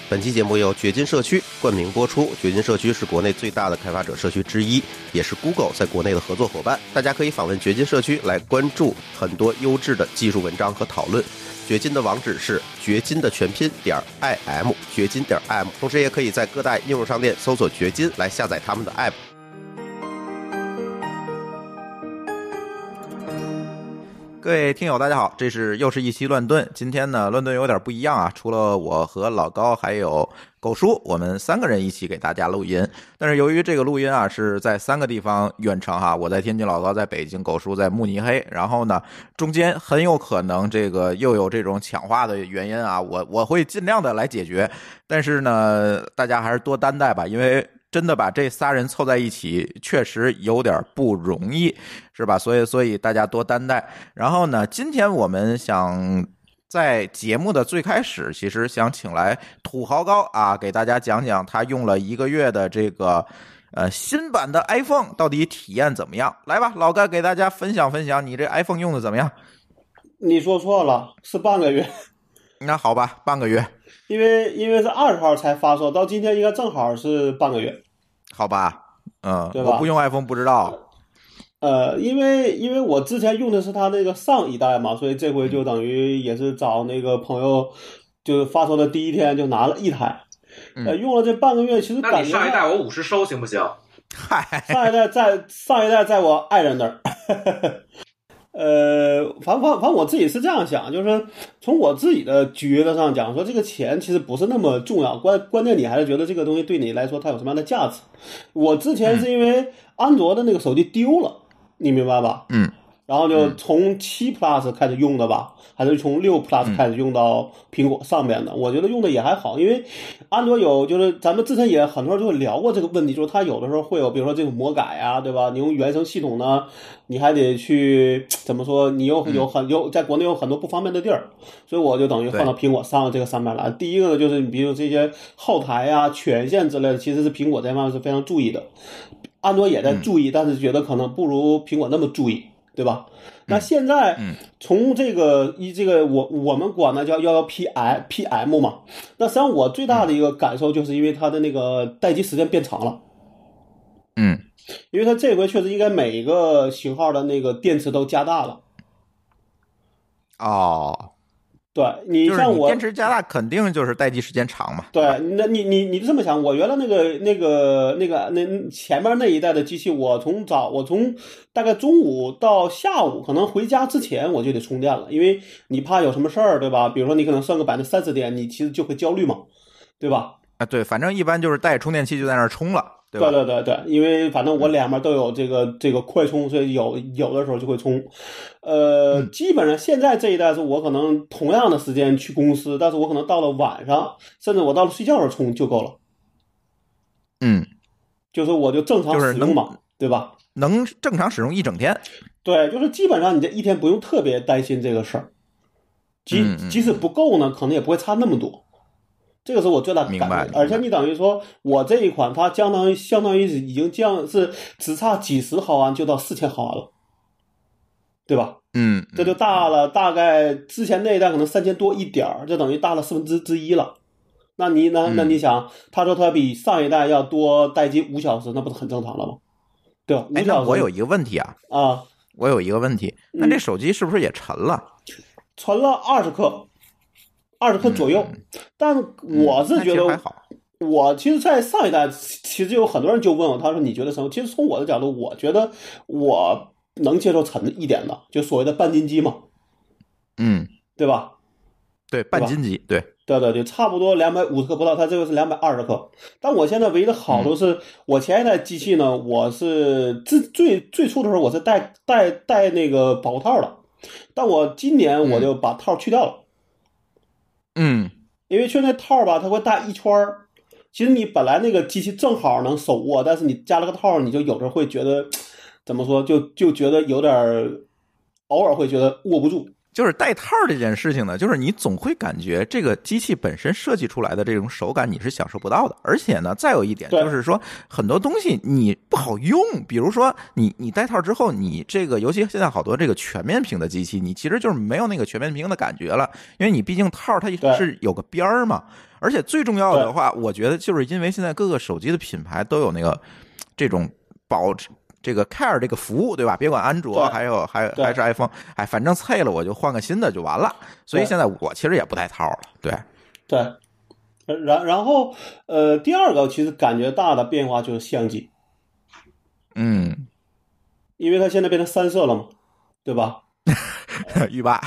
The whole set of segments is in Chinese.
本期节目由掘金社区冠名播出。掘金社区是国内最大的开发者社区之一，也是 Google 在国内的合作伙伴。大家可以访问掘金社区来关注很多优质的技术文章和讨论。掘金的网址是掘金的全拼.im， 掘金.im， 同时也可以在各大应用商店搜索掘金来下载他们的 app。各位听友大家好，这是又是一期乱炖。今天呢乱炖有点不一样啊，除了我和老高还有狗叔，我们三个人一起给大家录音。但是由于这个录音啊是在三个地方远程哈，我在天津，老高在北京，狗叔在慕尼黑，然后呢中间很有可能这个又有这种抢话的原因啊，我会尽量的来解决，但是呢大家还是多担待吧，因为真的把这仨人凑在一起确实有点不容易，是吧？所以大家多担待。然后呢，今天我们想在节目的最开始，其实想请来土豪高啊，给大家讲讲他用了1个月的这个新版的 iPhone 到底体验怎么样。来吧，老高给大家分享分享你这 iPhone 用的怎么样。 你说错了，是半个月。 那好吧，半个月。 因为是20号才发售，到今天应该正好是半个月。 好吧， 对吧？ 我不用 iPhone 不知道。 因为我之前用的是它那个上一代嘛，所以这回就等于也是找那个朋友，就是发售的第一天就拿了一台，用了这半个月，其实感觉那你上一代我50收行不行？ 嗨， 上一代在我爱人那儿。反正我自己是这样想，就是从我自己的觉得上讲，说这个钱其实不是那么重要，关键你还是觉得这个东西对你来说它有什么样的价值。我之前是因为安卓的那个手机丢了，你明白吧？然后就从7 Plus 开始用的吧，还是从6 Plus 开始用到苹果上面的。我觉得用的也还好，因为安卓有就是咱们之前也很多人就聊过这个问题，就是它有的时候会有，比如说这种魔改啊，对吧？你用原生系统呢，你还得去怎么说？你有在国内有很多不方便的地儿，所以我就等于放到苹果上这个上面来。第一个呢，就是你比如这些后台啊、权限之类的，其实是苹果这方面是非常注意的，安卓也在注意，但是觉得可能不如苹果那么注意。对吧？那现在从这个我们管它叫111PM 嘛。那实际上我最大的一个感受就是因为它的那个待机时间变长了。因为它这回确实应该每一个型号的那个电池都加大了。对，你像我电池加大肯定就是待机时间长嘛。 对，那你这么想，我原来那前面那一代的机器，我从大概中午到下午，可能回家之前我就得充电了，因为你怕有什么事儿，对吧？比如说你可能剩个30%点，你其实就会焦虑嘛，对吧？对， 反正一般就是带充电器就在那儿充了。对， 因为反正我两边都有这个快充，所以有的时候就会充。基本上现在这一代是我可能同样的时间去公司，但是我可能到了晚上，甚至我到了睡觉时候充就够了。就是我就正常使用嘛，对吧？ 能正常使用一整天。 对，就是基本上你这一天不用特别担心这个事儿。即使不够呢，可能也不会差那么多。这个是我最大的感觉，而且你等于说我这一款它相当于已经是只差几十毫安就到4000毫安了，对吧？这就大了，大概之前那一代可能3000多一点，就等于大了1/4了。那你想，他说他比上一代要多待机5小时，那不是很正常了吗？对吧？5小时。 我有一个问题我有一个问题，那这手机是不是也沉了？ 沉了20克左右，但我是觉得还好。 我其实在上一代其实有很多人就问我，他说你觉得什么？其实从我的角度，我觉得我能接受沉一点的，就所谓的半斤机嘛，对吧？ 对，半斤机，对， 差不多250克不到，它这个是220克。但我现在唯一的好处是，我前一代机器呢，我是最初的时候我是带那个保护套的，但我今年我就把套去掉了。因为去那套吧，它会带一圈儿。其实你本来那个机器正好能手握，但是你加了个套，你就有时候会觉得怎么说，就觉得有点偶尔会觉得握不住。 就是带套这件事情呢，就是你总会感觉这个机器本身设计出来的这种手感你是享受不到的，而且呢，再有一点就是说很多东西你不好用，比如说你带套之后，你这个尤其现在好多这个全面屏的机器，你其实就是没有那个全面屏的感觉了，因为你毕竟套它是有个边儿嘛。而且最重要的话，我觉得就是因为现在各个手机的品牌都有那个这种这个 Care 这个服务，对吧？别管安卓还是 iPhone， 哎，反正脆了我就换个新的就完了。所以现在我其实也不带套了，对。 然后第二个其实感觉大的变化就是相机，因为它现在变成3摄了嘛，对吧？ 浴霸。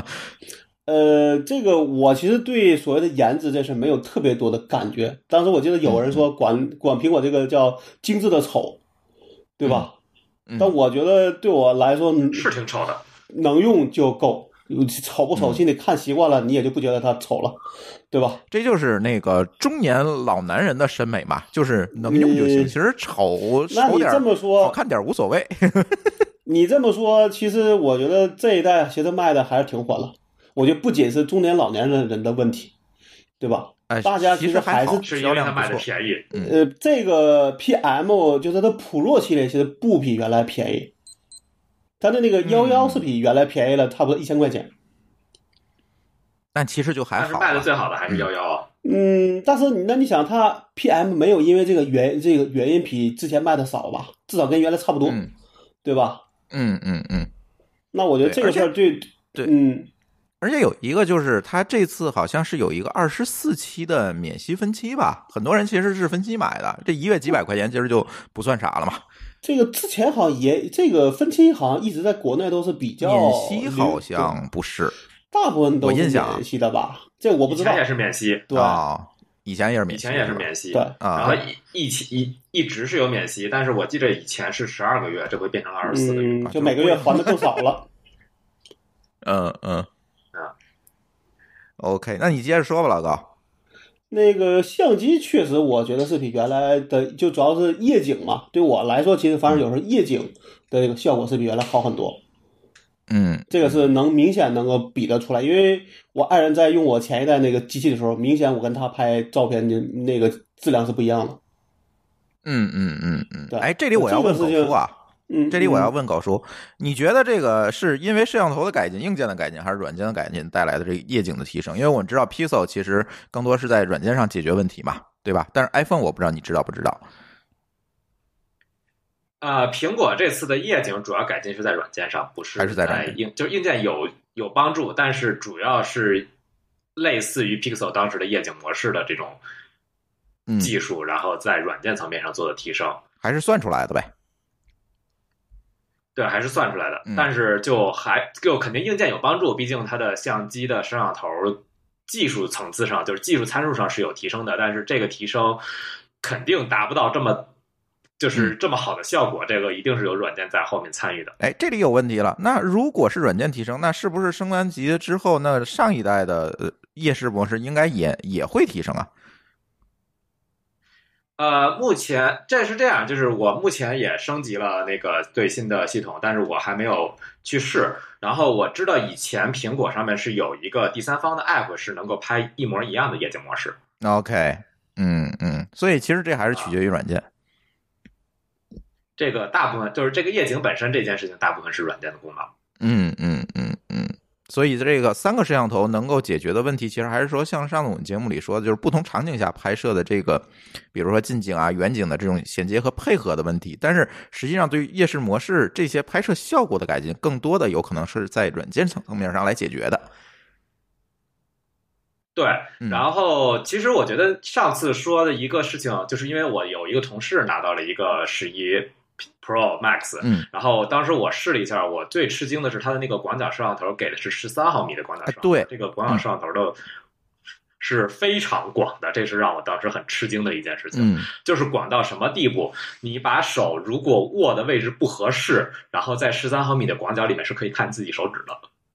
这个我其实对所谓的颜值这事没有特别多的感觉。当时我记得有人说管苹果这个叫精致的丑。对吧？但我觉得对我来说是挺丑的， 能用就够，丑不丑，你看习惯了，你也就不觉得它丑了，对吧？ 这就是那个中年老男人的审美嘛，就是能用就行。其实丑点好看点无所谓。 你这么说，其实我觉得这一代其实卖的还是挺火了。我觉得不仅是中年老年人的问题，对吧？大家其实还是因为它卖的便宜。 这个 PM 就是它普若系列其实不比原来便宜，它的那个11是比原来便宜了差不多1000块钱。 但其实就还好。 但是卖的最好的还是11啊。 但是你想，它 PM 没有因为这个原因比之前卖的少吧？至少跟原来差不多，对吧？那我觉得这个事儿对。 而且有一个就是它这次好像是有一个24期的免息分期吧，很多人其实是分期买的，这1月几百块钱其实就不算啥了嘛。 这个之前好像这个分期好像一直在国内都是比较免息，好像不是， 大部分都是免息的吧？这我不知道。 以前也是免息， 对以前也是免息， 以前也是免息， 对然后一直是有免息，但是我记得以前是12个月，这回变成了24个月， 就每个月还的更少了。 OK， 那你接着说吧，老高。 那个相机确实，我觉得是比原来的，就主要是夜景嘛。对我来说，其实反正有时候夜景的这个效果是比原来好很多。这个是明显能够比得出来，因为我爱人在用我前一代那个机器的时候，明显我跟他拍照片的那个质量是不一样的。对， 哎，这里我要问狗叔啊。这里我要问狗叔，你觉得这个是因为摄像头的改进、硬件的改进，还是软件的改进带来的这个夜景的提升？因为我们知道 Pixel 其实更多是在软件上解决问题嘛，对吧？但是 iPhone 我不知道你知道不知道？ 苹果这次的夜景主要改进是在软件上，不是还是在就是硬件有帮助，但是主要是类似于 Pixel 当时的夜景模式的这种技术，然后在软件层面上做的提升， 还是算出来的呗。 对，还是算出来的，但是就肯定硬件有帮助，毕竟它的相机的摄像头技术层次上，就是技术参数上是有提升的，但是这个提升肯定达不到这么好的效果，这个一定是有软件在后面参与的。 哎，这里有问题了，那如果是软件提升，那是不是升完级之后，那上一代的夜视模式应该也会提升啊？ 目前这是这样，就是我目前也升级了那个最新的系统，但是我还没有去试。然后我知道以前苹果上面是有一个第三方的 app 是能够拍一模一样的夜景模式。 OK， 所以其实这还是取决于软件。 这个大部分就是这个夜景本身这件事情，大部分是软件的功能。 所以这个3个摄像头能够解决的问题，其实还是说像上次我们节目里说的，就是不同场景下拍摄的这个，比如说近景啊、远景的这种衔接和配合的问题。但是实际上对于夜视模式这些拍摄效果的改进，更多的有可能是在软件层面上来解决的。 对，然后其实我觉得上次说的一个事情，就是因为我有一个同事拿到了一个11 Pro Max，然后当时我试了一下，我最吃惊的是它的那个广角摄像头给的是13毫米的广角摄像头， 对， 这个广角摄像头的是非常广的，这是让我当时很吃惊的一件事情，就是广到什么地步？你把手如果握的位置不合适，然后在13毫米的广角里面是可以看自己手指的。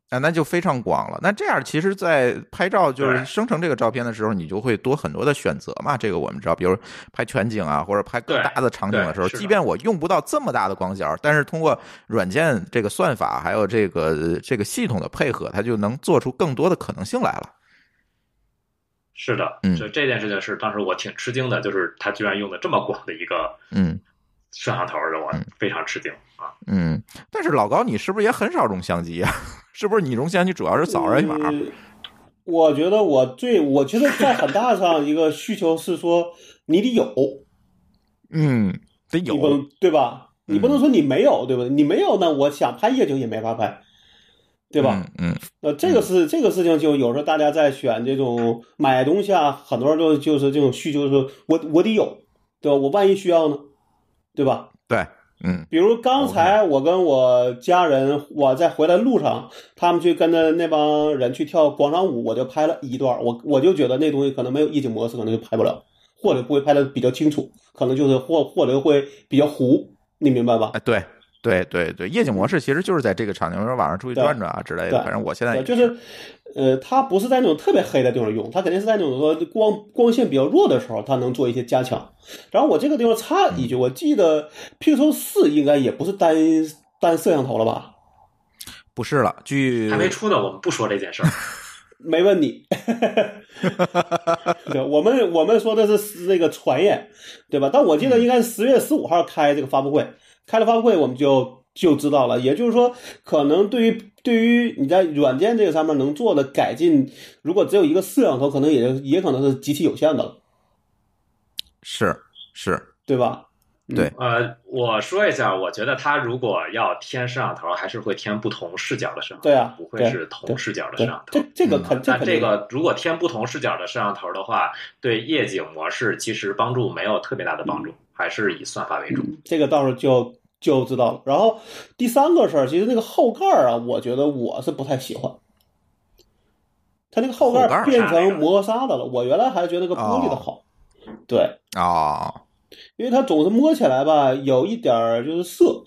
啊，那就非常广了。那这样其实在拍照就是生成这个照片的时候，你就会多很多的选择嘛。这个我们知道，比如拍全景啊，或者拍更大的场景的时候，即便我用不到这么大的光角，但是通过软件这个算法还有这个系统的配合，它就能做出更多的可能性来了。 是的，就这件事情是当时我挺吃惊的，就是他居然用的这么广的一个摄像头，让我非常吃惊啊。 但是老高，你是不是也很少用相机啊？是不是你用相机主要是扫二维码？ 我觉得我觉得在很大上一个需求是说你得有， 得有， 对吧？你不能说你没有，对吧？你没有，那我想拍夜景也没法拍，对吧？这个事情就有时候大家在选这种买东西啊，很多人都就是这种需求是我得有，对吧？我万一需要呢，对吧？ 对。 比如刚才我跟我家人，我在回来路上，他们去跟着那帮人去跳广场舞，我就拍了一段，我就觉得那东西可能没有夜景模式，可能就拍不了，或者不会拍的比较清楚，可能就是或者会比较糊，你明白吧？ 对，夜景模式其实就是在这个场景上晚上出去转转啊之类的，反正我现在就是它不是在那种特别黑的地方用，它肯定是在那种说光线比较弱的时候，它能做一些加强。然后我这个地方插一句，我记得 Pixel 4应该也不是单摄像头了吧？ 不是了，据还没出呢，我们不说这件事儿。 没问你，对，我们说的是那个传言，对吧？但我记得应该是10月15号开这个发布会，开了发布会我们就知道了。也就是说，可能对于你在软件这个上面能做的改进，如果只有一个摄像头，可能也可能是极其有限的了。 是， 对吧？ 对， 我说一下，我觉得他如果要添摄像头，还是会添不同视角的摄像头， 对啊， 不会是同视角的摄像头。 这个但这个如果添不同视角的摄像头的话，对夜景模式其实帮助没有特别大的帮助，还是以算法为主。 这个到时候就知道了。然后第三个事儿，其实那个后盖啊，我觉得我是不太喜欢。它那个后盖变成磨砂的了，我原来还觉得那个玻璃的好。对因为它总是摸起来吧，有一点就是涩。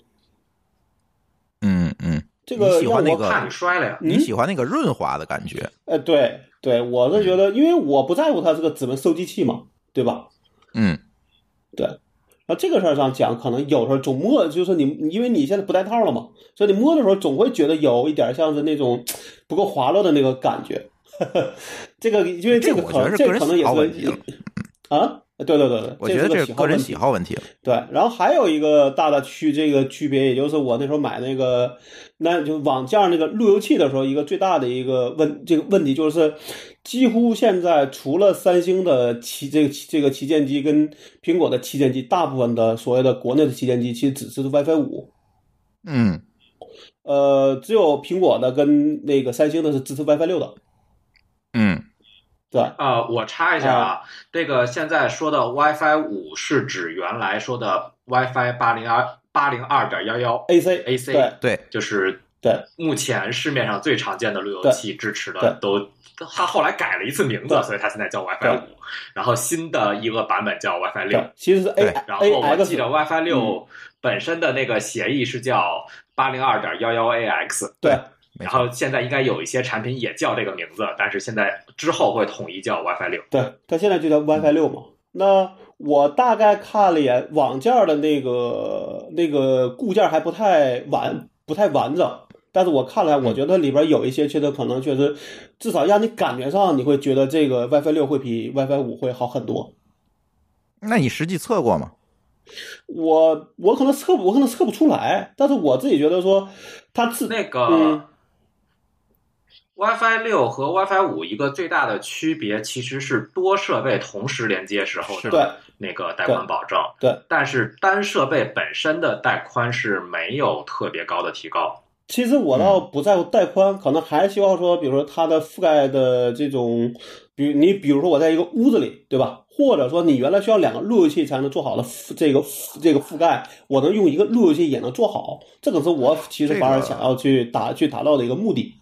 这个你喜欢那个怕你摔了呀？ 你喜欢那个润滑的感觉？ 对，我是觉得，因为我不在乎它是个指纹收集器嘛，对吧？对。然后这个事儿上讲，可能有时候总摸，就是你因为你现在不带套了嘛，所以你摸的时候总会觉得有一点像是那种不够滑落的那个感觉。这个因为这个可能也是啊。对， 我觉得这是个人喜好问题了。 对，然后还有一个大的区别，也就是我那时候买那个，那就网架那个路由器的时候，一个最大的一个问题就是，几乎现在除了三星的这个旗舰机跟苹果的旗舰机，大部分的所谓的国内的旗舰机其实只支持 WiFi 5。只有苹果的跟那个三星的是支持 WiFi 6的。对我插一下啊，这个现在说的 WiFi 5是指原来说的 WiFi 802.11 AC， 对， 就是目前市面上最常见的路由器支持的都，它后来改了一次名字，所以它现在叫 WiFi 5，然后新的一个版本叫 WiFi 6， 其实是 A， 然后我记得 WiFi 6本身的那个协议是叫 802.11ax， 对。 然后现在应该有一些产品也叫这个名字，但是现在之后会统一叫 WiFi 6。 对，它现在就叫 WiFi 6嘛。那我大概看了一眼网件的那个固件还不太完整，但是我看来，我觉得里边有一些确实可能确实，至少让你感觉上你会觉得这个 WiFi 6会比 WiFi 5会好很多。 那你实际测过吗？ 我可能测不出来，但是我自己觉得说它是那个。WiFi 6和 WiFi 5一个最大的区别其实是多设备同时连接时候的那个带宽保证， 对， 但是单设备本身的带宽是没有特别高的提高。 其实我倒不在乎带宽，可能还是希望说，比如说它的覆盖的这种，比如说我在一个屋子里，对吧？或者说你原来需要2个路由器才能做好的这个覆盖，我能用一个路由器也能做好，这个是我其实反而想要去达到的一个目的。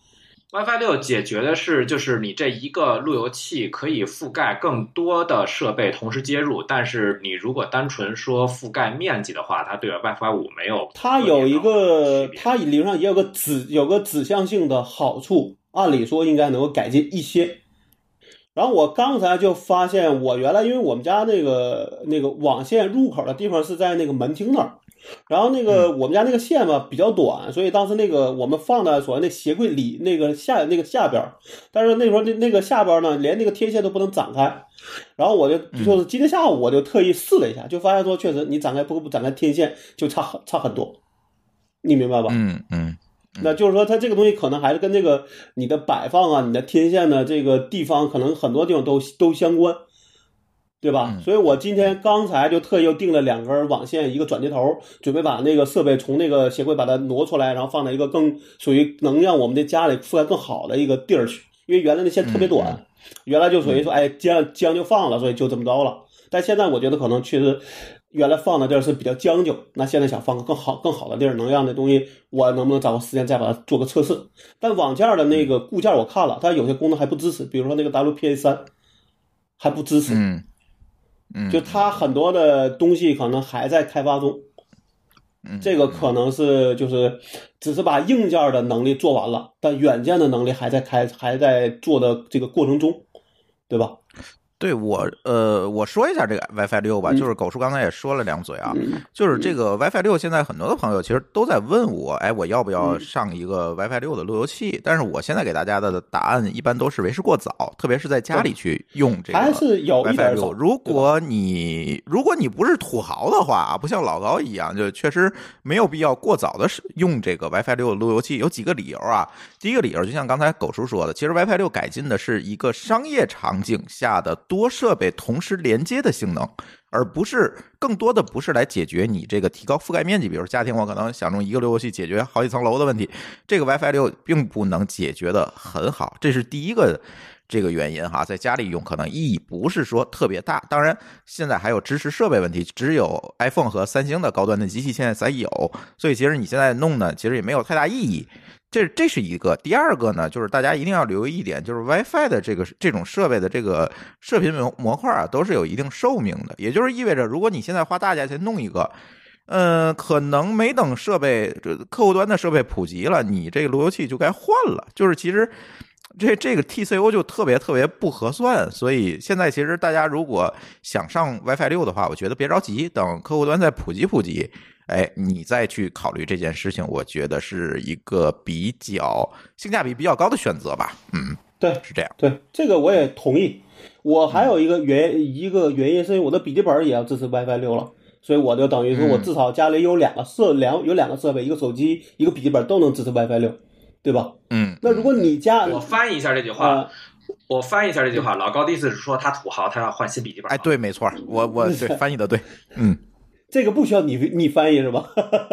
WiFi 6解决的是，就是你这一个路由器可以覆盖更多的设备同时接入，但是你如果单纯说覆盖面积的话，它对 WiFi 5没有。 它有一个，它理论上也有个指向性的好处，按理说应该能够改进一些。然后我刚才就发现，我原来因为我们家那个网线入口的地方是在那个门厅那儿。然后我们家那个线吧比较短，所以当时我们放的所谓那鞋柜里那个下边，但是那时候那个下边呢，连那个天线都不能展开。然后我就是今天下午我就特意试了一下，就发现说确实你展开不展开天线就差很多，你明白吧？那就是说它这个东西可能还是跟这个你的摆放啊，你的天线的这个地方可能很多地方都相关。对吧？所以我刚才就特意又订了2根网线，一个转接头，准备把那个设备从那个鞋柜把它挪出来，然后放在一个更属于能让我们的家里覆盖更好的一个地儿去。因为原来那线特别短，原来就属于说，哎，将就放了，所以就这么着了。但现在我觉得可能确实原来放的地儿是比较将就，那现在想放个更好的地儿，能让那东西我能不能找个时间再把它做个测试？但网件的那个固件我看了，它有些功能还不支持，比如说那个 WPA3 还不支持。就它很多的东西可能还在开发中，这个可能是就是只是把硬件的能力做完了，但软件的能力还在做的这个过程中，对吧？ 对，我说一下这个 WiFi 6吧，就是狗叔刚才也说了2嘴啊，就是这个 WiFi 6现在很多的朋友其实都在问我，哎，我要不要上一个 WiFi 6的路由器？但是我现在给大家的答案一般都是为时过早，特别是在家里去用这个 WiFi 6。 还是有一点早。 如果你不是土豪的话，不像老高一样，就确实没有必要过早的用这个 WiFi 6的路由器。有几个理由啊。第一个理由就像刚才狗叔说的，其实 WiFi 6改进的是一个商业场景下的多设备同时连接的性能，而不是更多的不是来解决你这个提高覆盖面积，比如家庭我可能想用一个路由器解决好几层楼的问题，这个 WiFi 6并不能解决的很好，这是第一个这个原因哈，在家里用可能意义不是说特别大。当然现在还有支持设备问题，只有 iPhone 和三星的高端的机器现在才有，所以其实你现在弄呢其实也没有太大意义。这是一个。第二个呢，就是大家一定要留意一点，就是 WiFi 的这种设备的这个射频模块啊，都是有一定寿命的，也就是意味着，如果你现在花大价钱弄一个，可能没等客户端的设备普及了，你这个路由器就该换了。就是其实这个 TCO 就特别不合算，所以现在其实大家如果想上 WiFi 6的话，我觉得别着急，等客户端再普及，哎，你再去考虑这件事情，我觉得是一个比较性价比比较高的选择吧。 对， 是这样。 对，这个我也同意。我还有一个原因是因为我的笔记本也要支持 WiFi 6了，所以我就等于说我至少家里有两个设备，一个手机，一个笔记本都能支持 WiFi 6，对吧？那如果你家， 我翻译一下这句话。我翻译一下这句话，老高的意思是说他土豪，他要换新笔记本。 哎，对，没错，我对翻译的对， 这个不需要你翻译是吧？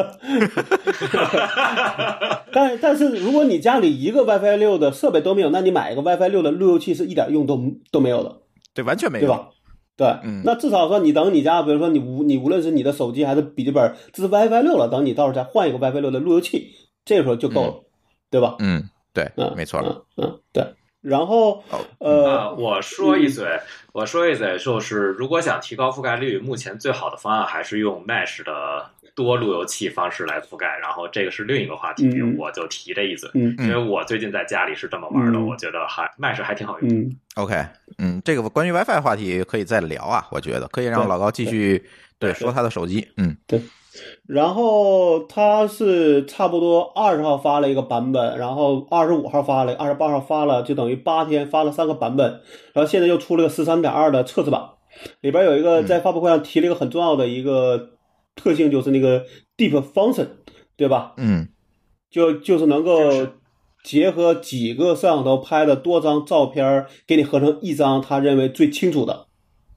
但是如果你家里一个 WiFi 6的设备都没有，那你买一个 WiFi 6的路由器是一点用都没有的， 对，完全没有， 对吧？对，那至少说等你家，比如说你无论是你的手机还是笔记本支持 WiFi 6了，等你到时候再换一个 WiFi 6的路由器，这个时候就够了，对吧？ 对，没错， 对。然后我说一嘴，就是如果想提高覆盖率，目前最好的方案还是用 Mesh 的多路由器方式来覆盖。然后这个是另一个话题，我就提这一嘴，因为我最近在家里是这么玩的，我觉得Mesh 还挺好用。 OK， 这个关于 WiFi 话题可以再聊啊，我觉得可以让老高继续对说他的手机， 对。然后他是差不多20号发了一个版本，然后25号发了，28号发了，就等于8天发了3个版本，然后现在又出了个 13.2 的测试版，里边有一个在发布会上提了一个很重要的一个特性，就是那个 Deep Function， 对吧？就是能够结合几个摄像头拍的多张照片给你合成一张他认为最清楚的。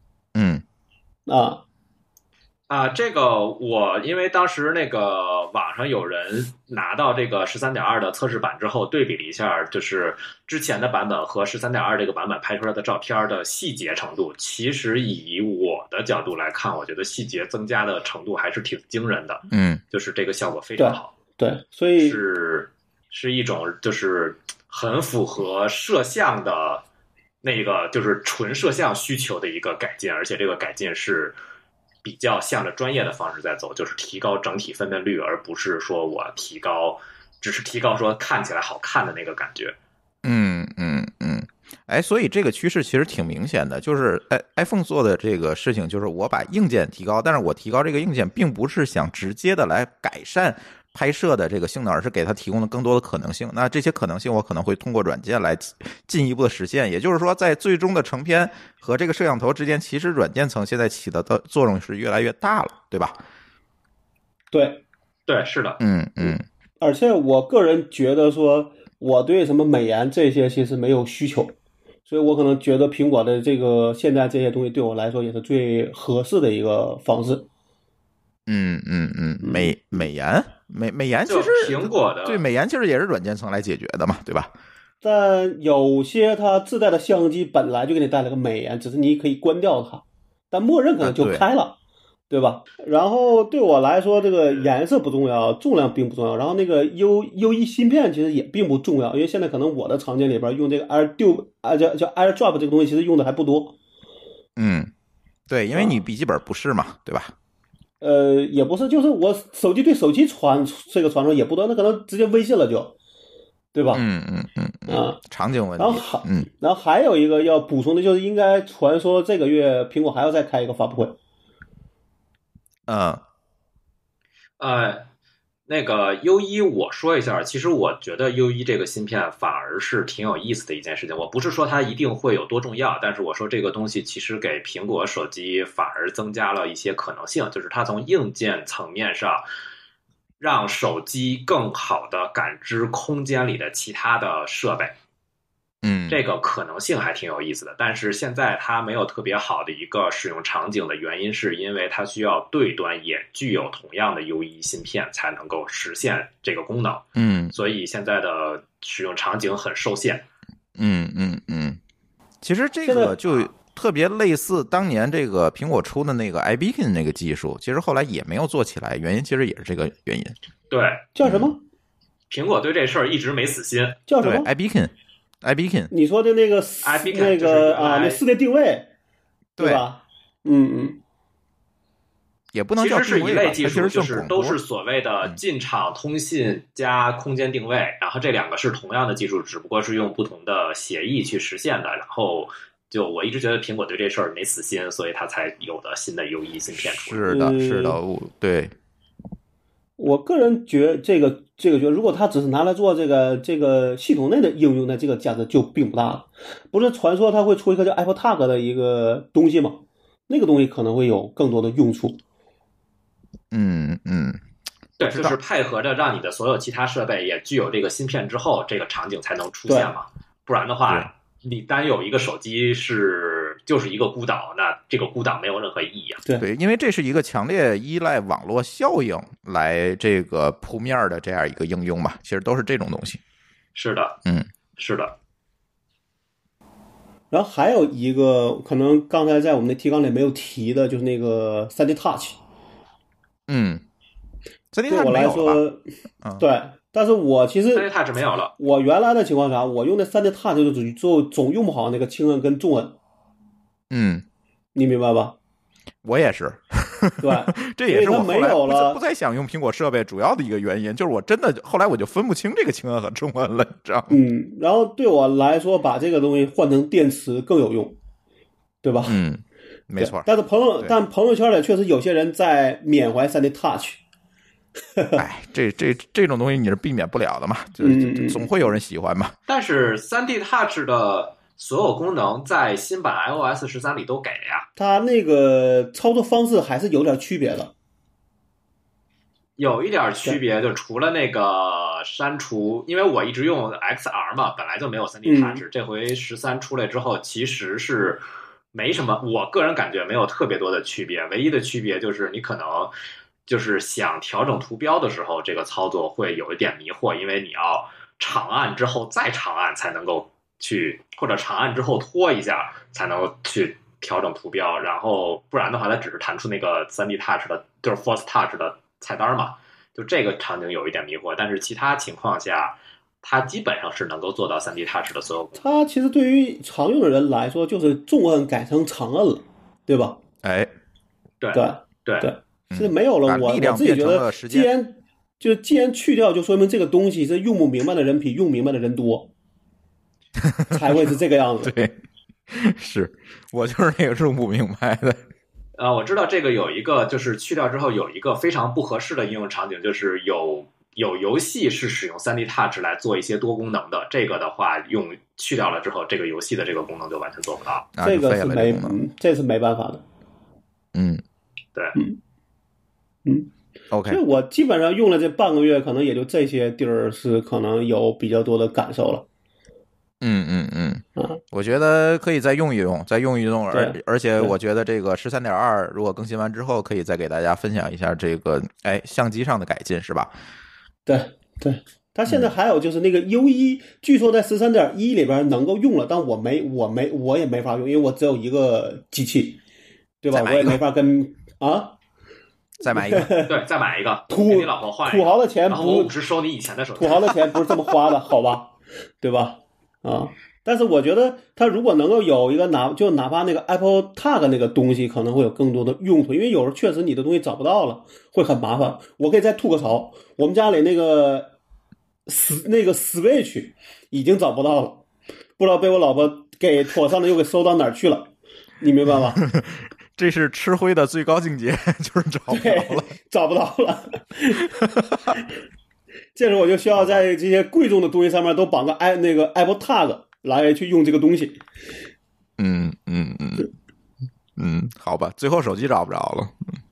这个我因为当时那个网上有人拿到这个 13.2 的测试版之后对比了一下，就是之前的版本和 13.2 这个版本拍出来的照片的细节程度，其实以我的角度来看，我觉得细节增加的程度还是挺惊人的。就是这个效果非常好。 对，所以是一种就是很符合摄像的那个就是纯摄像需求的一个改进，而且这个改进是比较向着专业的方式在走，就是提高整体分辨率，而不是说我只是提高说看起来好看的那个感觉。 哎，所以这个趋势其实挺明显的，就是iPhone 做的这个事情，就是我把硬件提高，但是我提高这个硬件，并不是想直接的来改善拍摄的这个性能，而是给它提供了更多的可能性。那这些可能性，我可能会通过软件来进一步的实现。也就是说，在最终的成片和这个摄像头之间，其实软件层现在起的作用是越来越大了，对吧？ 对，是的， 而且我个人觉得说，我对什么美颜这些其实没有需求。所以我可能觉得苹果的这个现在这些东西对我来说也是最合适的一个方式。 美颜其实苹果的对美颜其实也是软件层来解决的嘛，对吧？ 但有些它自带的相机本来就给你带来个美颜，只是你可以关掉它，但默认可能就开了。对吧？然后对我来说，这个颜色不重要，重量并不重要。然后那个 U1 芯片其实也并不重要，因为现在可能我的场景里边用这个 叫 AirDrop 这个东西，其实用的还不多。 对，因为你笔记本不是嘛，对吧？ 也不是，就是我手机对手机传输也不多，那可能直接微信了就，对吧？ 场景问题。 然后还有一个要补充的就是，应该传说这个月苹果还要再开一个发布会。 那个 U1 我说一下，其实我觉得 U1 这个芯片反而是挺有意思的一件事情。我不是说它一定会有多重要，但是我说这个东西其实给苹果手机反而增加了一些可能性，就是它从硬件层面上让手机更好的感知空间里的其他的设备。这个可能性还挺有意思的，但是现在它没有特别好的一个使用场景的原因，是因为它需要对端也具有同样的 U1 芯片才能够实现这个功能。所以现在的使用场景很受限。 其实这个就特别类似当年这个苹果出的那个 iBeacon 那个技术，其实后来也没有做起来，原因其实也是这个原因。 对， 叫什么？ 苹果对这事儿一直没死心。 叫什么？ iBeacon， 你说的那个那个那4D定位，对吧？ 也不能叫定位吧，其实是一类技术， 就是都是所谓的进场通信加空间定位，然后这两个是同样的技术，只不过是用不同的协议去实现的。然后就我一直觉得苹果对这事儿没死心，所以它才有的新的 U1 芯片出来。 是的，对。 我个人觉得这个觉得，如果它只是拿来做这个系统内的应用，那这个价值就并不大了。不是传说它会出一个叫 Apple Tag 的一个东西吗？那个东西可能会有更多的用处。 对，就是配合着让你的所有其他设备也具有这个芯片之后，这个场景才能出现嘛。不然的话，你单有一个手机就是一个孤岛，那这个孤岛没有任何意义啊。 对，因为这是一个强烈依赖网络效应来这个铺面的这样一个应用嘛，其实都是这种东西。 是的，是的。 然后还有一个可能刚才在我们的提纲里没有提的，就是那个 3D Touch。 3D 对我来说，对，但是我其实 3D Touch 没有了。 我原来的情况下，我用的 3D Touch 就总用不好那个轻摁跟重摁。你明白吧？ 我也是。 对， 这也是我后来不再想用苹果设备主要的一个原因，就是我真的后来我就分不清这个轻摁和重摁了，你知道吗？ 然后对我来说，把这个东西换成电池更有用，对吧？ 没错。 但朋友圈里确实有些人在缅怀 3D Touch。 哎，这种东西你是避免不了的嘛，就是总会有人喜欢嘛。 但是 3D Touch 的所有功能在新版 iOS 13里都给了呀。 它那个操作方式还是有点区别的。 有一点区别，就除了那个删除，因为我一直用 XR 嘛，本来就没有 3D Touch，这回13出来之后，其实是没什么，我个人感觉没有特别多的区别，唯一的区别就是你可能就是想调整图标的时候，这个操作会有一点迷惑，因为你要长按之后再长按才能够去，或者长按之后拖一下才能够去调整图标，然后不然的话它只是弹出那个 3D Touch 的，就是 Force Touch 的菜单嘛，就这个场景有一点迷惑，但是其他情况下它基本上是能够做到 3D Touch 的所有功能。 它其实对于常用的人来说，就是重摁改成长摁了，对吧？ 哎， 对对对对，其实没有了。我自己觉得，既然去掉，就说明这个东西是用不明白的人比用明白的人多，才会是这个样子。 对，是我就是那个用不明白的。 我知道这个有一个，就是去掉之后有一个非常不合适的应用场景，就是有游戏是使用 3D Touch 来做一些多功能的，这个的话去掉了之后，这个游戏的这个功能就完全做不到。 这个是这是没办法的。 对 ，OK。 所以我基本上用了这半个月，可能也就这些地儿是可能有比较多的感受了。 我觉得可以再用一用，而且我觉得这个 13.2 如果更新完之后，可以再给大家分享一下这个相机上的改进，是吧？ 对，它现在还有就是那个 U1，据说在 13.1 里边能够用了，但我也没法用，因为我只有一个机器，对吧？我也没法跟再买一个， 对，再买一个，给你老婆换一个。 土豪的钱然后我50收你以前的手机。 土豪的钱不是这么花的，好吧？对吧？但是我觉得它如果能够有一个哪怕那个 Apple Tag 那个东西，可能会有更多的用途，因为有时候确实你的东西找不到了，会很麻烦。我可以再吐个槽，我们家里那个 Switch 已经找不到了，不知道被我老婆给妥善的又给收到哪儿去了，你明白吗？ 这是吃灰的最高境界，就是找不到了。这时候我就需要在这些贵重的东西上面都绑个那个 Apple Tag 来去用这个东西。 好吧，最后手机找不着了。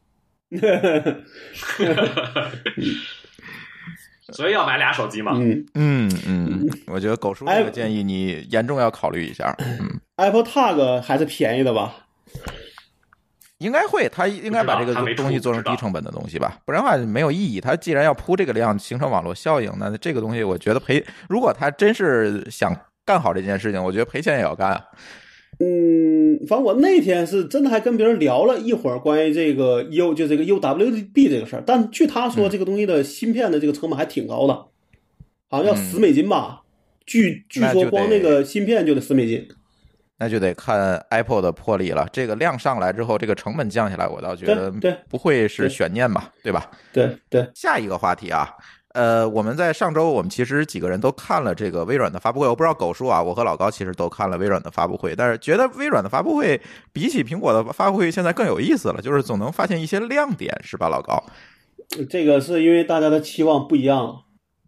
所以要买俩手机嘛。 我觉得狗叔这个建议你严重要考虑一下。 Apple Tag 还是便宜的吧？ 应该会，他应该把这个东西做成低成本的东西吧，不然的话没有意义。他既然要铺这个量，形成网络效应，那这个东西我觉得如果他真是想干好这件事情，我觉得赔钱也要干。 反正我那天是真的还跟别人聊了一会儿关于这个就这个 UWB 这个事儿，但据他说这个东西的芯片的这个成本还挺高的，好像要$10吧。据说光那个芯片就得$10。 那就得看 Apple 的魄力了。这个量上来之后，这个成本降下来，我倒觉得不会是悬念吧，对吧？ 对。 下一个话题啊，我们在上周我们其实几个人都看了这个微软的发布会。我不知道狗叔啊，我和老高其实都看了微软的发布会，但是觉得微软的发布会比起苹果的发布会现在更有意思了，就是总能发现一些亮点，是吧，老高？ 这个是因为大家的期望不一样了。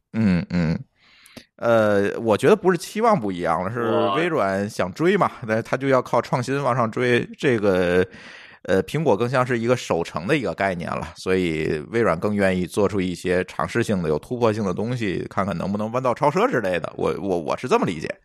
我觉得不是期望不一样了，是微软想追嘛，但是他就要靠创新往上追。这个苹果更像是一个守成的一个概念了，所以微软更愿意做出一些尝试性的、有突破性的东西，看看能不能弯道超车之类的。我是这么理解。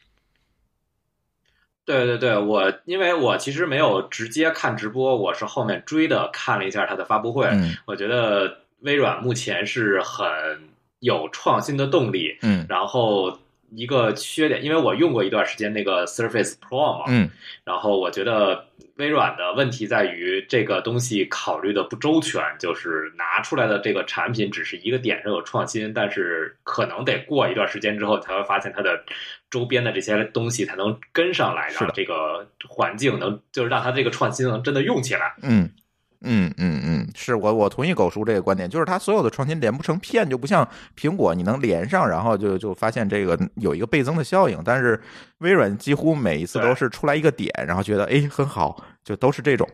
对，因为我其实没有直接看直播，我是后面追的，看了一下他的发布会。我觉得微软目前是很有创新的动力，然后一个缺点，因为我用过一段时间那个 Surface Pro 嘛，然后我觉得微软的问题在于这个东西考虑的不周全，就是拿出来的这个产品只是一个点上有创新，但是可能得过一段时间之后才会发现它的周边的这些东西才能跟上来，让这个环境就是让它这个创新能真的用起来。 是我同意狗叔这个观点，就是它所有的创新连不成片，就不像苹果你能连上，然后就发现这个有一个倍增的效应，但是微软几乎每一次都是出来一个点，然后觉得很好，就都是这种，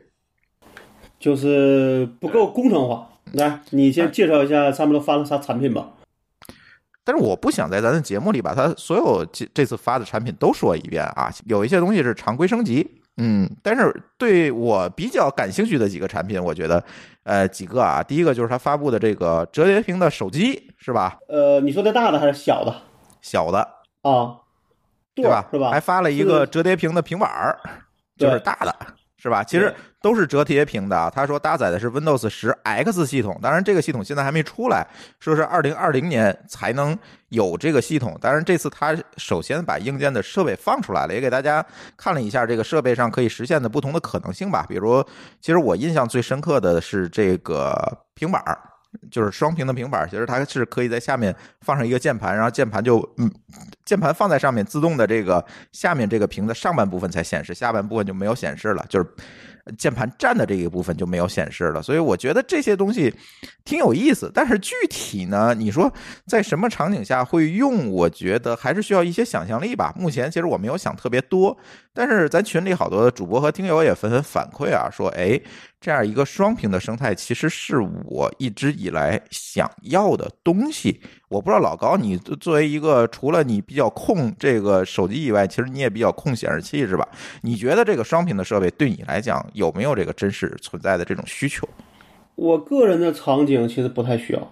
就是不够工程化。来，你先介绍一下他们都发了啥产品吧。 但是我不想在咱的节目里把它所有这次发的产品都说一遍啊，有一些东西是常规升级。但是对我比较感兴趣的几个产品，我觉得几个啊，第一个就是他发布的这个折叠屏的手机，是吧？ 你说的大的还是小的？ 小的啊， 对吧？ 是吧？ 还发了一个折叠屏的平板，就是大的，是吧？其实都是折叠屏的。他说搭载的是 Windows 10X 系统，当然这个系统现在还没出来，说是2020年才能有这个系统。当然这次他首先把硬件的设备放出来了，也给大家看了一下这个设备上可以实现的不同的可能性吧。比如其实我印象最深刻的是这个平板， 就是双屏的平板，其实它是可以在下面放上一个键盘，然后键盘键盘放在上面，自动的这个下面这个屏的上半部分才显示，下半部分就没有显示了，就是键盘占的这一部分就没有显示了。所以我觉得这些东西挺有意思，但是具体呢，你说在什么场景下会用，我觉得还是需要一些想象力吧。目前其实我没有想特别多，但是咱群里好多主播和听友也纷纷反馈啊，说这样一个双屏的生态其实是我一直以来想要的东西。我不知道老高，你作为一个除了你比较控这个手机以外，其实你也比较控显示器是吧？你觉得这个双屏的设备对你来讲有没有这个真实存在的这种需求？ 我个人的场景其实不太需要。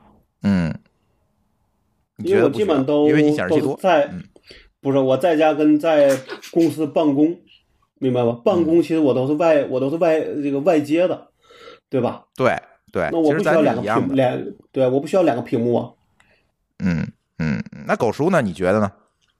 你觉得不需要？ 因为我基本都因为你显示器多。 不是我在家跟在公司办公，明白吧？办公其实我都是外接的，对吧？ 对， 那我不需要两个屏，对，我不需要两个屏幕啊。 那狗叔呢？你觉得呢？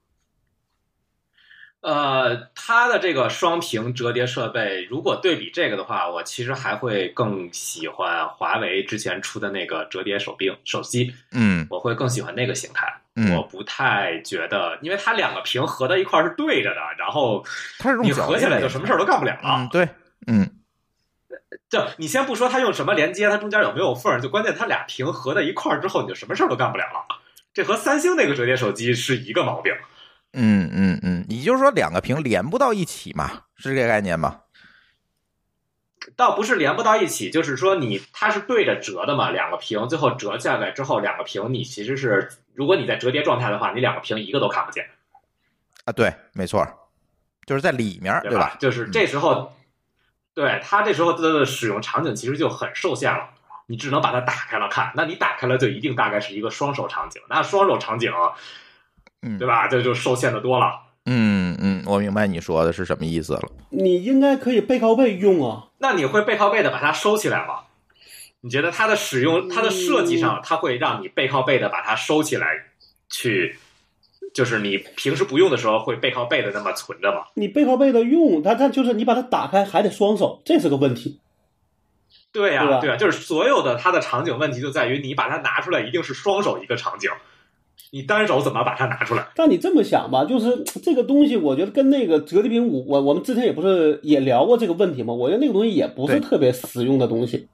它的这个双屏折叠设备，如果对比这个的话，我其实还会更喜欢华为之前出的那个折叠手机。我会更喜欢那个形态。我不太觉得，因为它两个屏合在一块是对着的，然后你合起来就什么事都干不了了。 对， 就你先不说它用什么连接，它中间有没有缝，就关键它俩屏合在一块之后，你就什么事都干不了了。这和三星那个折叠手机是一个毛病。 你就是说两个屏连不到一起嘛，是这个概念吗？ 倒不是连不到一起，就是说它是对着折的嘛，两个屏最后折下来之后，两个屏你其实是，如果你在折叠状态的话，你两个屏一个都看不见啊。对，没错，就是在里面，对吧？ 就是这时候，对它这时候的使用场景其实就很受限了，你只能把它打开了看。那你打开了就一定大概是一个双手场景，那双手场景，对吧？这就受限的多了。 我明白你说的是什么意思了。 你应该可以背靠背用啊。 那你会背靠背的把它收起来吗？你觉得它的使用，它的设计上，它会让你背靠背的把它收起来，就是你平时不用的时候会背靠背的那么存着吗？ 你背靠背的用，它就是你把它打开还得双手，这是个问题。 对呀，就是所有的它的场景问题就在于你把它拿出来一定是双手一个场景。你单手怎么把它拿出来？ 但你这么想吧，就是这个东西，我觉得跟那个折叠屏，我们之前也不是也聊过这个问题吗？我觉得那个东西也不是特别实用的东西。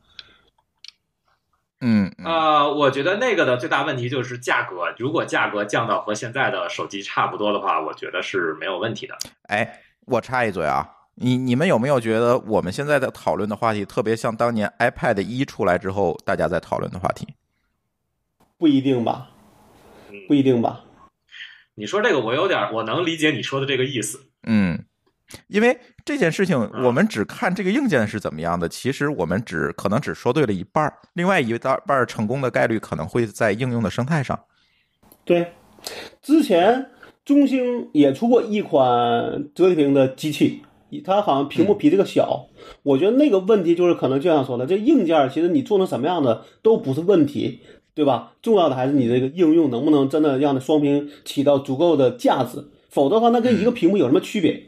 我觉得那个的最大问题就是价格。如果价格降到和现在的手机差不多的话，我觉得是没有问题的。 我插一嘴啊，你们有没有觉得我们现在的讨论的话题特别像当年 iPad 1出来之后大家在讨论的话题？ 不一定吧。 你说这个我能理解你说的这个意思。 因为这件事情我们只看这个硬件是怎么样的，其实我们可能只说对了一半，另外一半成功的概率可能会在应用的生态上。 对，之前中兴也出过一款折叠屏的机器，它好像屏幕比这个小。我觉得那个问题就是可能就像说的，这硬件其实你做成什么样的都不是问题，对吧？重要的还是你这个应用能不能真的让双屏起到足够的价值，否则的话那跟一个屏幕有什么区别？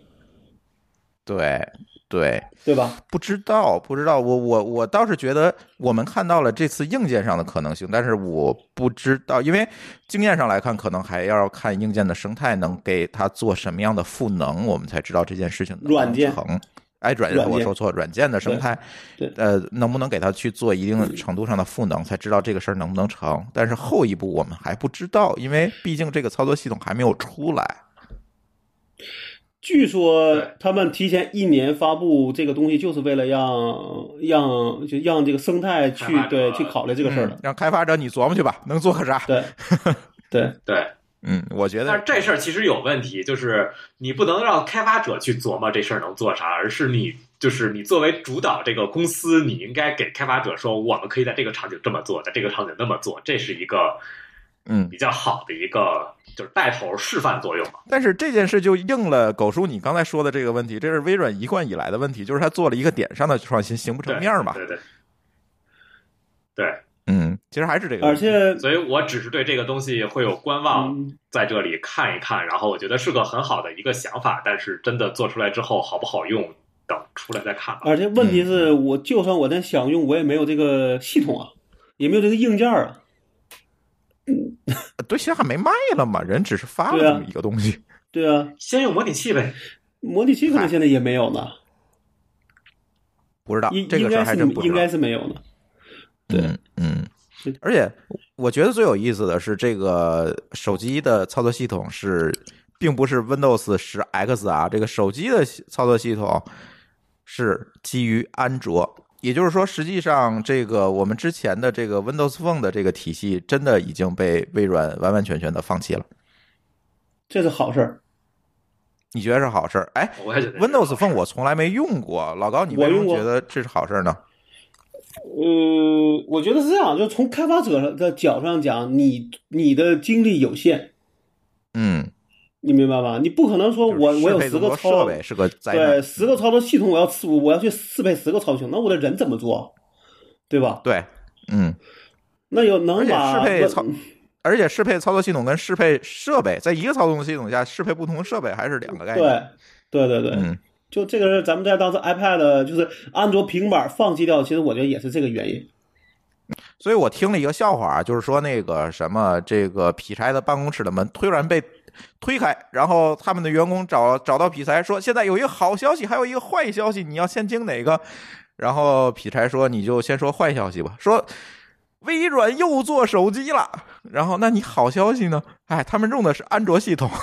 对吧？不知道，我倒是觉得我们看到了这次硬件上的可能性，但是我不知道，因为经验上来看，可能还要看硬件的生态能给它做什么样的赋能，我们才知道这件事情能不能成。我说错，软件的生态，能不能给它去做一定程度上的赋能，才知道这个事儿能不能成。但是后一步我们还不知道，因为毕竟这个操作系统还没有出来。 据说他们提前1年发布这个东西，就是为了让这个生态去考虑这个事儿的。 让开发者你琢磨去吧，能做个啥？ 对。 我觉得， 但是这事儿其实有问题，就是你不能让开发者去琢磨这事儿能做啥，而是你作为主导这个公司，你应该给开发者说，我们可以在这个场景这么做，在这个场景那么做，这是一个比较好的一个就是带头示范作用嘛。 但是这件事就应了狗叔你刚才说的这个问题，这是微软一贯以来的问题，就是他做了一个点上的创新，形不成面嘛。 对。 其实还是这个， 而且， 所以我只是对这个东西会有观望，在这里看一看，然后我觉得是个很好的一个想法，但是真的做出来之后好不好用，等出来再看吧。 而且问题是我就算我真想用，我也没有这个系统啊。 也没有这个硬件啊。 对，现在还没卖了嘛，人只是发了对啊这么一个东西。 对啊， 先用模拟器呗。 模拟器可能现在也没有呢， 不知道这个事儿还真不知道， 应该是没有呢。对， 而且我觉得最有意思的是，这个手机的操作系统并不是 Windows 10X 啊，这个手机的操作系统是基于安卓。也就是说，实际上这个我们之前的这个 Windows Phone 的这个体系，真的已经被微软完完全全的放弃了。 这是好事儿。 你觉得是好事儿？哎， 我也觉得 Windows Phone 我从来没用过，老高，你为什么觉得这是好事呢？ 我觉得是这样，就从开发者的角度上讲，你的精力有限，你明白吗？你不可能说我有10个设备是个灾难， 对，10个操作系统我要去适配10个操作系统，那我的人怎么做？对吧？ 对， 那能把而且适配操作系统跟适配设备，在一个操作系统下适配不同设备还是两个概念。 对，就这个是咱们在当时 iPad 就是安卓平板放弃掉，其实我觉得也是这个原因。 所以我听了一个笑话，就是说那个什么，这个劈柴的办公室的门突然被推开，然后他们的员工找到劈柴说，现在有一个好消息，还有一个坏消息，你要先听哪个？然后劈柴说，你就先说坏消息吧，说微软又做手机了。然后那你好消息呢？哎，他们用的是安卓系统。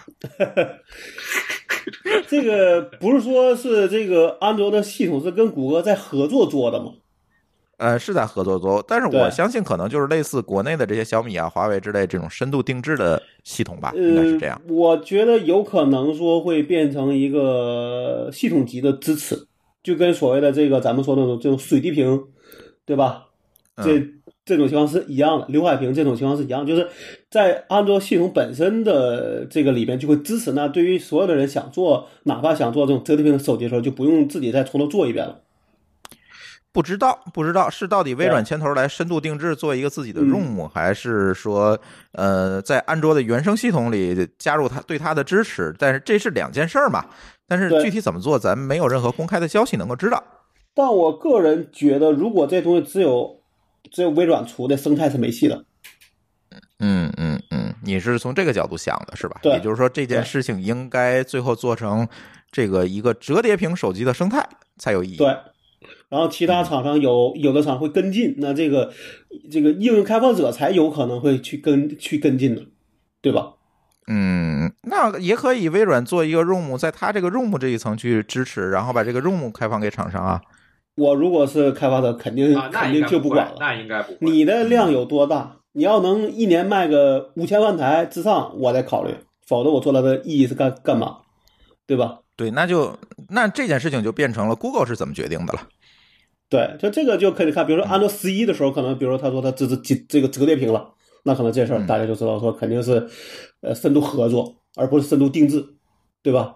这个不是说是这个安卓的系统是跟谷歌在合作做的吗？ 是在合作做，但是我相信可能就是类似国内的这些小米啊、华为之类这种深度定制的系统吧，应该是这样。 我觉得有可能说会变成一个系统级的支持，就跟所谓的这个咱们说的这种水滴屏，对吧？这种情况是一样的，刘海屏这种情况是一样，就是在安卓系统本身的这个里边就会支持。那对于所有的人哪怕想做这种折叠屏手机的时候，就不用自己再从头做一遍了。 不知道是到底微软牵头来深度定制做一个自己的 ROM，还是说在安卓的原生系统里加入对它的支持？但是这是两件事嘛。但是具体怎么做，咱没有任何公开的消息能够知道。 但我个人觉得，如果这东西只有微软出的，生态是没戏的。 你是从这个角度想的是吧？ 对， 也就是说这件事情应该最后做成这个一个折叠屏手机的生态才有意义。 对。然后其他厂商有的厂商会跟进，那这个应用开发者才有可能会去跟进的，对吧？ 那也可以微软做一个 ROM， 在它这个 ROM 这一层去支持，然后把这个 ROM 开放给厂商啊。 我如果是开发者，肯定就不管了。 那应该不会。 你的量有多大？你要能一年卖个5000万台之上，我再考虑，否则我做它的意义是干嘛？对吧？ 对，那这件事情就变成了 Google 是怎么决定的了。 对，这个就可以看，比如说安卓11的时候，可能比如说他说他支持这个折叠屏了，那可能这事儿大家就知道说肯定是深度合作，而不是深度定制，对吧？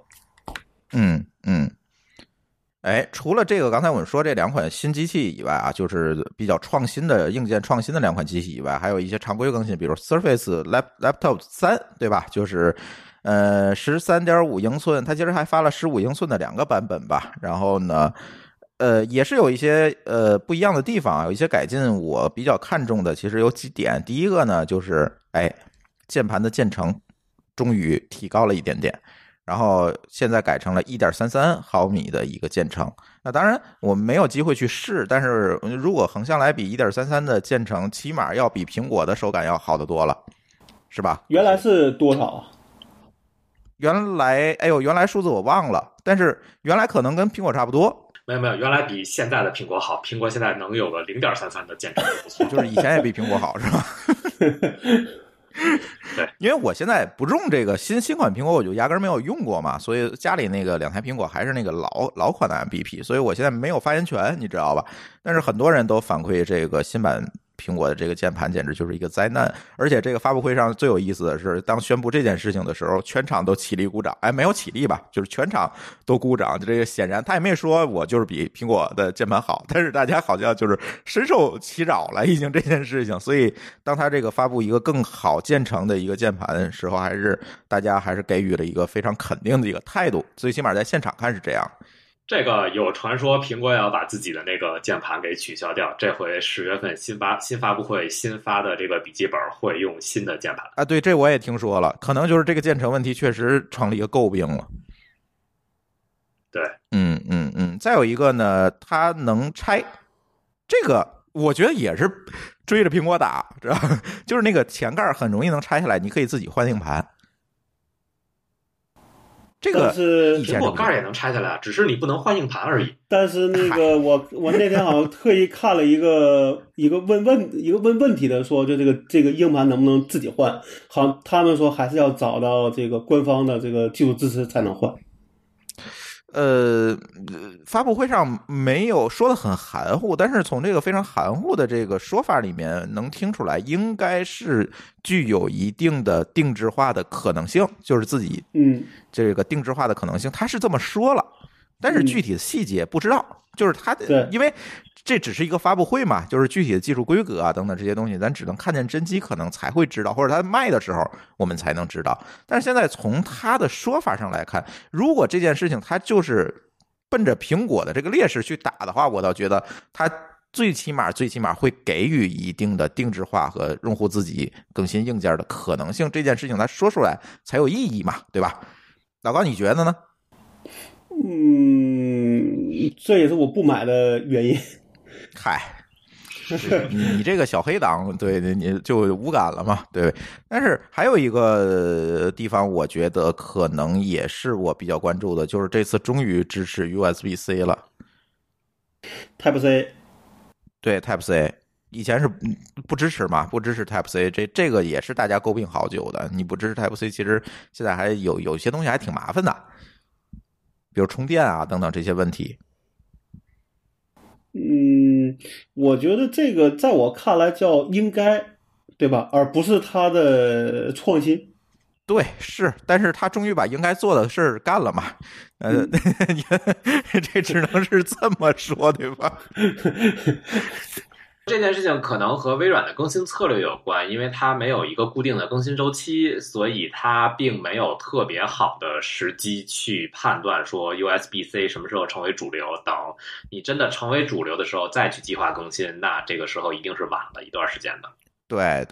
哎，除了这个，刚才我们说这两款新机器以外啊，就是比较创新的硬件创新的两款机器以外，还有一些常规更新，比如 Surface Laptop 3，对吧？就是13.5英寸，它其实还发了15英寸的2个版本吧。然后呢，也是有一些不一样的地方啊，有一些改进。我比较看重的其实有几点。第一个呢，就是键盘的键程终于提高了一点点。然后现在改成了 1.33 毫米的一个键程。那当然我们没有机会去试，但是如果横向来比 1.33 的键程起码要比苹果的手感要好得多了，是吧？ 原来是多少啊？ 原来数字我忘了，但是原来可能跟苹果差不多。 没有，原来比现在的苹果好，苹果现在能有个 0.33 的键程就不错。 就是以前也比苹果好是吧？ 对， 因为我现在不用这个新款苹果，我就压根没有用过嘛，所以家里那个2台苹果还是那个老款的 MVP， 所以我现在没有发言权，你知道吧？但是很多人都反馈这个新版苹果的这个键盘简直就是一个灾难。而且这个发布会上最有意思的是，当宣布这件事情的时候，全场都起立鼓掌。没有起立吧，就是全场都鼓掌。这个显然他也没说我就是比苹果的键盘好，但是大家好像就是深受其扰了已经这件事情。所以当他这个发布一个更好键程的一个键盘的时候，大家还是给予了一个非常肯定的一个态度，最起码在现场看是这样。 这个有传说苹果也要把自己的那个键盘给取消掉，这回10月份新发布会新发的这个笔记本会用新的键盘啊。对，这我也听说了，可能就是这个键程问题确实成了一个诟病了。 对， 再有一个呢，它能拆，这个我觉得也是追着苹果打，知道吧？就是那个前盖很容易能拆下来，你可以自己换硬盘。这个苹果盖也能拆下来，只是你不能换硬盘而已。 但是那个我那天好像特意看了一个问问题的，说就这个硬盘能不能自己换？好像他们说还是要找到这个官方的这个技术支持才能换。 发布会上没有说的很含糊，但是从这个非常含糊的这个说法里面能听出来，应该是具有一定的定制化的可能性，就是自己这个定制化的可能性，他是这么说了，但是具体的细节不知道，就是他因为这只是一个发布会嘛，就是具体的技术规格啊等等这些东西，咱只能看见真机可能才会知道，或者他卖的时候我们才能知道。但是现在从他的说法上来看，如果这件事情他就是奔着苹果的这个劣势去打的话，我倒觉得他最起码会给予一定的定制化和用户自己更新硬件的可能性。这件事情他说出来才有意义嘛，对吧？老高你觉得呢？ 这也是我不买的原因。 嗨，你这个小黑党，对，你就无感了嘛，对。但是还有一个地方，我觉得可能也是我比较关注的，就是这次终于支持 USB-C 了 ，Type C， 对 Type C， 以前是不支持嘛，不支持 Type C， 这个也是大家诟病好久的。你不支持 Type C， 其实现在还有些东西还挺麻烦的，比如充电啊等等这些问题。 我觉得这个在我看来叫应该，对吧？而不是他的创新。 对，是，但是他终于把应该做的事儿干了嘛？这只能是这么说，对吧？ 这件事情可能和微软的更新策略有关，因为它没有一个固定的更新周期，所以它并没有特别好的时机去判断说 USB-C 什么时候成为主流。等你真的成为主流的时候再去计划更新，那这个时候一定是晚了一段时间的。 对，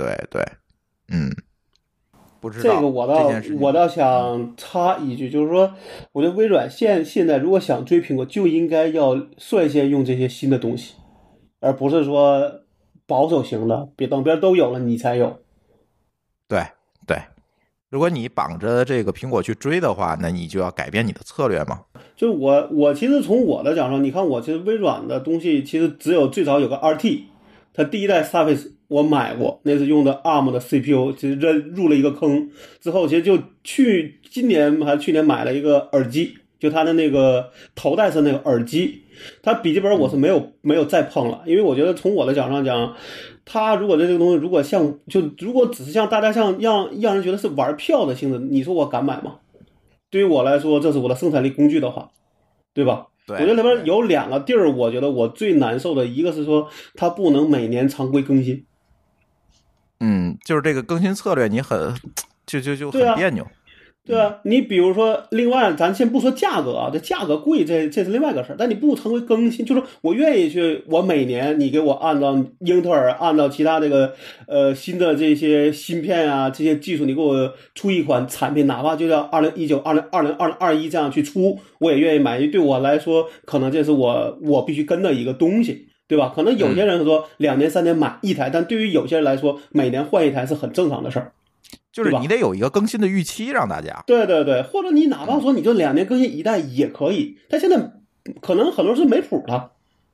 不知道这个我倒想插一句，就是说，我觉得微软现在如果想追苹果，就应该要率先用这些新的东西，而不是说保守型的，别等别人都有了你才有。 对，如果你绑着这个苹果去追的话，那你就要改变你的策略嘛。 就我其实从我的角度上，你看我其实微软的东西其实只有最早有个 RT， 它第一代 Surface 我买过，那是用的 ARM 的 CPU， 其实入了一个坑之后，其实就今年还是去年买了一个耳机，就它的那个头戴式那个耳机，它笔记本我是没有再碰了，因为我觉得从我的角度上讲，它如果这个东西如果只是像大家让人觉得是玩票的性质，你说我敢买吗？对于我来说，这是我的生产力工具的话，对吧？ 对， 我觉得里边有两个地儿，我觉得我最难受的，一个是说它不能每年常规更新。 就是这个更新策略你很很别扭。 对啊，你比如说，另外咱先不说价格啊，这价格贵，这是另外一个事儿。但你不常规更新，就是我愿意去，我每年你给我按照英特尔，按照其他这个新的这些芯片啊，这些技术，你给我出一款产品，哪怕就叫2019、2021这样去出，我也愿意买。因为对我来说，可能这是我必须跟的一个东西，对吧？可能有些人说2年3年买一台，但对于有些人来说，每年换一台是很正常的事儿。 就是你得有一个更新的预期，让大家对，或者你哪怕说你就2年更新一代也可以，但现在可能很多是没谱的，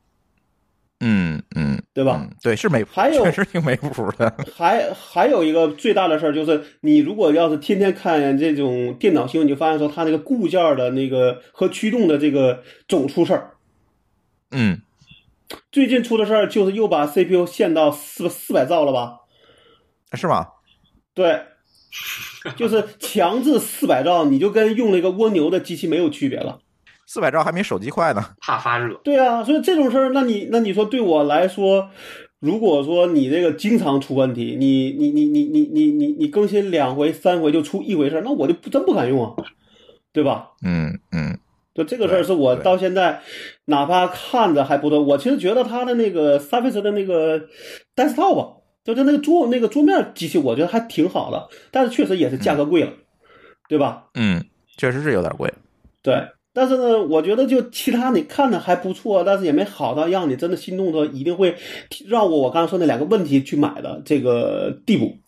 对吧？ 对，是没谱，确实挺没谱的。 还有一个最大的事儿就是，你如果要是天天看这种电脑新闻，你就发现说它那个固件的那个和驱动的这个总出事儿。最近出的事儿就是又把 CPU 限到400兆了吧？ 是吗？ 对。就是强制400兆，你就跟用那个蜗牛的机器没有区别了。 400兆还没手机快呢， 怕发热。 对啊，所以这种事儿，那你说对我来说，如果说你这个经常出问题，你更新2回3回就出1回事，那我就真不敢用啊，对吧？ 就这个事儿是我到现在哪怕看着还不多，我其实觉得它的那个 Surface 的那个 desktop 就是那个桌面机器，我觉得还挺好的，但是确实也是价格贵了，对吧？ 确实是有点贵。 对，但是呢，我觉得就其他你看的还不错，但是也没好到让你真的心动的一定会绕过我刚才说那2个问题去买的这个地步。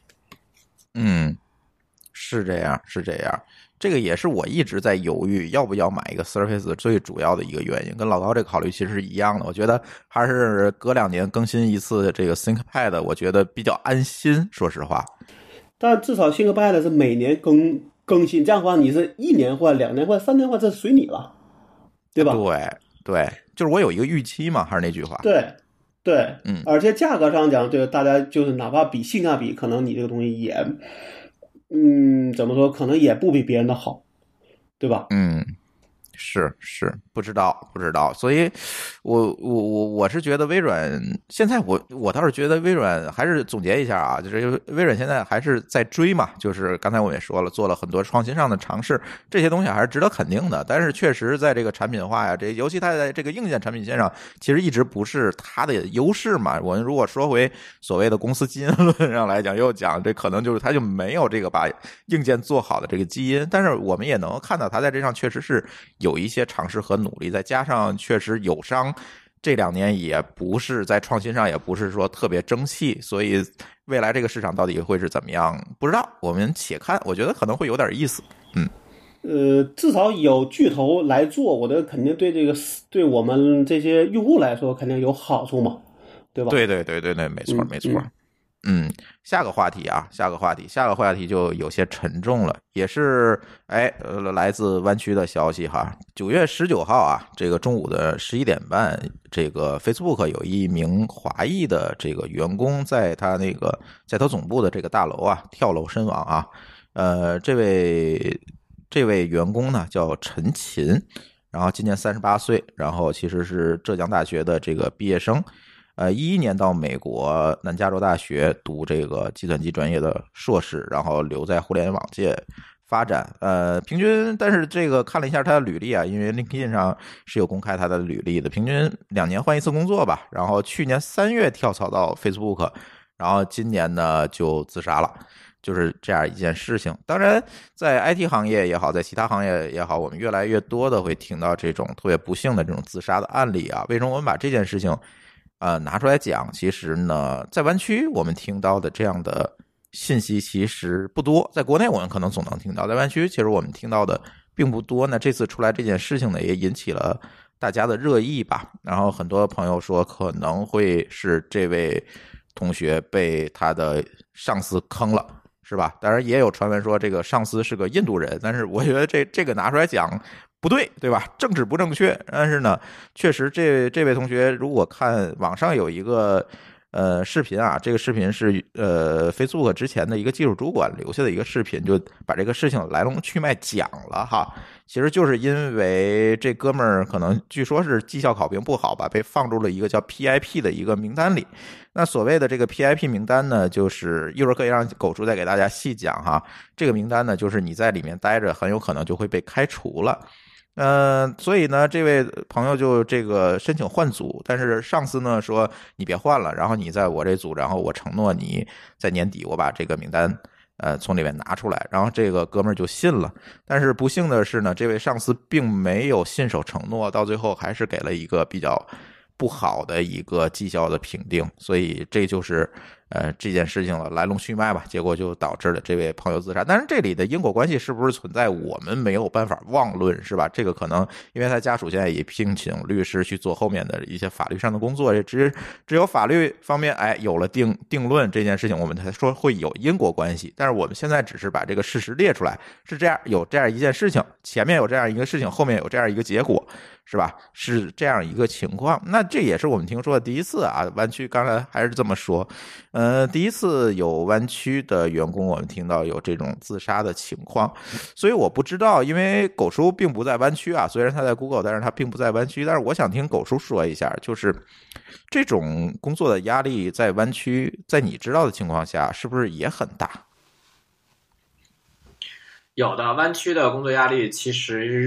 是这样，是这样。这个也是我一直在犹豫要不要买一个 Surface 最主要的一个原因，跟老高这个考虑其实是一样的。我觉得还是隔2年更新一次这个 ThinkPad， 我觉得比较安心，说实话。 但至少 ThinkPad 是每年更新，这样的话你是1年换、2年换、3年换，这随你了，对吧？ 对，就是我有一个预期嘛，还是那句话。 对，而且价格上讲，对大家就是哪怕比性价比，可能你这个东西也，怎么说，可能也不比别人的好，对吧？ 是不知道，所以我是觉得微软现在我倒是觉得微软还是总结一下啊，就是微软现在还是在追嘛，就是刚才我也说了，做了很多创新上的尝试，这些东西还是值得肯定的。但是确实在这个产品化呀，尤其它在这个硬件产品线上，其实一直不是它的优势嘛。我们如果说回所谓的公司基因论上来讲，又讲这可能就是它就没有这个把硬件做好的这个基因，但是我们也能看到它在这上确实是有一些尝试和努力，再加上确实友商这2年也不是在创新上也不是说特别争气，所以未来这个市场到底会是怎么样不知道，我们且看，我觉得可能会有点意思。 至少有巨头来做，我觉得肯定对我们这些用户来说肯定有好处嘛，对吧？ 对，没错。下个话题就有些沉重了，也是来自湾区的消息哈。9月19号啊，这个中午的11点半，这个 Facebook 有一名华裔的这个员工在他总部的这个大楼啊跳楼身亡啊。这位员工呢叫陈琴，然后今年38岁，然后其实是浙江大学的这个毕业生。11年到美国南加州大学读这个计算机专业的硕士，然后留在互联网界发展。平均，但是这个看了一下他的履历啊，因为 LinkedIn 上是有公开他的履历的，平均2年换一次工作吧。然后去年3月跳槽到 Facebook， 然后今年呢就自杀了。就是这样一件事情。当然在 IT 行业也好，在其他行业也好，我们越来越多的会听到这种特别不幸的这种自杀的案例啊。为什么我们把这件事情拿出来讲？其实呢，在湾区我们听到的这样的信息其实不多，在国内我们可能总能听到，在湾区其实我们听到的并不多。那这次出来这件事情呢，也引起了大家的热议吧。然后很多朋友说可能会是这位同学被他的上司坑了，是吧？当然也有传闻说这个上司是个印度人，但是我觉得这个拿出来讲不对，对吧？政治不正确。但是呢，确实这位同学，如果看网上有一个视频啊，这个视频是Facebook 之前的一个技术主管留下的一个视频，就把这个事情来龙去脉讲了哈。其实就是因为这哥们儿可能据说是绩效考评不好吧，被放入了一个叫 PIP 的一个名单里。那所谓的这个 PIP 名单呢，就是一会儿可以让狗叔再给大家细讲哈。这个名单呢，就是你在里面待着，很有可能就会被开除了。所以呢，这位朋友就这个申请换组，但是上司呢说你别换了，然后你在我这组，然后我承诺你在年底我把这个名单从里面拿出来，然后这个哥们儿就信了。但是不幸的是呢，这位上司并没有信守承诺，到最后还是给了一个比较不好的一个绩效的评定，所以这就是这件事情的来龙去脉吧，结果就导致了这位朋友自杀。但是这里的因果关系是不是存在，我们没有办法妄论，是吧？这个可能因为他家属现在也聘请律师去做后面的一些法律上的工作，只有法律方面有了定论这件事情，我们才说会有因果关系。但是我们现在只是把这个事实列出来，是这样，有这样一件事情，前面有这样一个事情，后面有这样一个结果，是吧？是这样一个情况。那这也是我们听说的第一次啊，湾区刚才还是这么说，第一次有湾区的员工我们听到有这种自杀的情况。所以我不知道，因为狗叔并不在湾区啊，虽然他在 Google， 但是他并不在湾区。但是我想听狗叔说一下，就是这种工作的压力在湾区，在你知道的情况下是不是也很大？ 有的，湾区的工作压力其实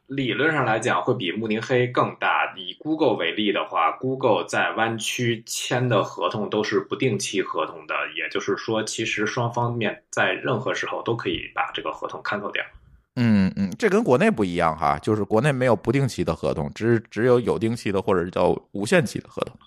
理论上来讲会比慕尼黑更大。以 Google 为例的话 ，Google 在湾区签的合同都是不定期合同的，也就是说，其实双方面在任何时候都可以把这个合同 cancel 掉。 这跟国内不一样哈，就是国内没有不定期的合同，只有有定期的或者叫无限期的合同。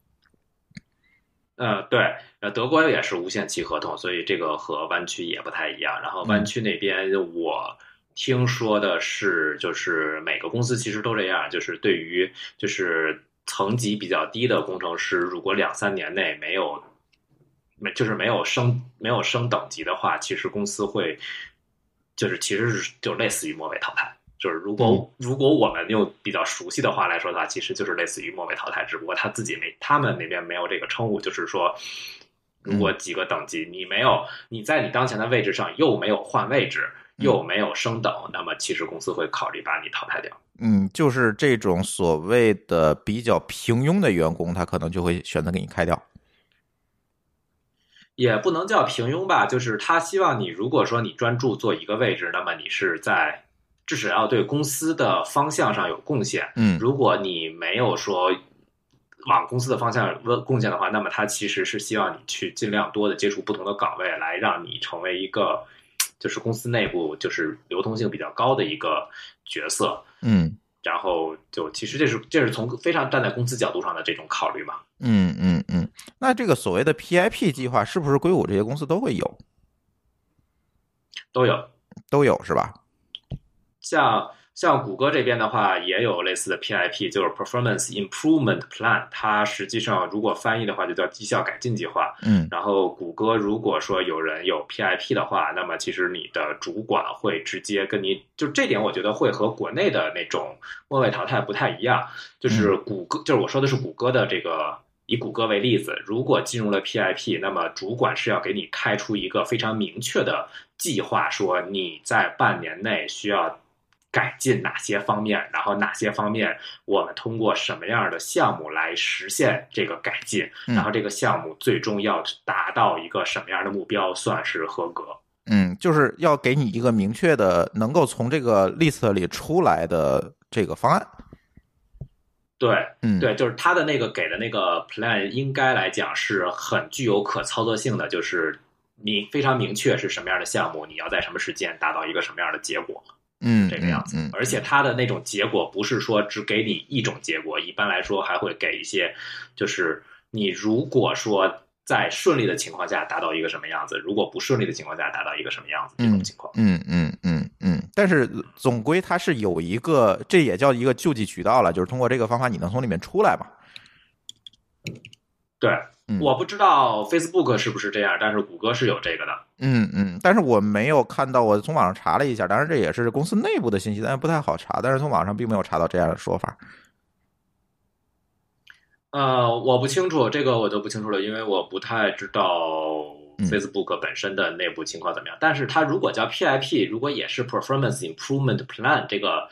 对，德国也是无限期合同，所以这个和湾区也不太一样。然后湾区那边我听说的是，就是每个公司其实都这样，就是对于就是层级比较低的工程师，如果2-3年内没有升等级的话，其实公司会就是其实是就类似于末位淘汰。就是如果我们用比较熟悉的话来说的话，其实就是类似于末位淘汰，只不过他们那边没有这个称呼，就是说，如果几个等级你在你当前的位置上又没有换位置，又没有升等，那么其实公司会考虑把你淘汰掉。 就是这种所谓的比较平庸的员工，他可能就会选择给你开掉。 也不能叫平庸吧，就是他希望你如果说你专注做一个位置，那么你是在至少要对公司的方向上有贡献。如果你没有说往公司的方向有贡献的话，那么他其实是希望你去尽量多的接触不同的岗位，来让你成为一个就是公司内部就是流通性比较高的一个角色。然后就其实这是从非常站在公司角度上的这种考虑嘛。 那这个所谓的 PIP 计划是不是硅谷这些公司都会有？都有是吧？ 像谷歌这边的话，也有类似的 PIP， 就是 Performance Improvement Plan， 它实际上如果翻译的话就叫绩效改进计划。然后谷歌如果说有人有 PIP 的话，那么其实你的主管会直接跟你，就这点我觉得会和国内的那种末位淘汰不太一样。就是就是我说的是谷歌的这个，以谷歌为例子，如果进入了 PIP， 那么主管是要给你开出一个非常明确的计划，说你在半年内需要改进哪些方面，然后哪些方面我们通过什么样的项目来实现这个改进，然后这个项目最终要达到一个什么样的目标算是合格。 就是要给你一个明确的能够从这个 list 里出来的这个方案。 对，就是他的那个给的那个 plan 应该来讲是很具有可操作性的，就是你非常明确是什么样的项目，你要在什么时间达到一个什么样的结果。这个样子。而且它的那种结果不是说只给你一种结果，一般来说还会给一些，就是你如果说在顺利的情况下达到一个什么样子，如果不顺利的情况下达到一个什么样子，这种情况。 但是总归它是有一个，这也叫一个救济渠道了，就是通过这个方法你能从里面出来嘛。 对。我不知道 Facebook 是不是这样，但是谷歌是有这个的。 但是我没有看到，我从网上查了一下，当然这也是公司内部的信息，但不太好查，但是从网上并没有查到这样的说法。 我不清楚，这个我就不清楚了，因为我不太知道 Facebook 本身的内部情况怎么样。但是它如果叫 PIP， 如果也是 Performance Improvement Plan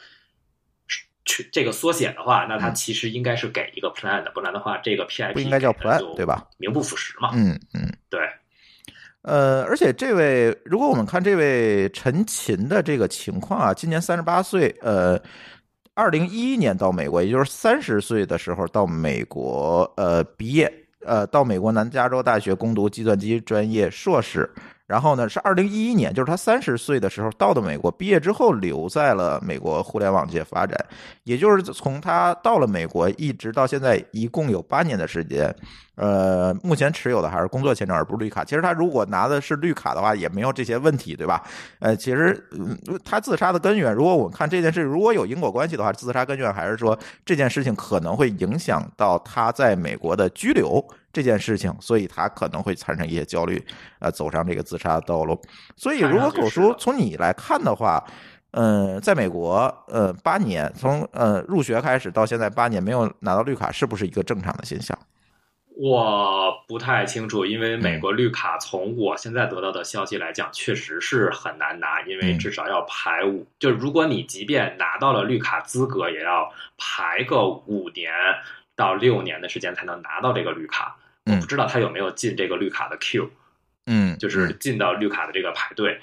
这个缩写的话，那它其实应该是给一个 plan 的，不然的话，这个 PIP 不应该叫 plan 对吧？ 名不副实嘛。对。 而且如果我们看这位陈琴的这个情况啊，今年38岁，2011年到美国，也就是30岁的时候到美国毕业，到美国南加州大学攻读计算机专业硕士。然后呢，是2011年，就是他30岁的时候到的美国，毕业之后留在了美国互联网界发展，也就是从他到了美国一直到现在，一共有8年的时间。目前持有的还是工作签证，而不是绿卡。其实他如果拿的是绿卡的话，也没有这些问题，对吧？其实他自杀的根源，如果我们看这件事如果有因果关系的话，自杀根源还是说这件事情可能会影响到他在美国的居留这件事情，所以他可能会产生一些焦虑，走上这个自杀的道路。所以如果狗叔从你来看的话，在美国8年，从入学开始到现在8年没有拿到绿卡，是不是一个正常的现象？ 我不太清楚，因为美国绿卡从我现在得到的消息来讲，确实是很难拿，因为至少要排就是如果你即便拿到了绿卡资格，也要排个5年到6年的时间才能拿到这个绿卡。我不知道他有没有进这个绿卡的 queue，就是进到绿卡的这个排队。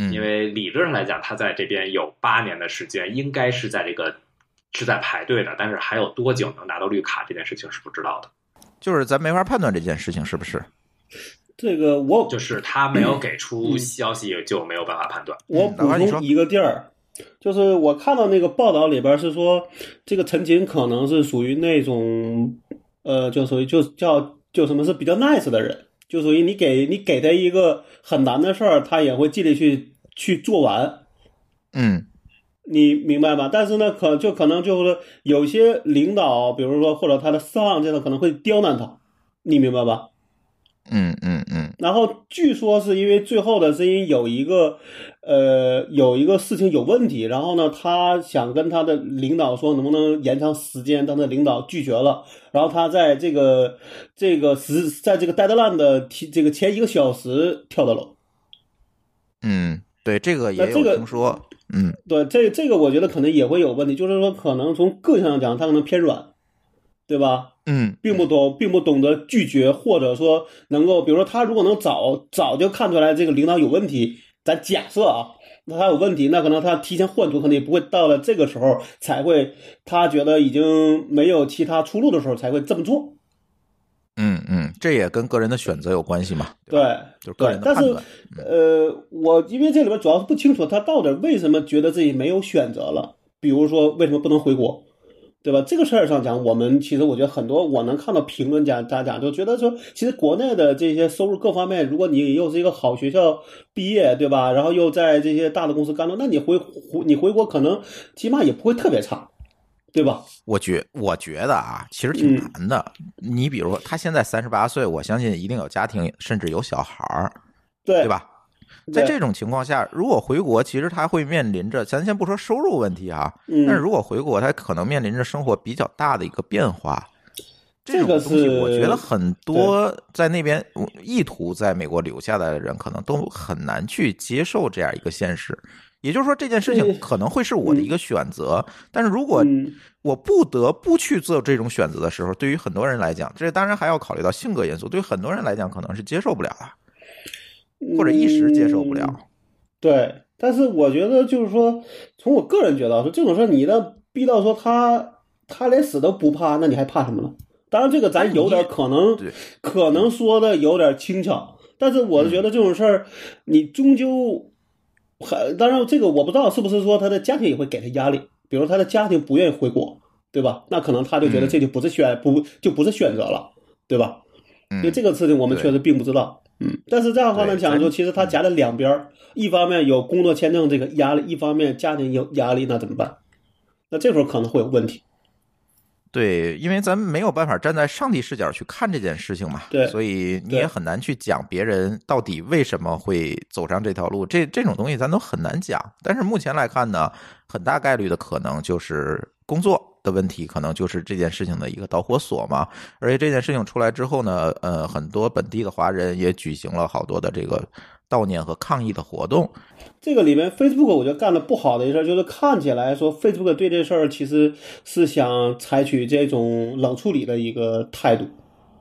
因为理论上来讲，他在这边有8年的时间，应该是在排队的，但是还有多久能拿到绿卡这件事情是不知道的。 就是咱没法判断这件事情是不是。 这个就是他没有给出消息，就没有办法判断。 我补充一个地儿，就是我看到那个报道里边是说，这个陈琴可能是属于那种，就属于就什么是比较 nice 的人，就属于你给他一个很难的事儿，他也会尽力去做完。你明白吧？但是呢，可能就是有些领导，比如说或者他的上这个可能会刁难他，你明白吧？然后据说是因为最后的是因为有一个事情有问题，然后呢，他想跟他的领导说能不能延长时间，但是领导拒绝了，然后他在在这个 deadline 的这个前1个小时跳的楼。 对，这个也有听说。 对，这个我觉得可能也会有问题，就是说可能从个性上讲，他可能偏软，对吧？并不懂得拒绝，或者说能够，比如说他如果能早就看出来这个领导有问题，咱假设啊，那他有问题，那可能他提前换图，可能也不会到了这个时候才会，他觉得已经没有其他出路的时候才会这么做。 这也跟个人的选择有关系嘛。 对， 就是个人的判断。 但是我因为这里边主要是不清楚他到底为什么觉得自己没有选择了，比如说为什么不能回国。对吧？这个事儿上讲，其实我觉得很多我能看到评论家讲，就觉得说，其实国内的这些收入各方面，如果你又是一个好学校毕业，对吧？然后又在这些大的公司干了，那你回国可能起码也不会特别差，对吧？ 我觉得啊，其实挺难的。你比如说，他现在38岁，我相信一定有家庭，甚至有小孩儿，对吧？在这种情况下，如果回国，其实他会面临着，咱先不说收入问题啊，但是如果回国，他可能面临着生活比较大的一个变化。这种东西，我觉得很多在那边意图在美国留下来的人，可能都很难去接受这样一个现实。也就是说，这件事情可能会是我的一个选择，但是如果我不得不去做这种选择的时候，对于很多人来讲，这当然还要考虑到性格因素，对于很多人来讲，可能是接受不了的。或者一时接受不了。 对，但是我觉得就是说，从我个人觉得说这种事你的逼到说他连死都不怕，那你还怕什么呢？当然这个咱有点可能说的有点轻巧，但是我觉得这种事儿你终究当然这个我不知道是不是说他的家庭也会给他压力，比如他的家庭不愿意回国，对吧？那可能他就觉得这就不是选择了，对吧？因为这个事情我们确实并不知道。但是这样的话呢，讲说其实他夹在两边，一方面有工作签证这个压力，一方面家庭有压力，那怎么办？那这时候可能会有问题。 对，因为咱们没有办法站在上帝视角去看这件事情嘛， 对， 所以你也很难去讲别人到底为什么会走上这条路，这种东西咱都很难讲。但是目前来看呢，很大概率的可能就是工作的问题，可能就是这件事情的一个导火索嘛。而且这件事情出来之后呢，很多本地的华人也举行了好多的这个悼念和抗议的活动。 这个里面 Facebook 我觉得干的不好的一事就是看起来说 Facebook 对这事儿其实是想采取这种冷处理的一个态度。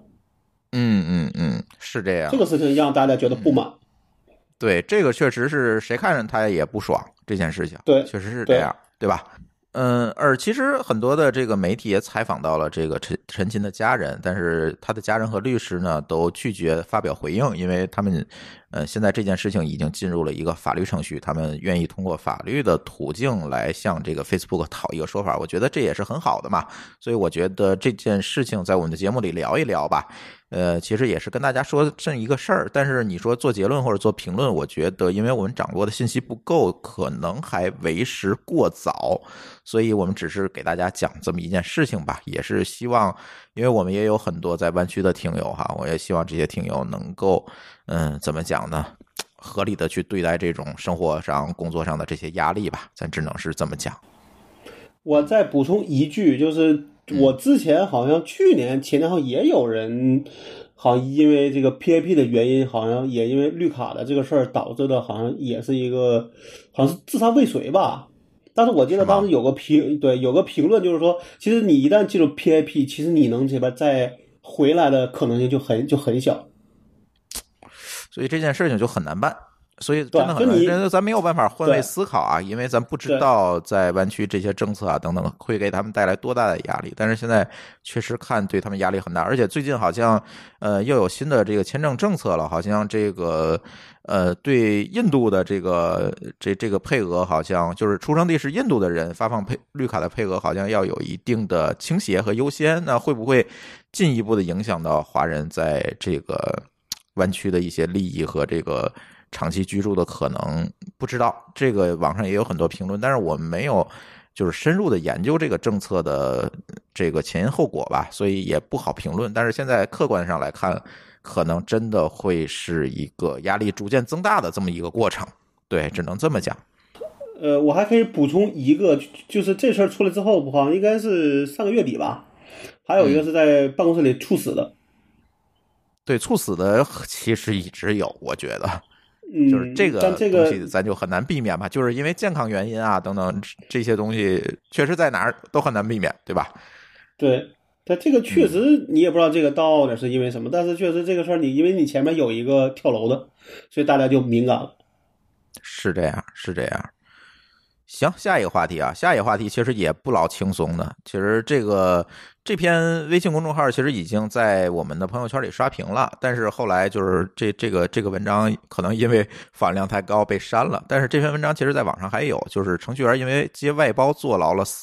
是这样。 这个事情让大家觉得不满。 对，这个确实是谁看着他也不爽，这件事情。 对， 确实是这样，对吧？而其实很多的这个媒体也采访到了这个陈琴的家人，但是他的家人和律师呢都拒绝发表回应，因为他们现在这件事情已经进入了一个法律程序，他们愿意通过法律的途径来向这个 Facebook 讨一个说法，我觉得这也是很好的嘛。所以我觉得这件事情在我们的节目里聊一聊吧。其实也是跟大家说这一个事儿，但是你说做结论或者做评论，我觉得因为我们掌握的信息不够，可能还为时过早，所以我们只是给大家讲这么一件事情吧，也是希望，因为我们也有很多在湾区的听友哈，我也希望这些听友能够，怎么讲呢？合理的去对待这种生活上、工作上的这些压力吧，咱只能是这么讲。 我再补充一句，就是我之前好像去年前年好像也有人好像因为这个 PAP 的原因，好像也因为绿卡的这个事儿导致的，好像也是一个好像是自杀未遂吧。但是我记得当时有个评论就是说，其实你一旦进入 PAP， 其实你能这边再回来的可能性就很小。 所以这件事情就很难办。 所以真的很难，咱没有办法换位思考啊，因为咱不知道在湾区这些政策啊等等会给他们带来多大的压力。但是现在确实看对他们压力很大，而且最近好像又有新的这个签证政策了，好像这个对印度的这个配额，好像就是出生地是印度的人发放绿卡的配额，好像要有一定的倾斜和优先。那会不会进一步的影响到华人在这个湾区的一些利益和这个长期居住的可能？不知道，这个网上也有很多评论，但是我们没有就是深入的研究这个政策的这个前因后果吧，所以也不好评论。但是现在客观上来看，可能真的会是一个压力逐渐增大的这么一个过程，对，只能这么讲。 我还可以补充一个，就是这事儿出来之后，好像应该是上个月底吧，还有一个是在办公室里猝死的。 对，猝死的其实一直有，我觉得。就是这个东西咱就很难避免吧，就是因为健康原因啊等等这些东西，确实在哪儿都很难避免，对吧？ 对，但这个确实你也不知道这个到底是因为什么，但是确实这个事儿因为你前面有一个跳楼的，所以大家就敏感了。 是这样，是这样。行，下一个话题啊，下一个话题其实也不老轻松的。其实这篇微信公众号其实已经在我们的朋友圈里刷屏了，但是后来就是这个文章可能因为访问量太高被删了。但是这篇文章其实在网上还有，就是程序员因为接外包坐牢了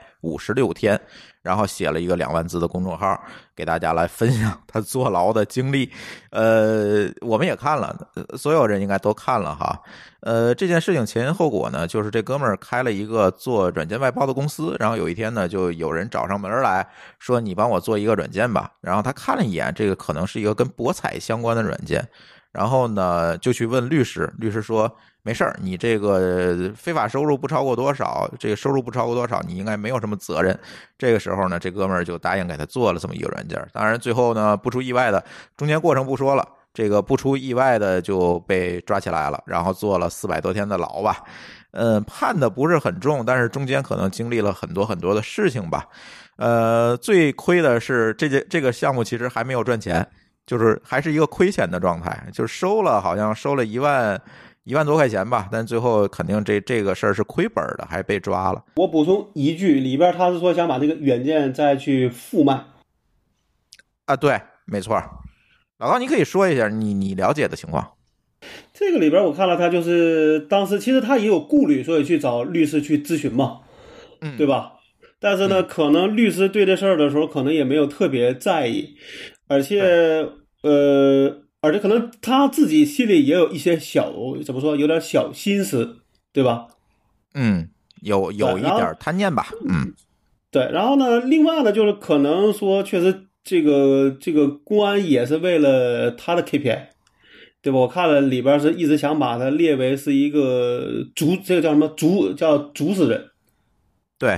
456天，然后写了一个2万字的公众号，给大家来分享他坐牢的经历。我们也看了，所有人应该都看了哈。这件事情前因后果呢，就是这哥们儿开了一个做软件外包的公司，然后有一天呢，就有人找上门来说你帮我做一个软件吧。然后他看了一眼，这个可能是一个跟博彩相关的软件，然后呢就去问律师，律师说没事儿，你这个非法收入不超过多少，这个收入不超过多少，你应该没有什么责任。这个时候呢，这哥们儿就答应给他做了这么一个软件。当然最后呢，不出意外的，中间过程不说了，这个不出意外的就被抓起来了，然后坐了400多天的牢吧。判的不是很重，但是中间可能经历了很多很多的事情吧。最亏的是这个项目其实还没有赚钱，就是还是一个亏钱的状态，就是好像收了1万多块钱吧，但最后肯定这个事儿是亏本的，还被抓了。 我补充一句，里边他是说想把这个软件再去复卖啊，对，没错。老高，你可以说一下你了解的情况。 这个里边我看了，他就是当时其实他也有顾虑，所以去找律师去咨询嘛，对吧？但是呢，可能律师对这事儿的时候，可能也没有特别在意，而且可能他自己心里也有一些怎么说，有点小心思，对吧？ 有一点贪念吧。 对。然后呢，另外呢，就是可能说，确实这个公安也是为了他的 KPI。对吧？我看了里边是一直想把它列为是一个这个叫什么叫主使人。对。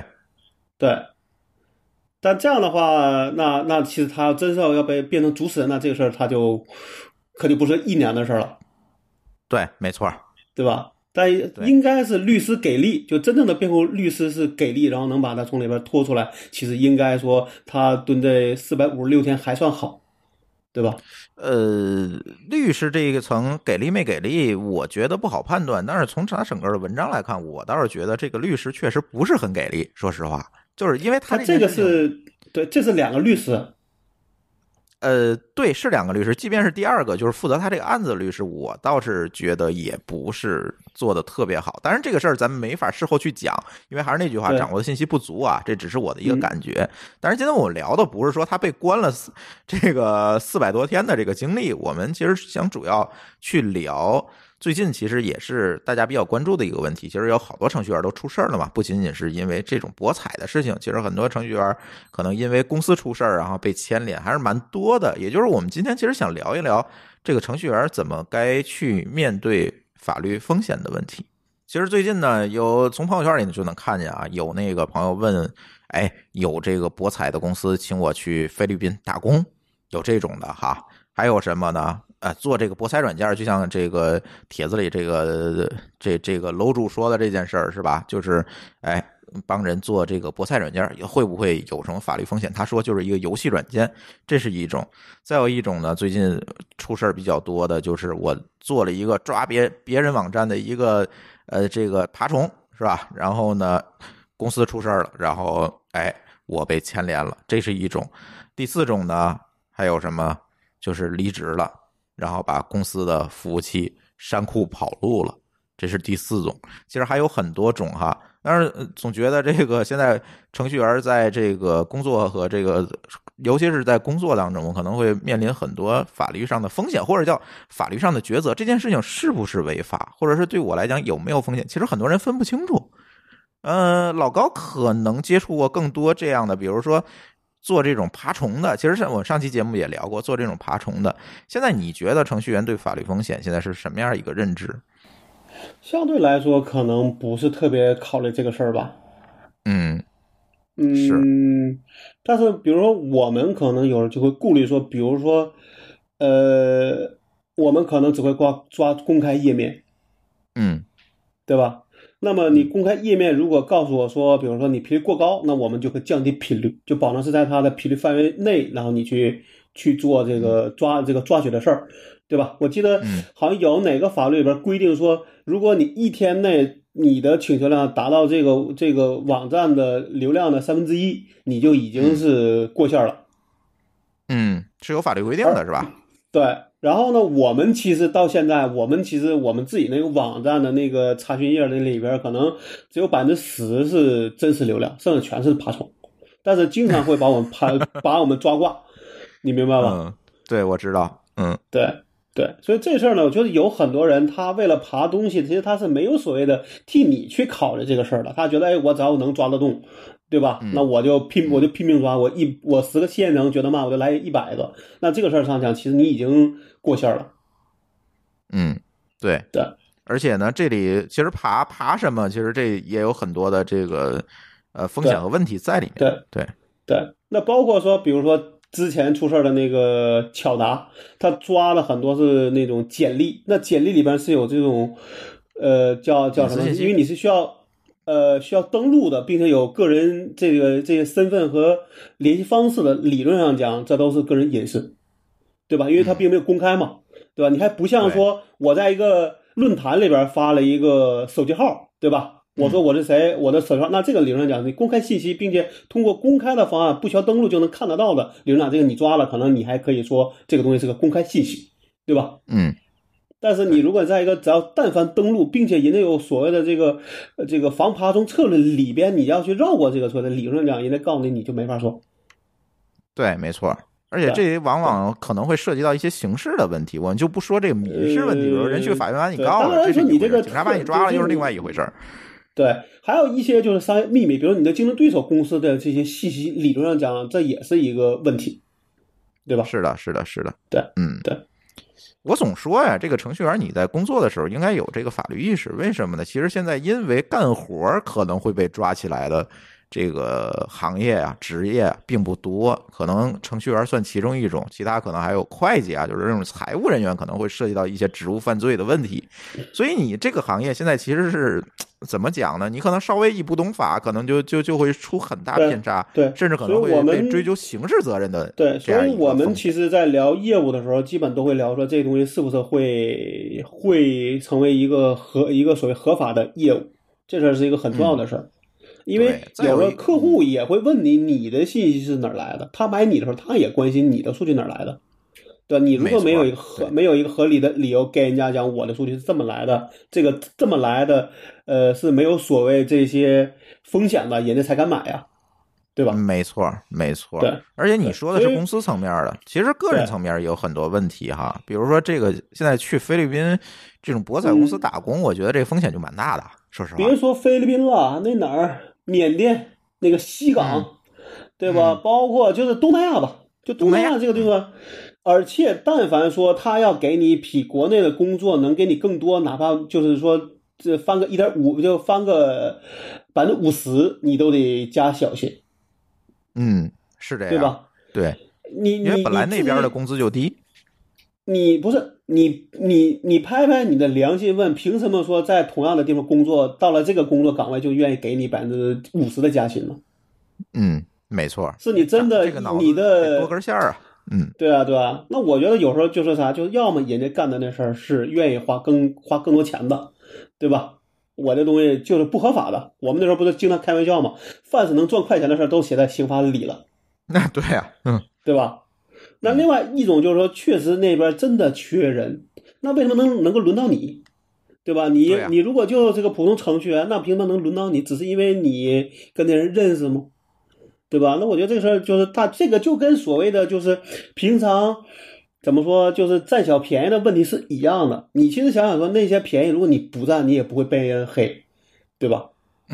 但这样的话，那其实他真是要被变成主使人，那这个事儿他就可就不是1年的事了。 对，没错， 对吧？但应该是律师给力，就真正的辩护律师是给力，然后能把他从里边拖出来。其实应该说他蹲这456天还算好。对吧？ 律师这个层给力没给力，我觉得不好判断。但是从他整个的文章来看，我倒是觉得这个律师确实不是很给力。说实话，就是因为他这个是对，这是2个律师。 对，是2个律师。即便是第2个，就是负责他这个案子的律师，我倒是觉得也不是做的特别好。当然，这个事儿咱们没法事后去讲，因为还是那句话，掌握的信息不足啊，这只是我的一个感觉。但是今天我们聊的不是说他被关了这个400多天的这个经历，我们其实想主要去聊。最近其实也是大家比较关注的一个问题，其实有好多程序员都出事了嘛，不仅仅是因为这种博彩的事情，其实很多程序员可能因为公司出事然后被牵连，还是蛮多的。也就是我们今天其实想聊一聊这个程序员怎么该去面对法律风险的问题。其实最近呢，从朋友圈里就能看见啊，有那个朋友问，有这个博彩的公司请我去菲律宾打工，有这种的哈。还有什么呢？做这个博彩软件，就像这个帖子里这个楼主说的这件事儿是吧？就是帮人做这个菠菜软件，会不会有什么法律风险？他说就是一个游戏软件，这是一种。再有一种呢，最近出事儿比较多的就是我做了一个抓别人网站的一个这个爬虫，是吧？然后呢，公司出事儿了，然后我被牵连了，这是一种。第四种呢，还有什么？就是离职了，然后把公司的服务器删库跑路了，这是第四种。其实还有很多种哈，但是总觉得这个现在程序员在这个工作和这个，尤其是在工作当中，可能会面临很多法律上的风险，或者叫法律上的抉择。这件事情是不是违法，或者是对我来讲有没有风险？其实很多人分不清楚。老高可能接触过更多这样的，比如说做这种爬虫的，其实我上期节目也聊过做这种爬虫的。现在你觉得程序员对法律风险现在是什么样一个认知？ 相对来说可能不是特别考虑这个事儿吧。是。但是比如说我们可能有人就会顾虑说，比如说我们可能只会抓公开页面，对吧？那么你公开页面如果告诉我说，比如说你频率过高，那我们就会降低频率，就保证是在它的频率范围内，然后你去做这个抓取的事儿，对吧？我记得好像有哪个法律里边规定说，如果你一天内你的请求量达到这个网站的流量的1/3，你就已经是过线了。 是有法律规定的是吧？ 对。然后呢，我们其实到现在，我们自己那个网站的那个查询页那里边，可能只有10%是真实流量，剩下全是爬虫。但是经常会把我们把我们抓挂，你明白吧？ 对，我知道。 对，所以这事儿呢，我觉得有很多人他为了爬东西，其实他是没有所谓的替你去考虑这个事儿的。他觉得，我只要能抓得动，对吧？那我就拼命抓，我10个线程觉得慢，我就来100个。那这个事儿上讲，其实你已经过线了。 对。而且呢，这里其实爬什么，其实这也有很多的这个风险和问题在里面。对。 那包括说，比如说之前出事的那个巧达，他抓了很多是那种简历，那简历里边是有这种叫什么？因为你是需要登录的，并且有个人这些身份和联系方式的，理论上讲这都是个人隐私，对吧？因为它并没有公开嘛，对吧？你还不像说我在一个论坛里边发了一个手机号，对吧？我说我是谁，我的手机号，那这个理论上讲，你公开信息，并且通过公开的方案，不需要登录就能看得到的，理论上这个你抓了，可能你还可以说这个东西是个公开信息，对吧？但是你如果在一个只要但凡登录，并且人家有所谓的这个防爬虫策略里边，你要去绕过这个策略，理论上讲，人家告诉你就没法说。 对，没错。而且这往往可能会涉及到一些刑事的问题，我们就不说这个民事问题，比如人去法院把你告了，这是一回事，警察把你抓了又是另外一回事。 对，还有一些就是商业秘密，比如你的竞争对手公司的这些信息，理论上讲，这也是一个问题，对吧？ 是的。 对。 我总说呀，这个程序员你在工作的时候应该有这个法律意识，为什么呢？其实现在因为干活可能会被抓起来的这个行业啊、职业并不多，可能程序员算其中一种，其他可能还有会计啊，就是这种财务人员可能会涉及到一些职务犯罪的问题。所以你这个行业现在其实是怎么讲呢？你可能稍微一不懂法，可能就会出很大偏差， 对， 甚至可能会被追究刑事责任的。 对，所以我们其实在聊业务的时候，基本都会聊说这东西是不是会成为一个所谓合法的业务，这事儿是一个很重要的事儿。因为有的客户也会问你的信息是哪儿来的，他买你的时候，他也关心你的数据哪儿来的，对吧？你如果没有一个合理的理由跟人家讲我的数据是这么来的，这个这么来的，是没有所谓这些风险的，人家才敢买呀，对吧？ 没错。 对， 而且你说的是公司层面的，其实个人层面也有很多问题哈。比如说这个现在去菲律宾这种博彩公司打工，我觉得这个风险就蛮大的，说实话。 别说菲律宾了，那哪儿？缅甸那个西港，对吧？包括就是东南亚吧，就东南亚这个地方，而且但凡说他要给你比国内的工作能给你更多，哪怕就是说这翻个1.5，就翻个50%，你都得加小心。 是这样， 对吧？ 对， 因为本来那边的工资就低。 你不是你拍拍你的良心问，凭什么说在同样的地方工作，到了这个工作岗位就愿意给你50%的加薪呢？ 没错， 是你真的这个脑子你的多根线啊。 对啊，对啊。那我觉得有时候就是啥，就要么人家干的那事儿是愿意花更多钱的，对吧？我这东西就是不合法的。我们那时候不是经常开玩笑嘛，凡是能赚快钱的事儿都写在刑法里了。 那对啊， 对吧？那另外一种就是说，确实那边真的缺人，那为什么能够轮到你？对吧？你如果就这个普通程序员，那凭什么能轮到你？只是因为你跟那人认识吗？对吧？那我觉得这个事儿就是这个就跟所谓的就是平常怎么说，就是占小便宜的问题是一样的。你其实想想说，那些便宜如果你不占，你也不会被人黑，对吧？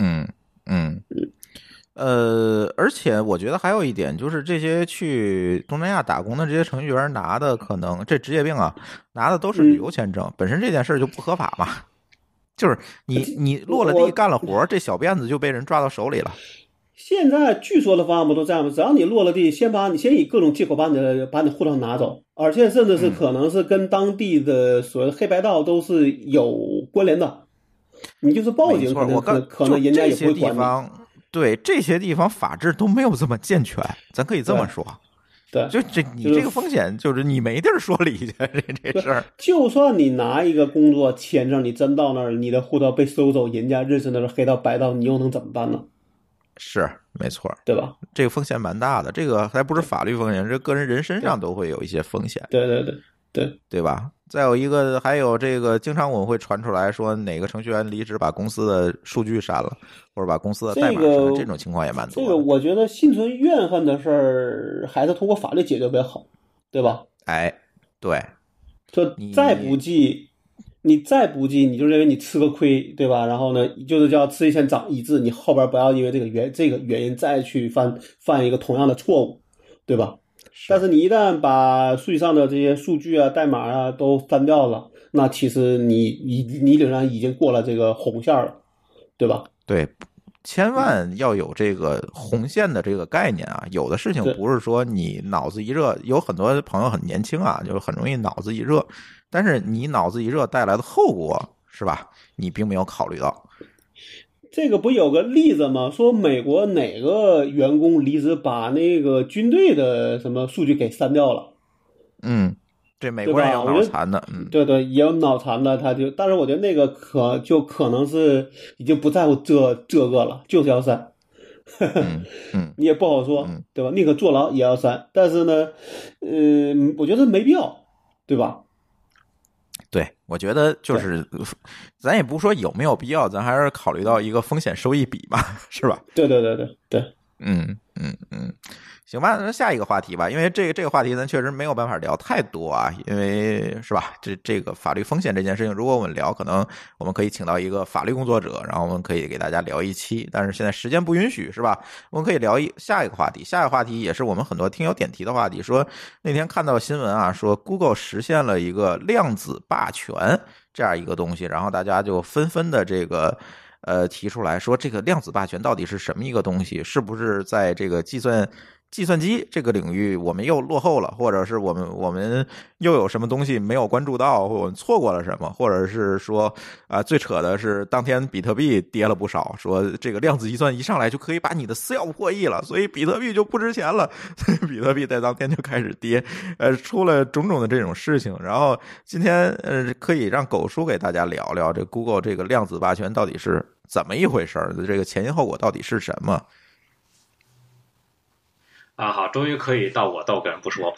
而且我觉得还有一点就是，这些去东南亚打工的这些程序员拿的可能这职业病啊，拿的都是旅游签证，本身这件事就不合法嘛。就是你落了地干了活，这小辫子就被人抓到手里了。 现在据说的方案不都这样吗？只要你落了地，先以各种借口把你护照拿走，而且甚至是可能是跟当地的所谓的黑白道都是有关联的。你就是报警，可能人家也不会管你。 对，这些地方法制都没有这么健全，咱可以这么说。 对， 你这个风险就是你没地儿说理去这事儿。 就算你拿一个工作签证，你真到那儿，你的护照被收走，人家认识的是黑道白道，你又能怎么办呢？ 是没错， 对吧？ 这个风险蛮大的，这个还不是法律风险，这个人身上都会有一些风险。 对吧？再有一个，还有这个，经常我们会传出来说哪个程序员离职把公司的数据删了，或者把公司的代码删了，这种情况也蛮多的。 这个我觉得心存怨恨的事儿，还是通过法律解决比较好，对吧？ 对， 说再不济，你就认为你吃个亏，对吧？然后呢，就是叫吃一堑长一智，你后边不要因为这个原因再去犯一个同样的错误，对吧？但是你一旦把数据上的这些数据啊、代码啊都删掉了，那其实你理论上已经过了这个红线了，对吧？ 对，千万要有这个红线的这个概念啊。有的事情不是说你脑子一热，有很多朋友很年轻啊，就很容易脑子一热，但是你脑子一热带来的后果是吧？你并没有考虑到。 这个不有个例子吗？说美国哪个员工离职把那个军队的什么数据给删掉了？ 这美国人有脑残的， 对，也有脑残的，但是我觉得那个可能是已经不在乎这个了，就是要删。你也不好说，对吧？宁可坐牢也要删，但是呢，我觉得没必要，对吧？ 对，我觉得就是咱也不说有没有必要，咱还是考虑到一个风险收益比嘛，是吧？ 对， 行吧，那下一个话题吧，因为这个话题咱确实没有办法聊太多啊，因为是吧？这个法律风险这件事情，如果我们聊，可能我们可以请到一个法律工作者，然后我们可以给大家聊一期，但是现在时间不允许，是吧？我们可以聊下一个话题，下一个话题也是我们很多听友点题的话题，说那天看到新闻啊，说 Google 实现了一个量子霸权这样一个东西，然后大家就纷纷的这个提出来说，这个量子霸权到底是什么一个东西？是不是在这个计算机这个领域我们又落后了，或者是我们又有什么东西没有关注到，或者我们错过了什么，或者是说最扯的是当天比特币跌了不少，说这个量子计算一上来就可以把你的私钥破译了，所以比特币就不值钱了，所以比特币在当天就开始跌，出了种种的这种事情。然后今天可以让狗叔给大家聊聊这 Google 这个量子霸权到底是怎么一回事，这个前因后果到底是什么。 好，终于可以到我逗哏不说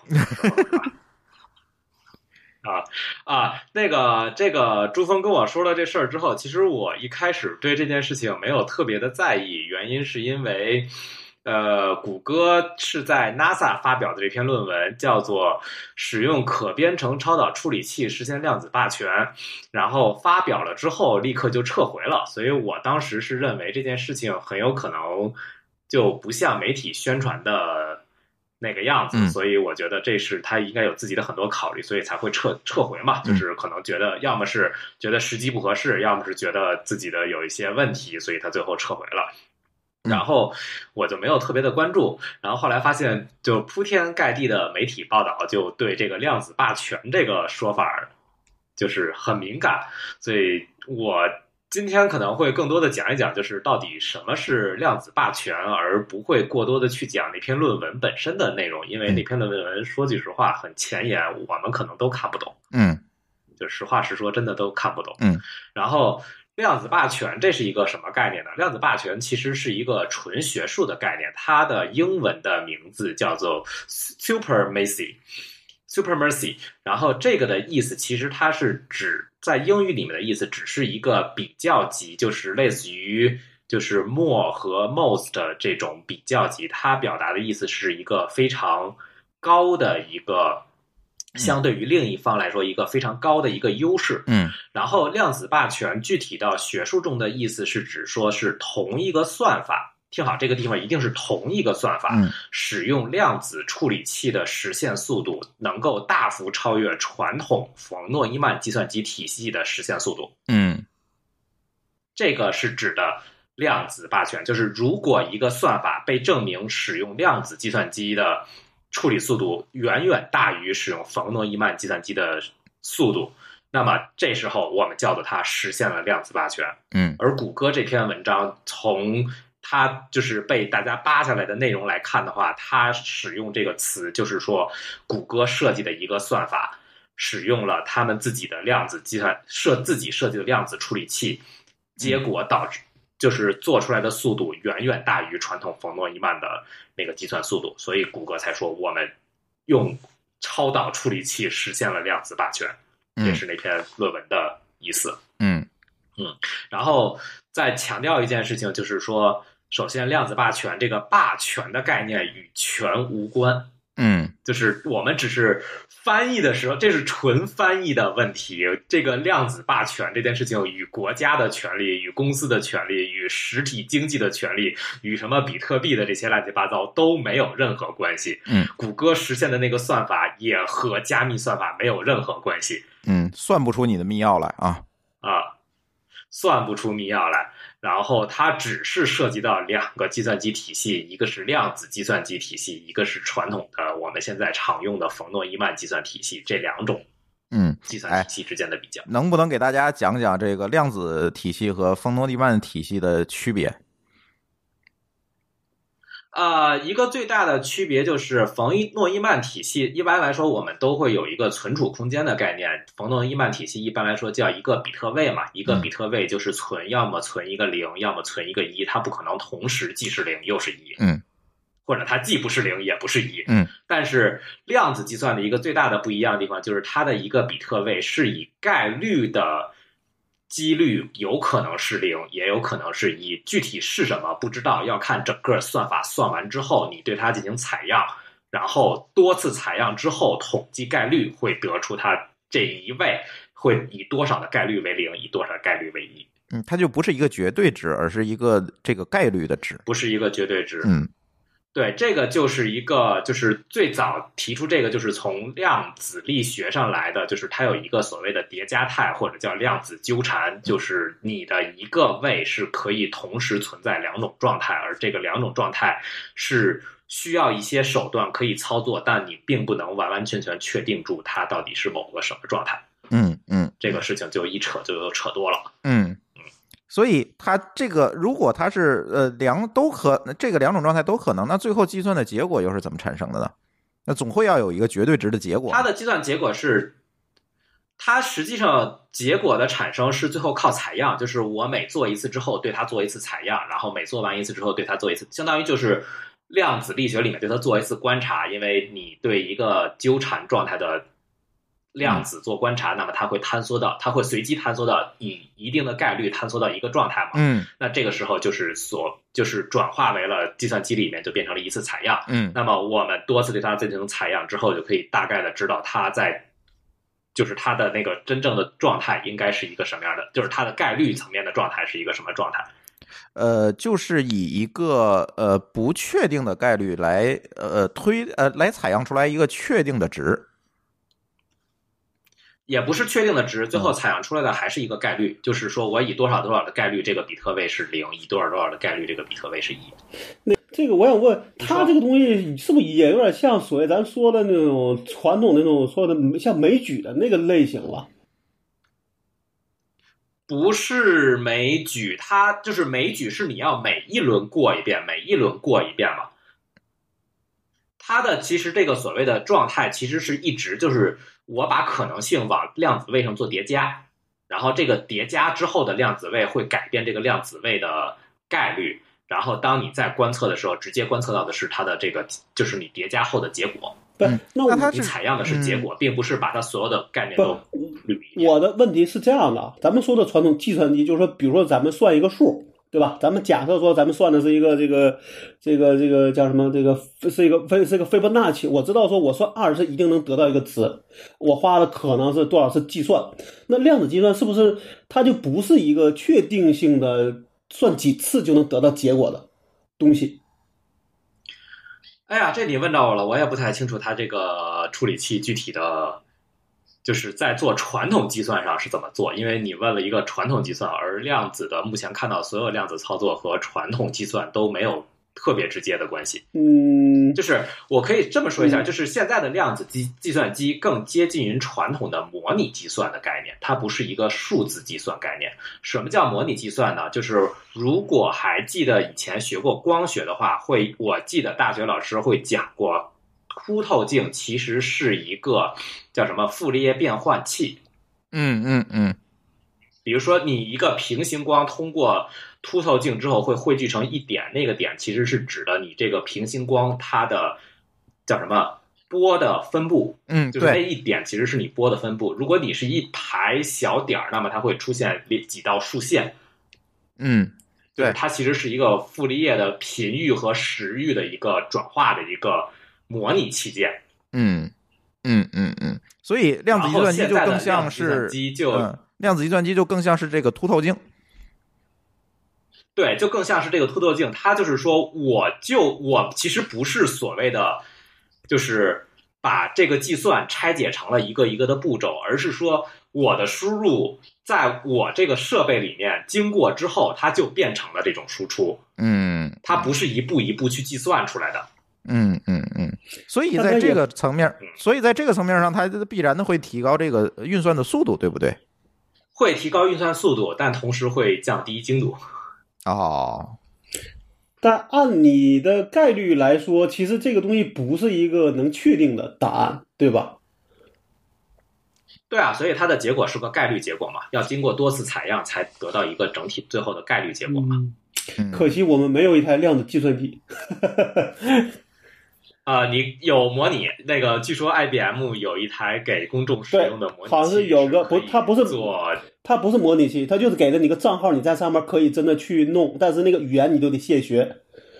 这个朱峰跟我说了这事儿之后，其实我一开始对这件事情没有特别的在意，原因是因为谷歌是在 NASA 发表的这篇论文叫做使用可编程超导处理器实现量子霸权，然后发表了之后立刻就撤回了，所以我当时是认为这件事情很有可能就不像媒体宣传的那个样子，所以我觉得这是他应该有自己的很多考虑，所以才会撤回嘛，就是可能觉得要么是觉得时机不合适，要么是觉得自己的有一些问题，所以他最后撤回了。然后我就没有特别的关注，然后后来发现就铺天盖地的媒体报道就对这个量子霸权这个说法就是很敏感，所以我今天可能会更多的讲一讲，就是到底什么是量子霸权，而不会过多的去讲那篇论文本身的内容，因为那篇论文说句实话很前沿，我们可能都看不懂。就实话实说，真的都看不懂。然后量子霸权这是一个什么概念呢？量子霸权其实是一个纯学术的概念，它的英文的名字叫做 supremacy， 然后这个的意思其实它是指在英语里面的意思只是一个比较级，就是类似于就是 more 和 most 这种比较级，它表达的意思是一个非常高的一个相对于另一方来说一个非常高的一个优势。然后量子霸权具体到学术中的意思是指说是同一个算法，听好，这个地方一定是同一个算法，使用量子处理器的实现速度能够大幅超越传统冯诺依曼计算机体系的实现速度。这个是指的量子霸权，就是如果一个算法被证明使用量子计算机的处理速度远远大于使用冯诺依曼计算机的速度，那么这时候我们叫做它实现了量子霸权。而谷歌这篇文章从它就是被大家扒下来的内容来看的话，它使用这个词就是说谷歌设计的一个算法使用了他们自己的量子计算自己设计的量子处理器，结果导致就是做出来的速度远远大于传统冯诺依曼的那个计算速度，所以谷歌才说我们用超导处理器实现了量子霸权，这是那篇论文的意思。然后再强调一件事情，就是说首先量子霸权这个霸权的概念与权无关。就是我们只是翻译的时候，这是纯翻译的问题。这个量子霸权这件事情与国家的权利、与公司的权利、与实体经济的权利、与什么比特币的这些乱七八糟都没有任何关系。谷歌实现的那个算法也和加密算法没有任何关系。 算不出你的密钥来啊， 算不出密钥来。然后它只是涉及到两个计算机体系，一个是量子计算机体系，一个是传统的我们现在常用的冯诺依曼计算体系，这两种计算体系之间的比较。 能不能给大家讲讲这个量子体系和冯诺依曼体系的区别？ 一个最大的区别就是冯诺依曼体系一般来说我们都会有一个存储空间的概念，冯诺依曼体系一般来说叫一个比特位嘛，一个比特位就是要么存一个0，要么存一个1，它不可能同时既是0又是1。或者它既不是0也不是1。但是量子计算的一个最大的不一样的地方就是它的一个比特位是以概率的几率有可能是0也有可能是1，具体是什么不知道，要看整个算法算完之后你对它进行采样，然后多次采样之后统计概率，会得出它这一位会以多少的概率为0，以多少的概率为1。 它就不是一个绝对值，而是一个这个概率的值， 不是一个绝对值。对，这个就是一个，就是最早提出这个就是从量子力学上来的，就是它有一个所谓的叠加态或者叫量子纠缠，就是你的一个位是可以同时存在两种状态，而这个两种状态是需要一些手段可以操作，但你并不能完完全全确定住它到底是某个什么状态。这个事情就一扯就扯多了。 所以它这个如果它是这个两种状态都可能，那最后计算的结果又是怎么产生的呢？那总会要有一个绝对值的结果。 它的计算结果是，它实际上结果的产生是最后靠采样，就是我每做一次之后对它做一次采样，然后每做完一次之后对它做一次，相当于就是量子力学里面对它做一次观察，因为你对一个纠缠状态的量子做观察，那么它会随机坍缩到以一定的概率坍缩到一个状态嘛。那这个时候就是转化为了计算机里面就变成了一次采样。那么我们多次对它进行采样之后，就可以大概的知道它就是它的那个真正的状态应该是一个什么样的，就是它的概率层面的状态是一个什么状态。 就是以一个不确定的概率来来采样出来一个确定的值。 也不是确定的值，最后采样出来的还是一个概率，就是说我以多少多少的概率这个比特位是0，以多少多少的概率这个比特位是1。 那这个我想问，它这个东西是不是也有点像所谓咱说的那种传统那种说的像枚举的那个类型了？ 不是枚举，它就是枚举是你要每一轮过一遍，每一轮过一遍嘛。它的其实这个所谓的状态，其实是一直就是我把可能性往量子位上做叠加，然后这个叠加之后的量子位会改变这个量子位的概率，然后当你在观测的时候，直接观测到的是它的这个就是你叠加后的结果。 对，那你采样的是结果，并不是把它所有的概念都捋一遍。 我的问题是这样的，咱们说的传统计算机，就是说，比如说咱们算一个数，对吧？咱们假设说咱们算的是一个这个叫什么？这个是一个斐波那契。我知道说我算20一定能得到一个值，我花的可能是多少次计算。那量子计算是不是它就不是一个确定性的算几次就能得到结果的东西？ 哎呀，这你问到我了，我也不太清楚它这个处理器具体的，就是在做传统计算上是怎么做。因为你问了一个传统计算，而量子的目前看到所有量子操作和传统计算都没有特别直接的关系。就是我可以这么说一下，就是现在的量子计算机更接近于传统的模拟计算的概念，它不是一个数字计算概念。什么叫模拟计算呢？就是如果还记得以前学过光学的话，我记得大学老师会讲过，凸透镜其实是一个叫什么傅里叶变换器。比如说你一个平行光通过凸透镜之后会汇聚成一点，那个点其实是指的你这个平行光它的叫什么波的分布。就是那一点其实是你波的分布。如果你是一排小点，那么它会出现几道竖线。对，它其实是一个傅里叶的频域和时域的一个转化的一个模拟器件。 所以量子计算机就更像是量子计算机就更像是这个凸透镜。 对，就更像是这个凸透镜。它就是说我其实不是所谓的就是把这个计算拆解成了一个一个的步骤，而是说我的输入在我这个设备里面经过之后，它就变成了这种输出。它不是一步一步去计算出来的。 所以在这个层面，上，它必然的会提高这个运算的速度，对不对？ 会提高运算速度，但同时会降低精度。 但按你的概率来说，其实这个东西不是一个能确定的答案，对吧？ 对啊，所以它的结果是个概率结果嘛，要经过多次采样才得到一个整体最后的概率结果嘛。 可惜我们没有一台量子计算机。 你有模拟那个？据说 IBM 有一台给公众使用的模拟器， 好像是有个它不是做， 它不是模拟器，它就是给了你个账号，你在上面可以真的去弄，但是那个语言你都得现学。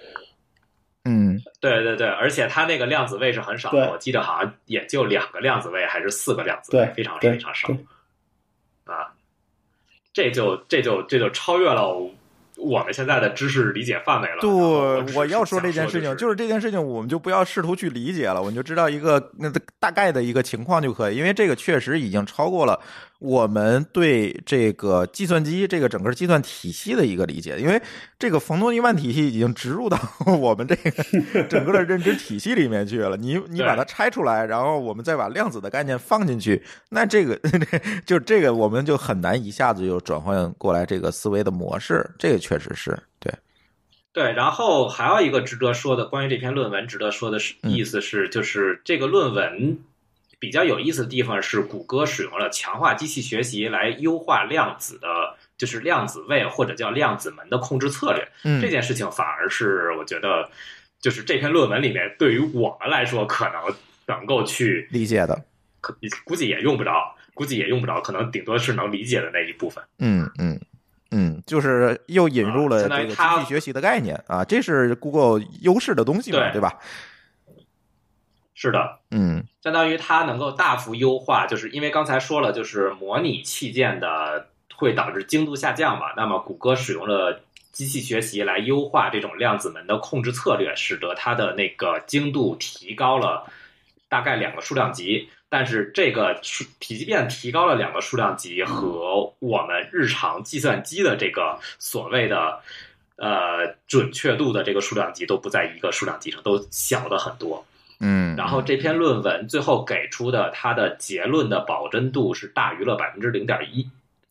对，而且它那个量子位是很少的，我记得好像也就2个量子位还是4个量子位，非常少啊。这就超越了我们现在的知识理解范围了。 对，我要说这件事情，就是这件事情，我们就不要试图去理解了，我们就知道一个大概的一个情况就可以，因为这个确实已经超过了我们对这个计算机这个整个计算体系的一个理解，因为这个冯诺依曼体系已经植入到我们这个整个的认知体系里面去了。你把它拆出来，然后我们再把量子的概念放进去，那这个就这个我们就很难一下子就转换过来这个思维的模式，这个确实是对。然后还有一个值得说的，关于这篇论文值得说的意思是，就是这个论文比较有意思的地方是，谷歌使用了强化机器学习来优化量子的，就是量子位或者叫量子门的控制策略。这件事情反而是我觉得，就是这篇论文里面对于我们来说可能够去理解的， 估计也用不着，可能顶多是能理解的那一部分。 就是又引入了这个机器学习的概念啊，这是 Google 优势的东西嘛，对吧？ 是的，相当于它能够大幅优化，就是因为刚才说了，就是模拟器件的会导致精度下降嘛，那么谷歌使用了机器学习来优化这种量子门的控制策略，使得它的那个精度提高了大概2个数量级。但是这个即便提高了2个数量级，和我们日常计算机的这个所谓的准确度的这个数量级都不在一个数量级上，都小的很多。然后这篇论文最后给出的它的结论的保真度是大于了 0.1%。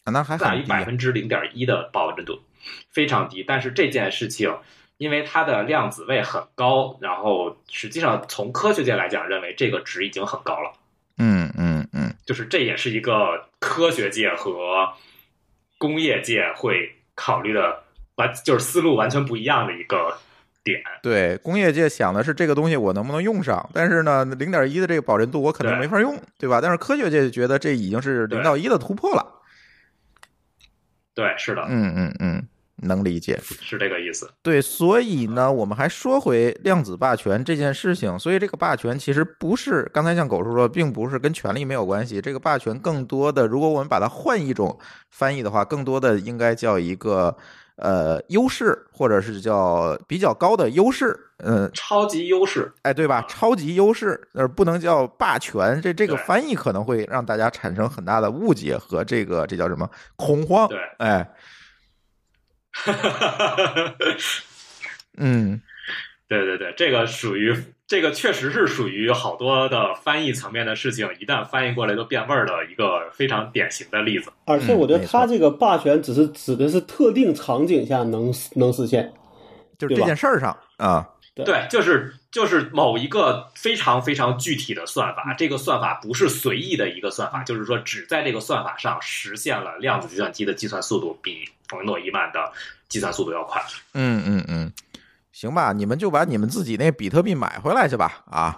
那还大于很低 0.1%的爆振度，非常低。但是这件事情，因为它的量子位很高，然后实际上从科学界来讲，认为这个值已经很高了。就是这也是一个科学界和工业界会考虑的就是思路完全不一样的一个点。 对，工业界想的是这个东西我能不能用上，但是呢，0.1的这个保振度我肯定没法用， 对吧？但是科学界觉得这已经是0到1的突破了。 对，是的， 能理解， 是这个意思。 对，所以呢，我们还说回量子霸权这件事情。所以这个霸权其实不是刚才像狗叔说，并不是跟权力没有关系。这个霸权更多的，如果我们把它换一种翻译的话，更多的应该叫一个优势，或者是叫比较高的优势， 超级优势， 哎，对吧？超级优势，不能叫霸权。这个翻译可能会让大家产生很大的误解和这叫什么恐慌？ 对， 哎。 对，这个确实是属于好多的翻译层面的事情，一旦翻译过来都变味儿的一个非常典型的例子。 而且我觉得它这个霸权只是指的是特定场景下能实现， 就是这件事儿上啊。 对，就是某一个非常非常具体的算法，这个算法不是随意的一个算法，就是说只在这个算法上实现了量子计算机的计算速度比冯诺依曼的计算速度要快。 行吧，你们就把你们自己那比特币买回来去吧啊。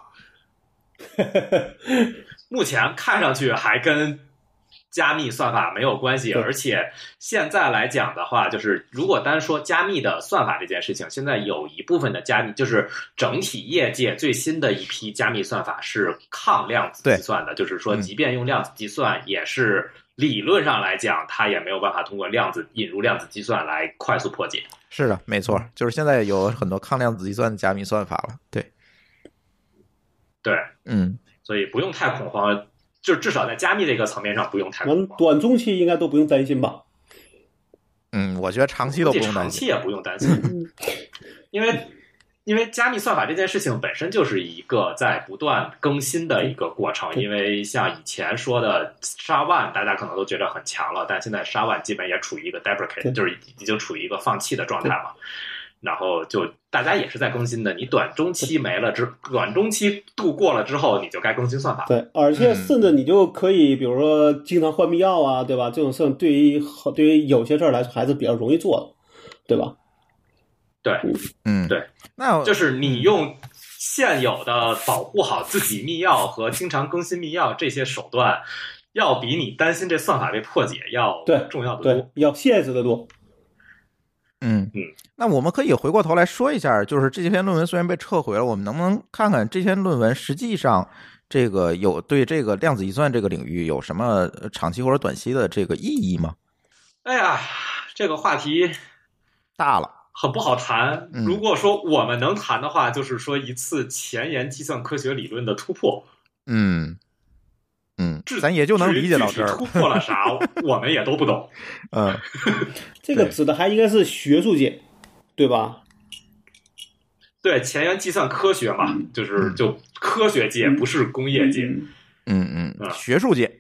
目前看上去还跟加密算法没有关系，而且现在来讲的话，就是如果单说加密的算法这件事情，现在有一部分的加密，就是整体业界最新的一批加密算法是抗量子计算的，就是说即便用量子计算，也是理论上来讲，它也没有办法通过引入量子计算来快速破解。 是的，没错，就是现在有很多抗量子计算的加密算法了。对， 所以不用太恐慌。就至少在加密这个层面上不用太恐慌， 短中期应该都不用担心吧？ 我觉得长期都不用担心， 长期也不用担心，因为加密算法这件事情本身就是一个在不断更新的一个过程。因为像以前说的SHA-1，大家可能都觉得很强了，但现在SHA-1基本也处于一个 deprecate， 就是已经处于一个放弃的状态了。然后就大家也是在更新的，你短中期度过了之后，你就该更新算法。 对，而且甚至你就可以，比如说经常换密钥啊，对吧？这种事情对于有些事儿来说还是比较容易做的，对吧？ 对，对，那就是你用现有的保护好自己密钥和经常更新密钥这些手段，要比你担心这算法被破解要重要的多， 对，要现实的多。 那我们可以回过头来说一下，就是这篇论文虽然被撤回了，我们能不能看看这篇论文实际上这个有对这个量子计算这个领域有什么长期或者短期的这个意义吗？ 哎呀，这个话题大了， 很不好谈。如果说我们能谈的话，就是说一次前沿计算科学理论的突破。 咱也就能理解到这儿。 突破了啥，我们也都不懂。 这个指的还应该是学术界，对吧？ 对，前沿计算科学嘛，就科学界，不是工业界。 学术界，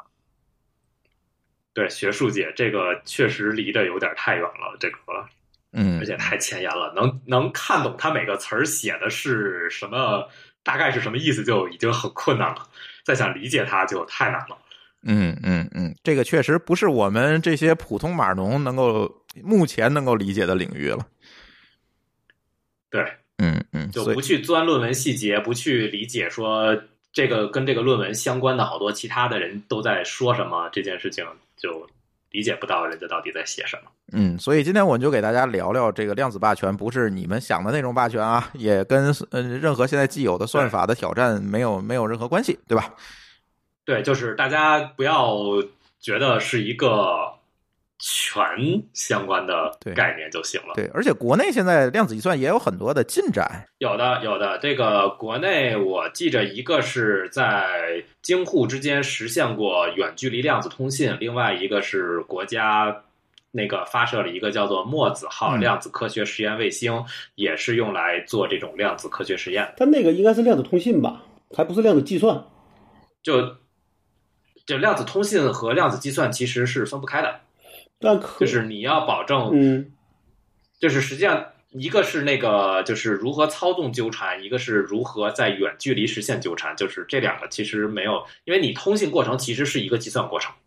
对，学术界这个确实离得有点太远了，这个，而且太前沿了，能看懂他每个词儿写的是什么，大概是什么意思，就已经很困难了。再想理解它就太难了。 这个确实不是我们这些普通码农目前能够理解的领域了。 对，就不去钻论文细节，不去理解说这个跟这个论文相关的好多其他的人都在说什么，这件事情就理解不到人家到底在写什么。 所以今天我们就给大家聊聊这个量子霸权，不是你们想的那种霸权啊，也跟任何现在既有的算法的挑战没有任何关系，对吧？ 对，就是大家不要觉得是一个全相关的概念就行了。 对，而且国内现在量子计算也有很多的进展。 有的，这个国内我记着一个是在京沪之间实现过远距离量子通信，另外一个是国家那个发射了一个叫做墨子号量子科学实验卫星，也是用来做这种量子科学实验。 它那个应该是量子通信吧，还不是量子计算。 这量子通信和量子计算其实是分不开的， 但就是你要保证，就是实际上一个是那个就是如何操纵纠缠，一个是如何在远距离实现纠缠，就是这两个其实没有，因为你通信过程其实是一个计算过程。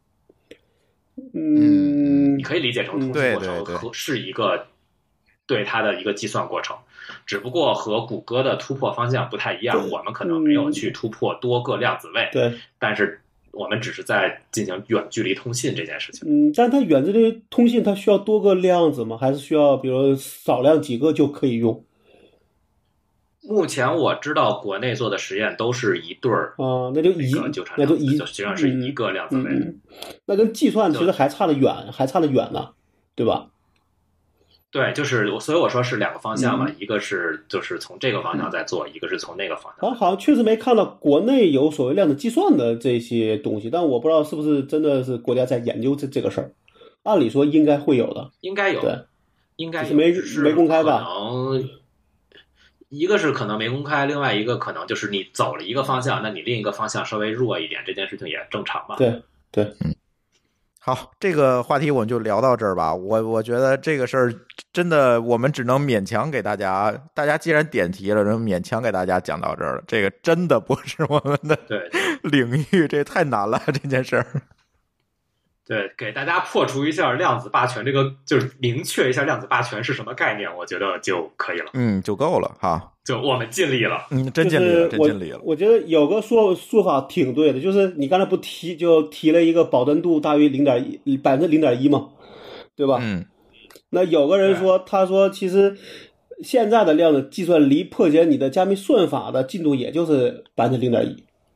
你可以理解成通信过程和是一个对它的一个计算过程，只不过和谷歌的突破方向不太一样，我们可能没有去突破多个量子位， 对， 但是我们只是在进行远距离通信这件事情。 但它远距离通信它需要多个量子吗？还是需要比如少量几个就可以用？ 目前我知道国内做的实验都是一对儿那就一纠缠量子，实际上是一个量子位。 那跟计算其实还差得远，呢，对吧？ 对，就是所以我说是两个方向嘛，一个是就是从这个方向在做，一个是从那个方向。 好像确实没看到国内有所谓量子计算的这些东西，但我不知道是不是真的是国家在研究这个事儿。按理说应该会有的， 应该有， 对， 应该有， 没公开吧？ 可能一个是可能没公开，另外一个可能就是你走了一个方向，那你另一个方向稍微弱一点，这件事情也正常嘛。 对， 好，这个话题我们就聊到这儿吧。我觉得这个事儿真的，我们只能勉强给大家既然点题了，能勉强给大家讲到这儿了。这个真的不是我们的领域，这太难了，这件事儿。 对，给大家破除一下量子霸权，这个就是明确一下量子霸权是什么概念，我觉得就可以了。 就够了哈。 就我们尽力了。 真尽力了，真尽力了。 我觉得有个说法挺对的，就是你刚才不提了一个保真度大于0.1%嘛，对吧？那有个人说，他说其实现在的量子计算离破解你的加密算法的进度也就是0.1%。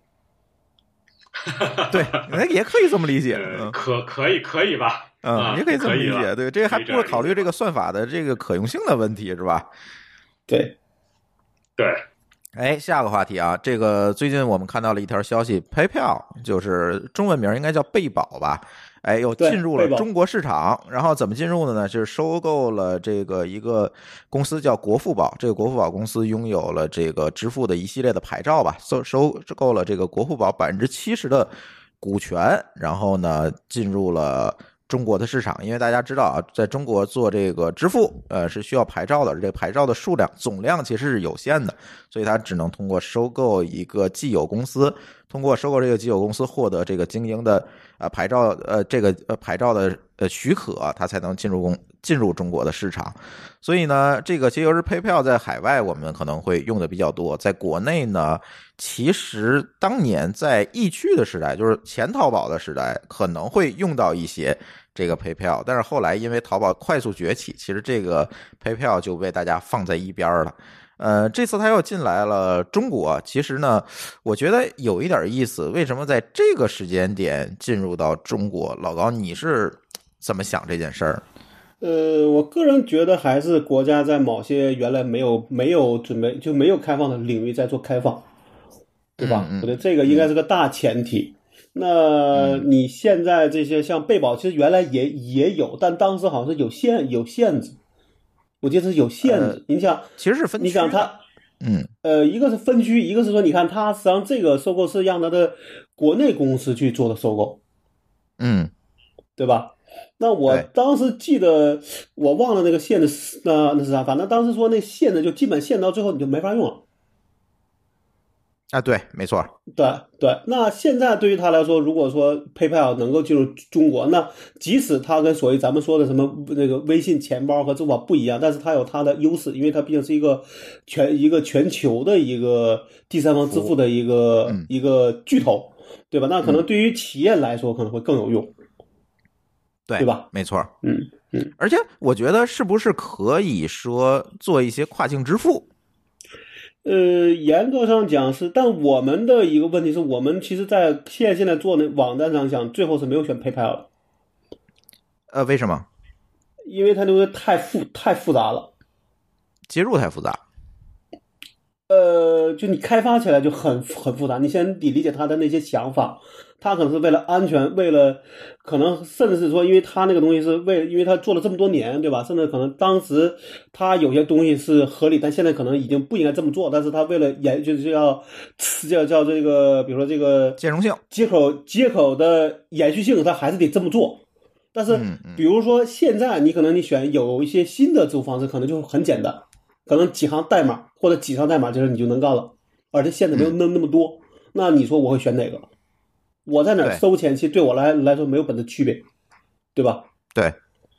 对，也可以这么理解。 可以吧？ 也可以这么理解。对，这还不是考虑这个算法的这个可用性的问题，是吧？ 对。 下个话题啊，这个最近我们看到了一条消息 ，PayPal 就是中文名应该叫贝宝吧？又进入了中国市场，然后怎么进入的呢？就是收购了这个一个公司叫国富宝，这个国富宝公司拥有了这个支付的一系列的牌照吧，收购了这个国富宝70%的股权，然后呢进入了中国的市场。因为大家知道啊，在中国做这个支付是需要牌照的，这个牌照的数量总量其实是有限的，所以它只能通过收购一个既有公司，通过收购这个既有公司获得这个经营的牌照这个牌照的许可，它才能进入中国的市场。所以呢，这个其实 PayPal 在海外我们可能会用的比较多，在国内呢，其实当年在易趣的时代，就是前淘宝的时代，可能会用到一些这个 PayPal， 但是后来因为淘宝快速崛起，其实这个 PayPal 就被大家放在一边了。这次他又进来了中国，其实呢，我觉得有一点意思，为什么在这个时间点进入到中国？老高，你是怎么想这件事儿？ 我个人觉得还是国家在某些原来没有准备就没有开放的领域在做开放，对吧？我觉得这个应该是个大前提。那你现在这些像贝宝，其实原来也有，但当时好像是有限制。我记得是有限制，你想， 其实是分区， 你想它，一个是分区，一个是说，你看它实际上这个收购是让它的国内公司去做的收购，对吧？那我当时记得，我忘了那个限制，那是啥？反正当时说那限制就基本限到最后你就没法用了。 对，没错。 对，那现在对于他来说，如果说 PayPal 能够进入中国，那即使它跟所谓咱们说的什么那个微信钱包和支付宝不一样，但是它有它的优势，因为它毕竟是一个全球的一个第三方支付的一个巨头，对吧？那可能对于企业来说可能会更有用，对吧？ 没错。而且我觉得是不是可以说做一些跨境支付？ 严格上讲是，但我们的一个问题是我们其实在现在做的网站上讲，最后是没有选 PayPal 的。为什么？ 因为它那个太复杂了， 接入太复杂。 就你开发起来就很复杂。你先得理解他的那些想法，他可能是为了安全，为了可能甚至是说，因为他那个东西是因为他做了这么多年，对吧？甚至可能当时他有些东西是合理，但现在可能已经不应该这么做。但是他为了就是叫这个，比如说这个兼容性接口的延续性，他还是得这么做。但是比如说现在你可能你选有一些新的支付方式，可能就很简单。可能几行代码或者几行代码就是你就能干了，而且限制没有那么多。那你说我会选哪个？我在哪儿收钱，其实对我来说没有本质区别，对吧？ 对，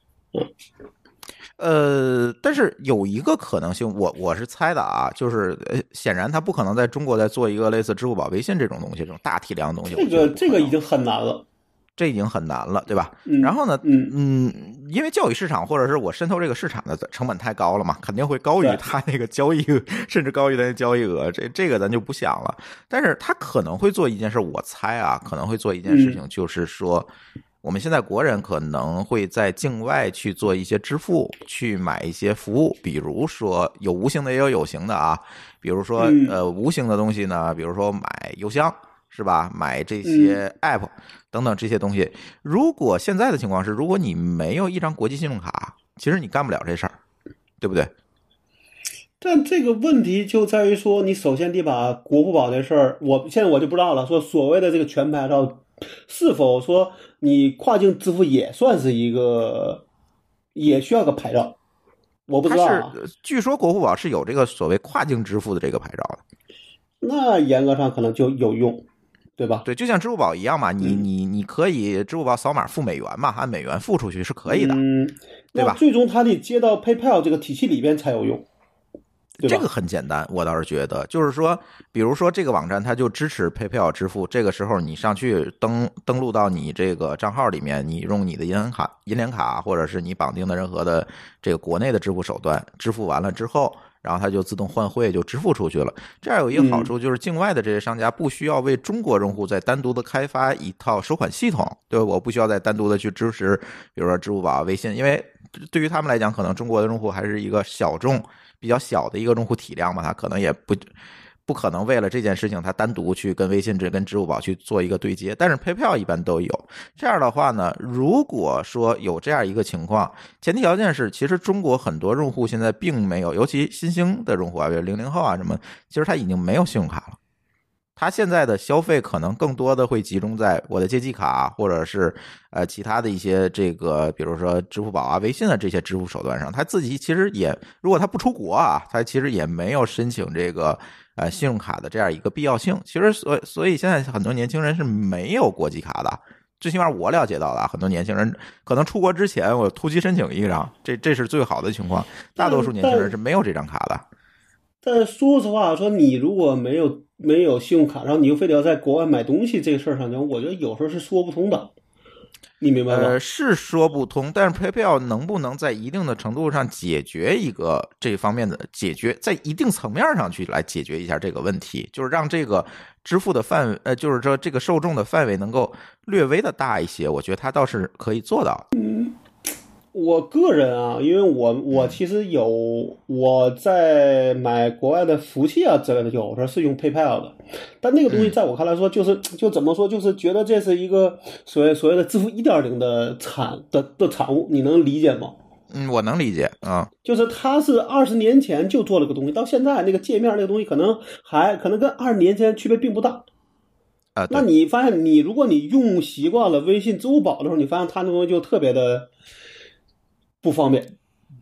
但是有一个可能性，我是猜的啊，就是显然他不可能在中国再做一个类似支付宝、微信这种东西，这种大体量的东西。 这个已经很难了。 这已经很难了，对吧？然后呢，因为教育市场或者是我渗透这个市场的成本太高了嘛，肯定会高于他那个交易，甚至高于他的交易额。这个咱就不想了。但是他可能会做一件事，我猜啊，可能会做一件事情，就是说，我们现在国人可能会在境外去做一些支付，去买一些服务，比如说有无形的也有有形的啊，比如说无形的东西呢，比如说买邮箱。是吧？买这些 app 等等这些东西，如果现在的情况是，如果你没有一张国际信用卡，其实你干不了这事儿，对不对？ 但这个问题就在于说，你首先得把国付宝这事儿，现在我就不知道了。说所谓的这个全牌照，是否说你跨境支付也算是一个，也需要个牌照？我不知道啊。 据说国付宝是有这个所谓跨境支付的这个牌照的， 那严格上可能就有用。对吧？ 对，就像支付宝一样嘛，你可以支付宝扫码付美元嘛，按美元付出去是可以的，对吧？ 最终它得接到 PayPal 这个体系里边才有用，对吧？ 这个很简单，我倒是觉得，就是说，比如说这个网站它就支持 PayPal 支付，这个时候你上去登录到你这个账号里面，你用你的银联卡或者是你绑定的任何的这个国内的支付手段，支付完了之后。然后它就自动换汇就支付出去了。这样有一个好处，就是境外的这些商家不需要为中国用户再单独的开发一套收款系统，对，我不需要再单独的去支持，比如说支付宝、微信，因为对于他们来讲，可能中国的用户还是一个比较小的一个用户体量嘛，他可能也不可能为了这件事情，他单独去跟微信跟支付宝去做一个对接，但是 PayPal 一般都有。这样的话呢，如果说有这样一个情况，前提条件是，其实中国很多用户现在并没有，尤其新兴的用户啊，比如00后啊什么，其实他已经没有信用卡了。他现在的消费可能更多的会集中在我的借记卡，或者是其他的一些这个，比如说支付宝啊、微信啊这些支付手段上。他自己其实也，如果他不出国啊，他其实也没有申请这个信用卡的这样一个必要性。其实所以现在很多年轻人是没有国际卡的，最起码我了解到的，很多年轻人可能出国之前我突击申请一张，这是最好的情况。大多数年轻人是没有这张卡的。 但说实话，说你如果没有信用卡，然后你又非得要在国外买东西这个事儿上讲，我觉得有时候是说不通的，你明白吗？ 是说不通，但是 PayPal 能不能在一定的程度上解决一个这方面的在一定层面上去来解决一下这个问题，就是让这个支付的就是说这个受众的范围能够略微的大一些，我觉得它倒是可以做到。 我个人啊，因为我其实我在买国外的服务器啊之类的，有时候是用 PayPal 的，但那个东西在我看来说，就怎么说，就是觉得这是一个所谓的支付 1.0 的产物，你能理解吗？ 我能理解啊， 就是它是20年前就做了个东西，到现在那个界面那个东西可能跟20年前区别并不大。那你发现如果你用习惯了微信、支付宝的时候，你发现它那东西就特别的不方便。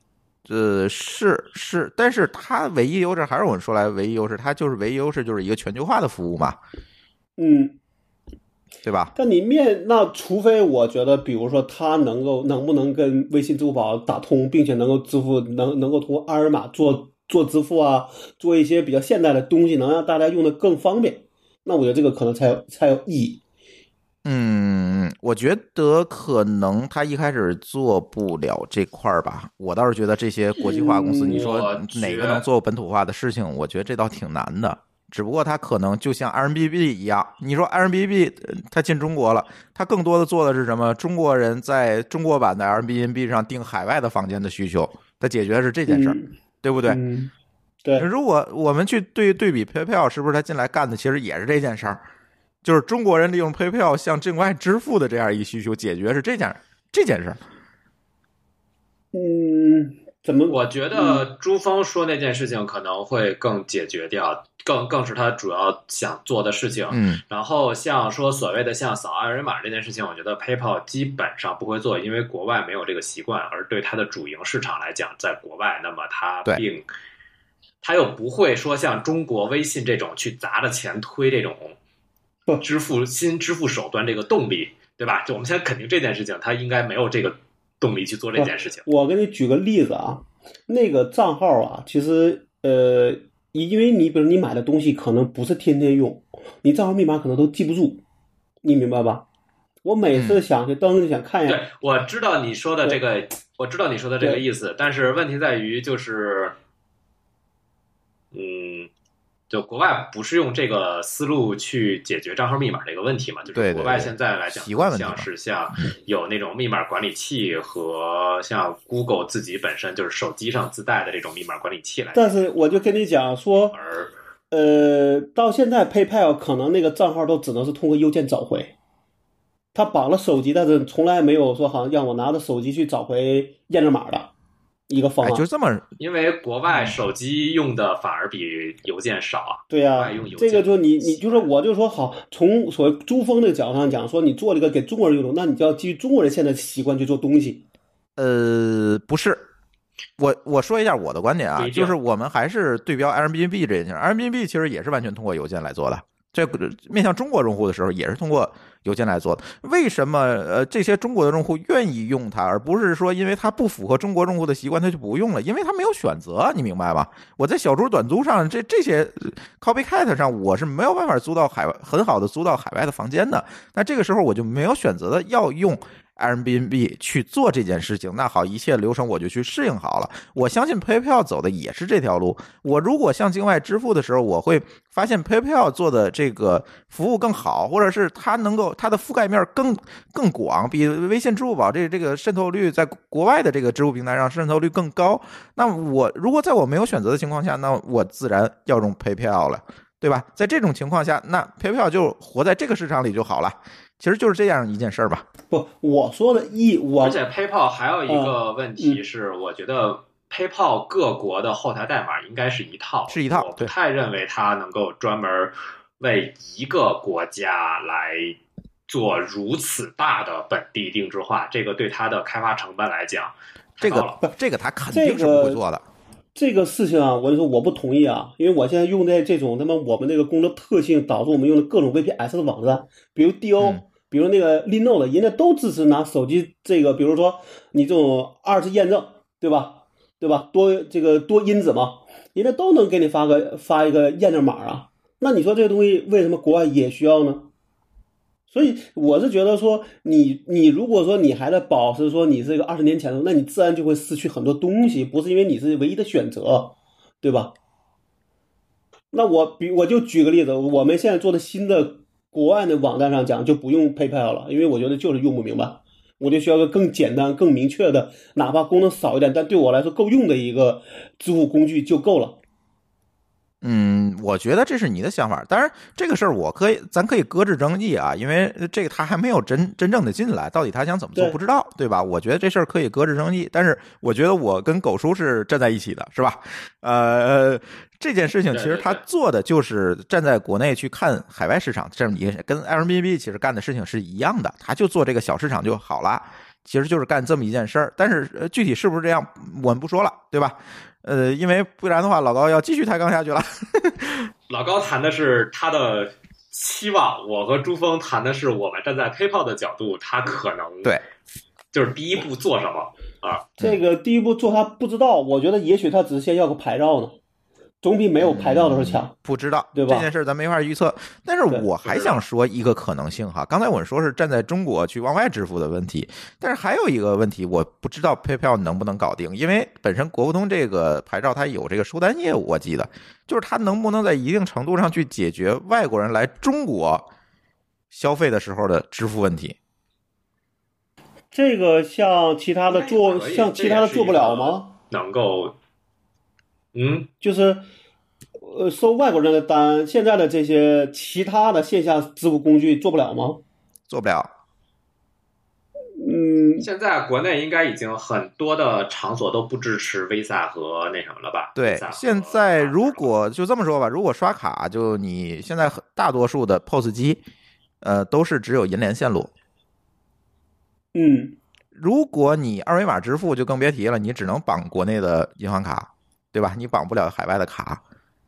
是，但是它唯一优势还是我们说来唯一优势，它就是唯一优势就是一个全球化的服务嘛，对吧？ 但那除非我觉得，比如说它能不能跟微信、支付宝打通，并且能够支付，能够通过二维码做支付啊，做一些比较现代的东西，能让大家用的更方便，那我觉得这个可能才有意义。 我觉得可能他一开始做不了这块吧。我倒是觉得这些国际化公司，你说哪个能做本土化的事情，我觉得这倒挺难的。只不过他可能就像 RMB 一样，你说 RMB 他进中国了，他更多的做的是什么？中国人在中国版的 RMB 上订海外的房间的需求，他解决的是这件事儿，对不对？ 对， 如果我们去对比 PayPal， 是不是他进来干的其实也是这件事儿？就是中国人利用 PayPal 向境外支付的这样一个需求，解决是这件事儿。 怎么？ 我觉得朱峰说那件事情可能会更解决掉，更是他主要想做的事情。然后像说所谓的像扫二维码这件事情，我觉得 PayPal 基本上不会做，因为国外没有这个习惯，而对它的主营市场来讲，在国外，那么它又不会说像中国微信这种去砸着钱推这种新支付手段这个动力，对吧？就我们现在肯定这件事情，它应该没有这个动力去做这件事情。 我给你举个例子啊，那个账号啊，其实因为你比如你买的东西可能不是天天用，你账号密码可能都记不住，你明白吧？我每次想去登想看一下。 对，我知道你说的这个，我知道你说的这个意思，但是问题在于就是，就国外不是用这个思路去解决账号密码这个问题嘛？就是国外现在来讲，像有那种密码管理器和像 Google 自己本身就是手机上自带的这种密码管理器来。 但是我就跟你讲说，到现在 PayPal 可能那个账号都只能是通过邮件找回，他绑了手机，但是从来没有说好像让我拿着手机去找回验证码的一个方案。 就这么， 因为国外手机用的反而比邮件少啊。 对呀，这个就你就是我就说好，从所谓珠峰的角度上讲，说你做这个给中国人用的，那你就要基于中国人现在的习惯去做东西。 不是。我说一下我的观点啊，就是我们还是对标 Airbnb 这件事。Airbnb 其实也是完全通过邮件来做的，这面向中国用户的时候也是通过邮件来做的。为什么这些中国的用户愿意用它，而不是说因为它不符合中国用户的习惯他就不用了？因为他没有选择，你明白吧？我在小猪短租上这些 Copycat 上我是没有办法很好的租到海外的房间的，那这个时候我就没有选择的要用Airbnb 去做这件事情。那好，一切流程我就去适应好了。我相信 PayPal 走的也是这条路。我如果向境外支付的时候，我会发现 PayPal 做的这个服务更好，或者是它的覆盖面更广，比微信、支付宝这个渗透率在国外的这个支付平台上渗透率更高。那我如果在我没有选择的情况下，那我自然要用 PayPal 了，对吧？在这种情况下，那 PayPal 就活在这个市场里就好了。其实就是这样一件事儿吧。 不，我说的而且 PayPal 还有一个问题是，我觉得 PayPal 各国的后台代码应该是一套，我不太认为它能够专门为一个国家来做如此大的本地定制化，这个对它的开发成本来讲太高了。 这个它肯定是不会做的。 这个事情啊，我就说我不同意啊，因为我现在用的这种我们那个工作特性导致我们用的各种 VPS 的网站，比如 DO。比如那个 Linode 人家都支持拿手机这个，比如说你这种2次验证，对吧？多因子嘛，人家都能给你发一个验证码啊。那你说这个东西为什么国外也需要呢？所以我是觉得说，你如果说你还在保持说你这个20年前的，那你自然就会失去很多东西，不是因为你是唯一的选择，对吧？那我就举个例子，我们现在做的新的国外的网站上讲就不用 PayPal 了，因为我觉得就是用不明白，我就需要个更简单更明确的，哪怕功能少一点但对我来说够用的一个支付工具就够了。 我觉得这是你的想法，当然这个事儿咱可以搁置争议啊，因为这个他还没有真正的进来，到底他想怎么做不知道，对吧？我觉得这事儿可以搁置争议，但是我觉得我跟狗叔是站在一起的，是吧？这件事情其实他做的就是站在国内去看海外市场，这你跟 Airbnb 其实干的事情是一样的，他就做这个小市场就好了，其实就是干这么一件事儿。但是具体是不是这样，我们不说了，对吧？因为不然的话，老高要继续抬杠下去了。 老高谈的是他的期望，我和朱峰谈的是我们站在 PayPal 的角度，他可能对， 就是第一步做什么啊？ 这个第一步做他不知道，我觉得也许他只是先要个牌照呢。总比没有牌照的时候强， 不知道， 对吧？ 这件事咱没法预测。但是我还想说一个可能性哈，刚才我说是站在中国去往外支付的问题，但是还有一个问题，我不知道 PayPal 能不能搞定，因为本身国富通这个牌照它有这个收单业务，我记得就是它能不能在一定程度上去解决外国人来中国消费的时候的支付问题。 这个像其他的做不了吗？ 能够。 就是收外国人的单，现在的这些其他的线下支付工具做不了吗？ 做不了。 现在国内应该已经很多的场所都不支持 Visa 和那什么了吧？ 对，现在如果就这么说吧，如果刷卡，就你现在大多数的 POS 机，都是只有银联线路。如果你二维码支付，就更别提了，你只能绑国内的银行卡，对吧？你绑不了海外的卡。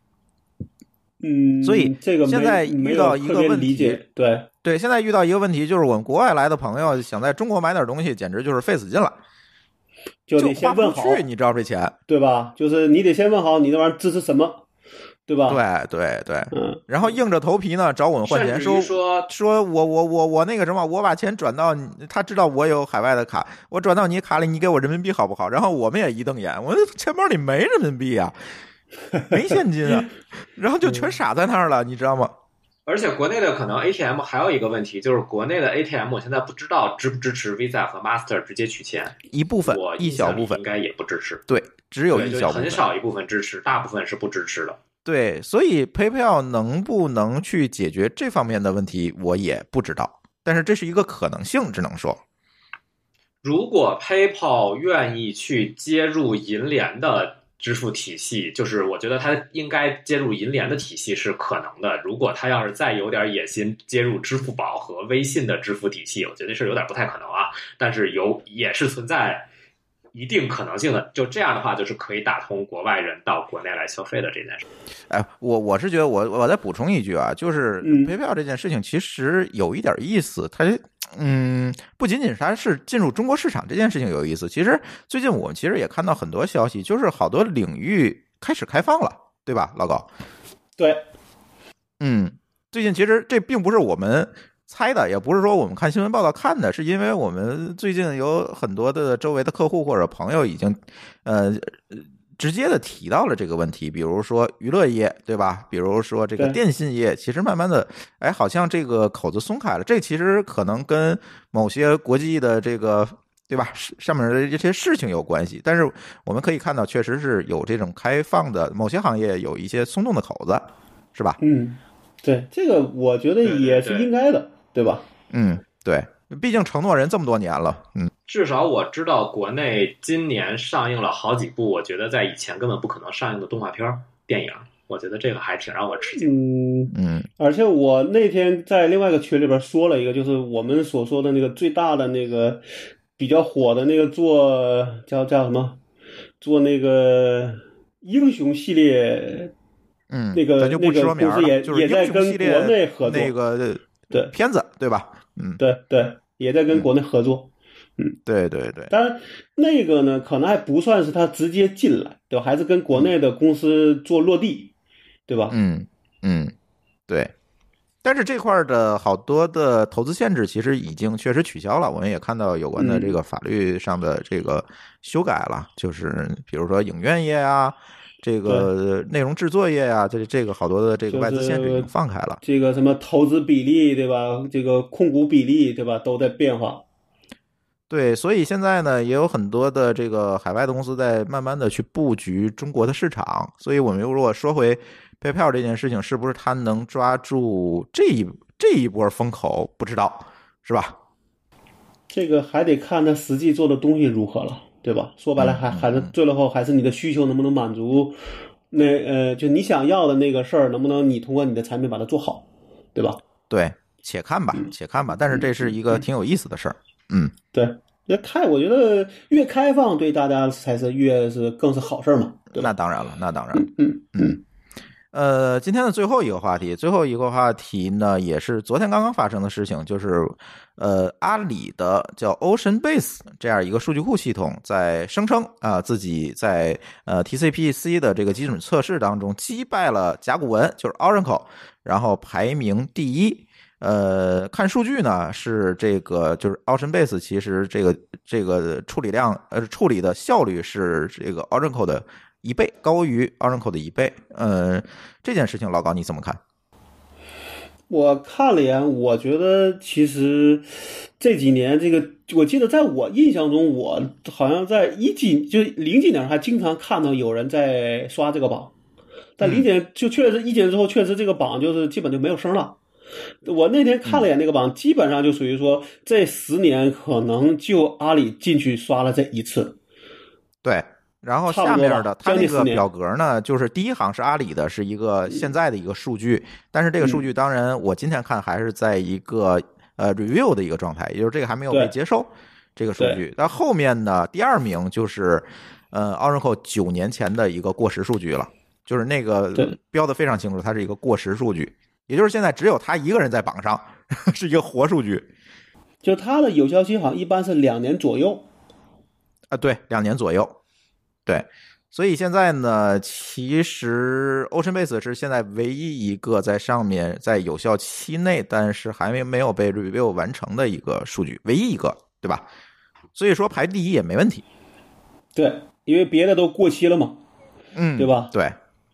所以这个现在遇到一个问题， 对， 现在遇到一个问题，就是我们国外来的朋友想在中国买点东西，简直就是费死劲了， 就得先问好， 你知道这钱， 对吧？就是你得先问好，你这玩意儿支持什么，对吧？ 对，然后硬着头皮呢找我们换钱，说我那个什么，我把钱转到他知道我有海外的卡，我转到你卡里，你给我人民币好不好？然后我们也一瞪眼，我钱包里没人民币啊。没现金啊，然后就全傻在那儿了，你知道吗？ 而且国内的可能 ATM 还有一个问题，就是国内的 ATM 我现在不知道支不支持 Visa 和 Master 直接取钱，一小部分应该也不支持。 对，只有一小部分， 很少一部分支持，大部分是不支持的。 对，所以 PayPal 能不能去解决这方面的问题，我也不知道，但是这是一个可能性，只能说。 如果 PayPal 愿意去接入银联的支付体系，就是我觉得它应该接入银联的体系是可能的。如果它要是再有点野心接入支付宝和微信的支付体系，我觉得这事有点不太可能啊。但是也是存在一定可能性的。就这样的话，就是可以打通国外人到国内来消费的这件事。 我是觉得我再补充一句啊，就是 PayPal 这件事情其实有一点意思，它不仅仅它是进入中国市场这件事情有意思，其实最近我们其实也看到很多消息，就是好多领域开始开放了，对吧，老高？ 对， 最近其实这并不是我们猜的，也不是说我们看新闻报道看的，是因为我们最近有很多的周围的客户或者朋友已经直接的提到了这个问题，比如说娱乐业，对吧？比如说这个电信业，其实慢慢的，好像这个口子松开了。这其实可能跟某些国际的这个，对吧？上面的这些事情有关系。但是我们可以看到，确实是有这种开放的，某些行业有一些松动的口子，是吧？ 对，这个我觉得也是应该的，对吧？ 对。毕竟承诺人这么多年了， 至少我知道国内今年上映了好几部，我觉得在以前根本不可能上映的动画片、电影，我觉得这个还挺让我吃惊。 而且我那天在另外一个群里边说了一个，就是我们所说的那个最大的那个比较火的那个做叫什么，做那个英雄系列，那个就不说名了， 也在跟国内合作那个对片子，对吧？ 对，也在跟国内合作。 对。 当然，那个呢，可能还不算是他直接进来，对吧？还是跟国内的公司做落地，对吧？ 对。但是这块的好多的投资限制其实已经确实取消了，我们也看到有关的这个法律上的这个修改了，就是比如说影院业啊。这个内容制作业啊，这个好多的这个外资限制已经放开了。 这个什么投资比例，对吧？这个控股比例，对吧？都在变化。 对，所以现在呢，也有很多的这个海外的公司在慢慢的去布局中国的市场。所以我们如果说回 PayPal 这件事情，是不是它能抓住这一波风口，不知道，是吧？ 这个还得看它实际做的东西如何了。对吧？说白了还是最后还是你的需求能不能满足，就你想要的那个事儿能不能你通过你的产品把它做好，对吧？ 对，且看吧。但是这是一个挺有意思的事儿。 对，我觉得越开放对大家才是更是好事嘛。对吧？ 那当然了。今天的最后一个话题呢，也是昨天刚刚发生的事情，就是阿里的叫 OceanBase 这样一个数据库系统，在声称自己在TCP/IP 的这个基准测试当中击败了甲骨文，就是 Oracle， 然后排名第一。看数据呢，是这个就是 OceanBase 其实这个处理的效率是这个 Oracle 的1倍，高于 Oracle 的1倍。这件事情老高你怎么看？ 我看了一眼，我觉得其实这几年这个，我记得在我印象中，我好像在零几年还经常看到有人在刷这个榜，但零几年就确实一几年之后，确实这个榜就是基本就没有声了。我那天看了一眼那个榜，基本上就属于说这10年可能就阿里进去刷了这一次。 对。然后下面的它那个表格呢，就是第一行是阿里的，是一个现在的一个数据，但是这个数据当然我今天看还是在一个review 的一个状态，也就是这个还没有被接受这个数据。但后面呢，第2名就是Oracle 9年前的一个过时数据了，就是那个标的非常清楚，它是一个过时数据，也就是现在只有他一个人在榜上，是一个活数据。 就它的有效期好像一般是2年左右啊，对，2年左右。对，所以现在呢，其实 OceanBase 是现在唯一一个在上面在有效期内，但是还没有被 review 完成的一个数据，唯一一个，对吧？所以说排第一也没问题。 对，因为别的都过期了嘛，对吧？ 对。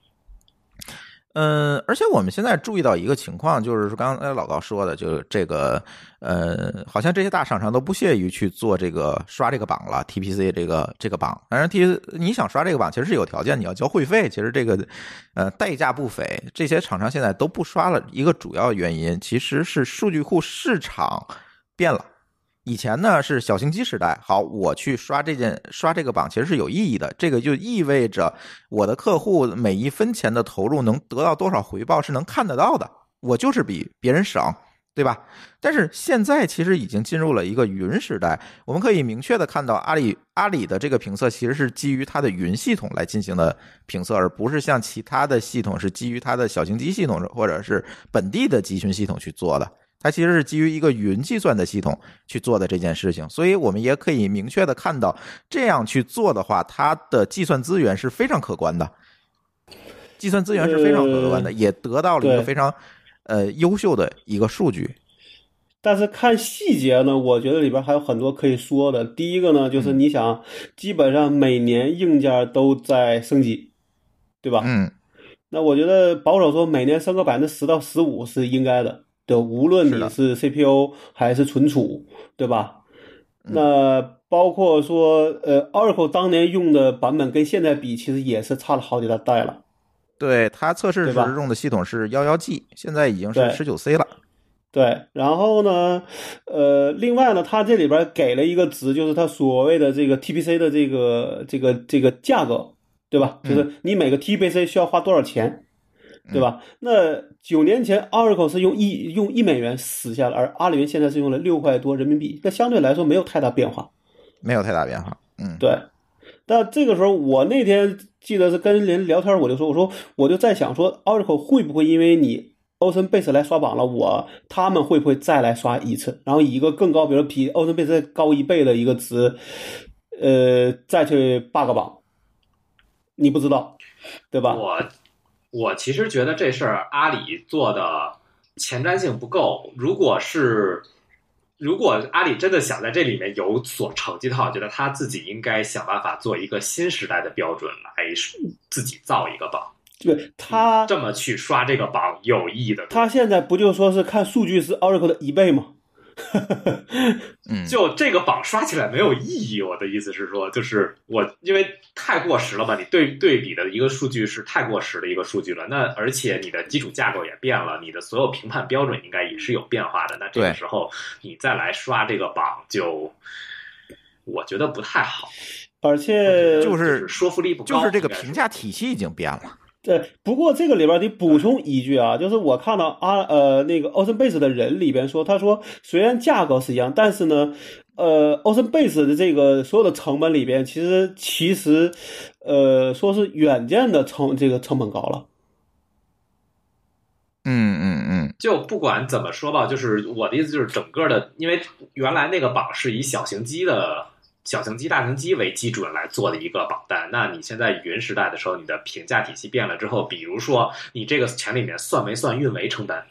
而且我们现在注意到一个情况，就是刚才老高说的，就是这个好像这些大厂商都不屑于去做这个刷这个榜了 ，TPC 这个榜。当然你想刷这个榜，其实是有条件，你要交会费，其实这个代价不菲。这些厂商现在都不刷了，一个主要原因其实是数据库市场变了。以前呢是小型机时代，好，我去刷这个榜其实是有意义的，这个就意味着我的客户每一分钱的投入能得到多少回报是能看得到的，我就是比别人省，对吧？但是现在其实已经进入了一个云时代，我们可以明确的看到阿里的这个评测其实是基于它的云系统来进行的评测，而不是像其他的系统是基于它的小型机系统或者是本地的集群系统去做的。它其实是基于一个云计算的系统去做的这件事情，所以我们也可以明确的看到，这样去做的话，它的计算资源是非常可观的，也得到了一个非常优秀的一个数据。 但是看细节呢，我觉得里边还有很多可以说的。第一个呢，就是你想，基本上每年硬件都在升级，对吧？那我觉得保守说每年升个10%到15%是应该的。对，无论你是 CPU 还是存储，对吧？那包括说Oracle 当年用的版本跟现在比，其实也是差了好几代了。 对，它测试时用的系统是11G，现在已经是 19C 了。 对，然后呢，另外呢，它这里边给了一个值，就是它所谓的这个 TPC 的这个价格，对吧？就是你每个 TPC 需要花多少钱。对吧？那9年前 Oracle 是用1美元死下了，而阿里云现在是用了6块多人民币，那相对来说没有太大变化。对。但这个时候我那天记得是跟人聊天，我就在想说 Oracle 会不会因为你 OceanBase 来刷榜了，他们会不会再来刷一次，然后以一个更高，比如比 OceanBase 高1倍的一个值再去霸个榜，你不知道，对吧？ 我其实觉得这事儿阿里做的前瞻性不够。如果阿里真的想在这里面有所成绩的话，我觉得他自己应该想办法做一个新时代的标准来自己造一个榜。 对，他这么去刷这个榜有意义的。 他现在不就说是看数据是 Oracle 的1倍吗？ 就这个榜刷起来没有意义。我的意思是说，就是因为太过时了嘛，你对比的一个数据是太过时的一个数据了。那而且你的基础架构也变了，你的所有评判标准应该也是有变化的。那这个时候你再来刷这个榜，我觉得不太好。 而且就是说服力不高， 就是这个评价体系已经变了。 对，不过这个里边得补充一句啊，就是我看到那个 OceanBase 的人里边说，他说虽然价格是一样，但是呢，OceanBase 的这个所有的成本里边，其实说是远见的成本高了。 就不管怎么说吧，就是我的意思就是整个的，因为原来那个榜是以小型机、大型机为基准来做的一个榜单。那你现在云时代的时候，你的评价体系变了之后，比如说你这个钱里面算没算运维成本？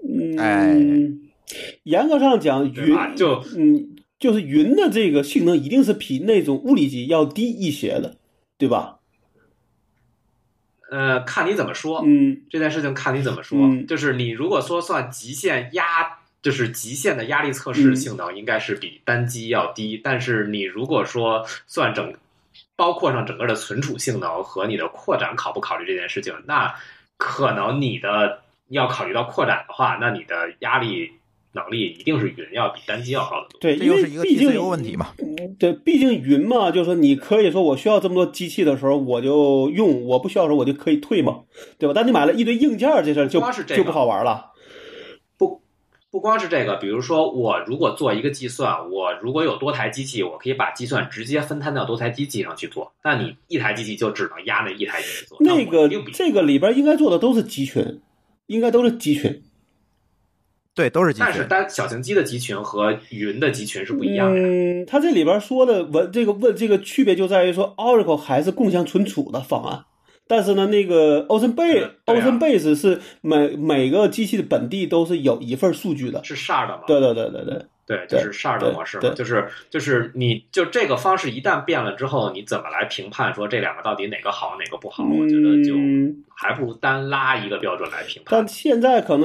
严格上讲，云就是云的这个性能一定是比那种物理机要低一些的，对吧？ 看你怎么说。这件事情看你怎么说。就是你如果说算极限就是极限的压力测试性能，应该是比单机要低。但是你如果说算包括上整个的存储性能和你的扩展考不考虑这件事情，那可能你要考虑到扩展的话，那你的压力能力一定是云要比单机要高得多。 对， 这又是一个 TCO 问题嘛。 对，毕竟云嘛，就是说你可以说我需要这么多机器的时候我就用，我不需要的时候我就可以退嘛，对吧？但你买了一堆硬件这事儿就不好玩了。 不光是这个，比如说我如果做一个计算，我如果有多台机器，我可以把计算直接分摊到多台机器上去做。那你一台机器就只能压那一台机器做。 这个里边应该做的都是集群，应该都是集群。 对，都是集群。 但是单小型机的集群和云的集群是不一样的。 它这里边说的这个区别就在于说 ，Oracle 还是共享存储的方案。但是呢，那个 OceanBase 是每个机器的本地都是有一份数据的， 是 shard 吗？ 对， 就是 shard 模式嘛，就是你就这个方式一旦变了之后，你怎么来评判说这两个到底哪个好哪个不好？我觉得就还不如单拉一个标准来评判。 但现在可能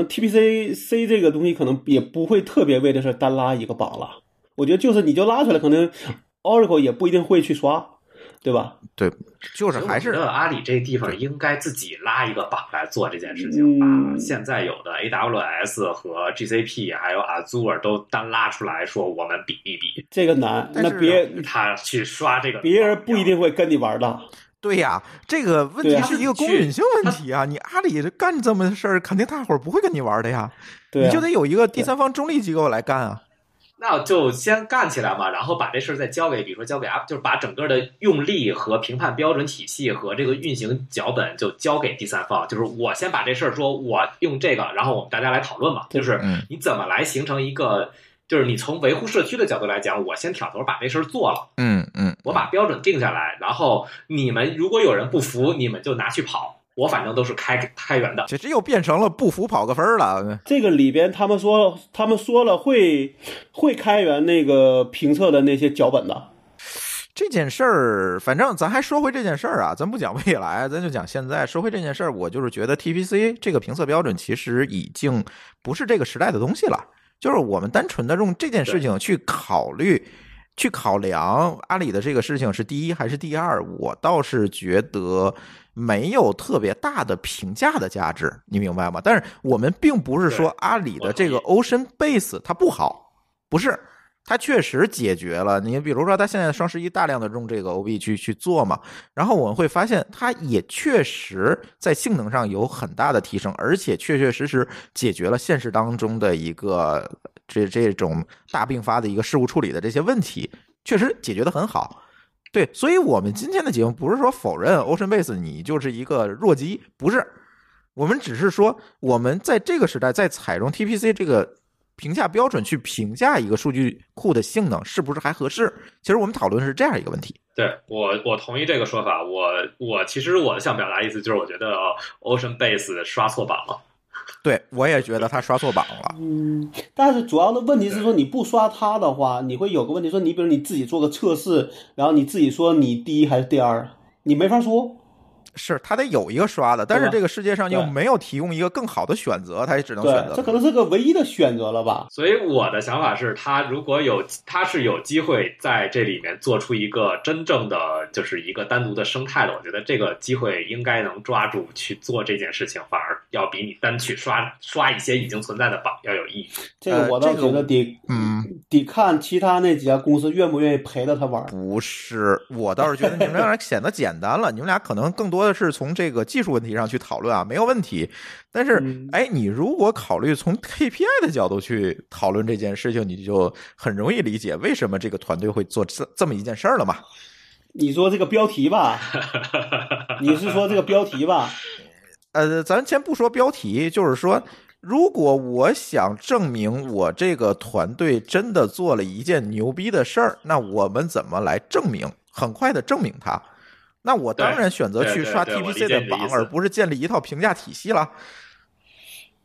TPC 这个东西可能也不会特别为这事单拉一个榜了。我觉得就是你就拉出来，可能 Oracle 也不一定会去刷。对吧？ 对，就是还是阿里这地方应该自己拉一个榜来做这件事情，把现在有的 AWS 和 GCP 还有 Azure 都单拉出来说我们比一比。 这个难，那他去刷这个， 别人不一定会跟你玩的。 对呀，这个问题是一个公允性问题啊！你阿里干这么事儿，肯定大伙儿不会跟你玩的呀。 对， 你就得有一个第三方中立机构来干啊。 那就先干起来嘛，然后把这事儿再交给，比如说交给就是把整个的用力和评判标准体系和这个运行脚本就交给第三方，就是我先把这事儿说我用这个，然后我们大家来讨论嘛，就是你怎么来形成一个，就是你从维护社区的角度来讲，我先挑头把这事儿做了，我把标准定下来，然后你们如果有人不服，你们就拿去跑。我反正都是开源的， 这又变成了不服跑个分了。 这个里边他们说了会开源那个评测的那些脚本的。 这件事儿，反正咱还说回这件事儿啊，咱不讲未来，咱就讲现在。说回这件事儿，我就是觉得 TPC 这个评测标准其实已经不是这个时代的东西了，就是我们单纯的用这件事情去考量阿里的这个事情是第一还是第二，我倒是觉得没有特别大的评价的价值，你明白吗？但是我们并不是说阿里的这个 OceanBase 它不好，不是，它确实解决了。你比如说它现在双11大量的用这个 OB 去做嘛，然后我们会发现它也确实在性能上有很大的提升，而且确实解决了现实当中的一个这种大并发的一个事务处理的这些问题，确实解决得很好。对，所以我们今天的节目不是说否认 OceanBase 你就是一个弱鸡，不是，我们只是说我们在这个时代在采用 TPC 这个评价标准去评价一个数据库的性能是不是还合适，其实我们讨论是这样一个问题。 对，我同意这个说法。我其实我想表达意思就是我觉得 OceanBase 刷错榜了。 对，我也觉得他刷错榜了。 但是主要的问题是说，你不刷它的话，你会有个问题说，你比如你自己做个测试，然后你自己说你第一还是第二，你没法说。 是他得有一个刷的，但是这个世界上又没有提供一个更好的选择，他也只能选择。 这可能是个唯一的选择了吧？ 所以我的想法是，他是有机会在这里面做出一个真正的就是一个单独的生态的。我觉得这个机会应该能抓住去做这件事情，反而要比你单去刷一些已经存在的榜要有意义。 这个我倒觉得得看其他那几家公司愿不愿意陪着他玩。 不是，我倒是觉得你们俩显得简单了，你们俩可能更多的是从这个技术问题上去讨论啊，没有问题。但是，你如果考虑从 KPI 的角度去讨论这件事情，你就很容易理解为什么这个团队会做这么一件事儿了嘛。 你说这个标题吧，你是说这个标题吧？ 咱先不说标题，就是说，如果我想证明我这个团队真的做了一件牛逼的事儿，那我们怎么来证明？很快的证明它。那我当然选择去刷 TPC 的榜，而不是建立一套评价体系了。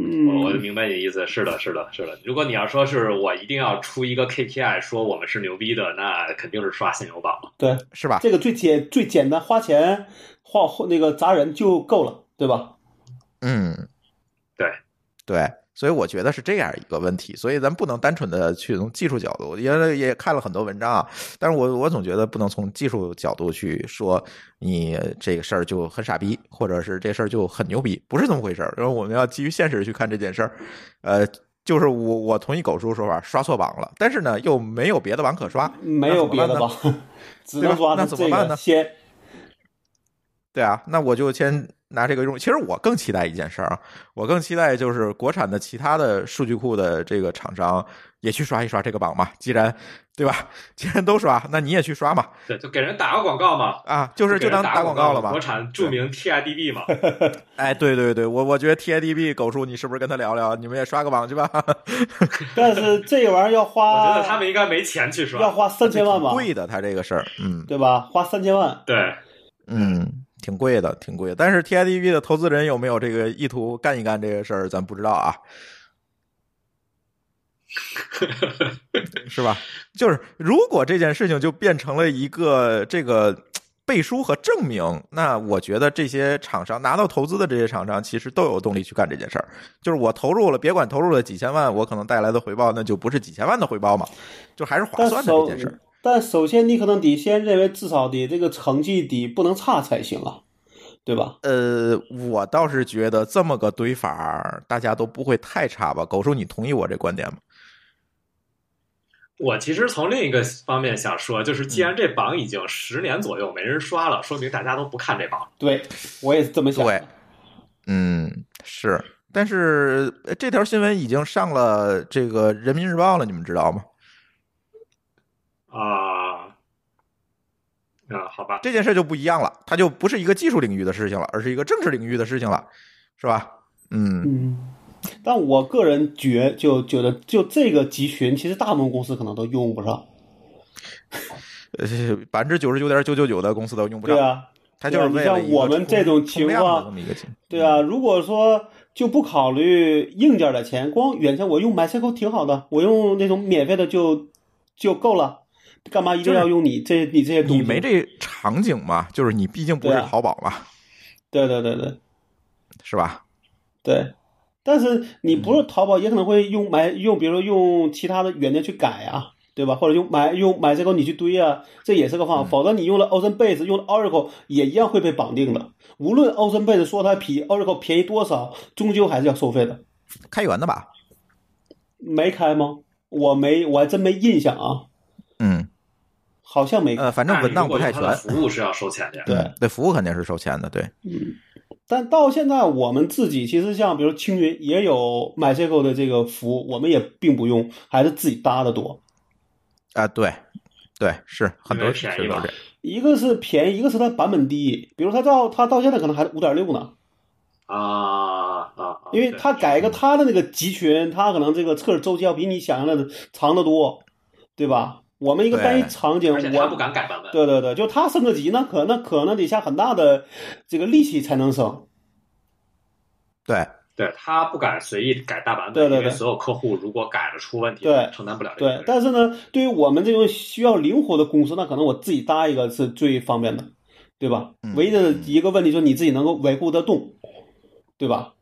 我明白你的意思，是的。如果你要说是我一定要出一个 KPI 说我们是牛逼的，那肯定是刷现有榜， 对， 是吧？ 这个最简单，花钱那个砸人就够了，对吧？ 对，所以我觉得是这样一个问题，所以咱不能单纯的去从技术角度，也看了很多文章啊，但是我总觉得不能从技术角度去说你这个事儿就很傻逼，或者是这事儿就很牛逼，不是这么回事儿。因为我们要基于现实去看这件事儿，就是我同意狗叔说法，刷错榜了，但是呢又没有别的榜可刷， 没有别的榜，只能刷那怎么办呢？对啊，那我就先拿这个用。其实我更期待一件事儿啊，我更期待就是国产的其他的数据库的这个厂商也去刷一刷这个榜嘛。既然对吧？既然都刷，那你也去刷嘛。 对，就给人打个广告嘛。 啊，就当打广告了嘛。 国产著名 TIDB 嘛。 哎，对，我觉得 TIDB 狗叔，你是不是跟他聊聊？你们也刷个榜去吧。 但是这玩意儿要花， 我觉得他们应该没钱去刷， 要花3000万吧？ 贵的，他这个事儿， 对吧？花3000万， 对， 挺贵的。但是 TIDB 的投资人有没有这个意图干一干这个事儿，咱不知道啊。是吧？就是如果这件事情就变成了一个这个背书和证明，那我觉得这些厂商拿到投资的这些厂商其实都有动力去干这件事儿。就是我投入了，别管投入了几千万，我可能带来的回报那就不是几千万的回报嘛，就还是划算的这件事儿。 但首先你可能得先认为至少得这个成绩得不能差才行啊，对吧？ 我倒是觉得这么个堆法大家都不会太差吧。狗叔，你同意我这观点吗？ 我其实从另一个方面想说，就是既然这榜已经10年左右没人刷了，说明大家都不看这榜。 对，我也是这么想的。 对，是。但是这条新闻已经上了这个人民日报了，你们知道吗？ 好吧， 这件事就不一样了，它就不是一个技术领域的事情了，而是一个政治领域的事情了，是吧？ 但我个人觉得，就这个集群，其实大部分公司可能都用不上。 99.999%的公司都用不上。 对啊， 它就是为了像我们这种情况，对啊，如果说就不考虑硬件的钱，光远程我用 MySQL 挺好的，我用那种免费的就够了。干嘛一定要用你这些东西？ 你没这场景嘛？就是你毕竟不是淘宝嘛。 对， 是吧？ 对，但是你不是淘宝，也可能会用比如说用其他的软件去改啊，对吧？或者用MySQL你去堆啊，这也是个方法。否则你用了 OceanBase， 用了 Oracle 也一样会被绑定的。无论 OceanBase 说它比 Oracle 便宜多少，终究还是要收费的。 开源的吧？ 没开吗？我还真没印象啊。好像没开。 反正文档不太全。 服务是要收钱的。 对，服务肯定是收钱的，对。 但到现在我们自己其实像比如青云也有 MySQL 的这个服务，我们也并不用，还是自己搭的多。 对，是很多便宜吧。 一个是便宜，一个是它版本低。比如它到现在可能还是 5.6 呢。因为它改一个它的那个集群，它可能这个测试周期要比你想象的长得多，对吧？我们一个单一场景， 而且他不敢改版本。 对，就他升个级呢，可能得下很大的这个力气才能升。 对， 他不敢随意改大版本， 对， 因为所有客户如果改了出问题， 对， 承担不了这个。 对，但是呢，对于我们这种需要灵活的公司，那可能我自己搭一个是最方便的，对吧？唯一的一个问题就是你自己能够维护得动，对吧？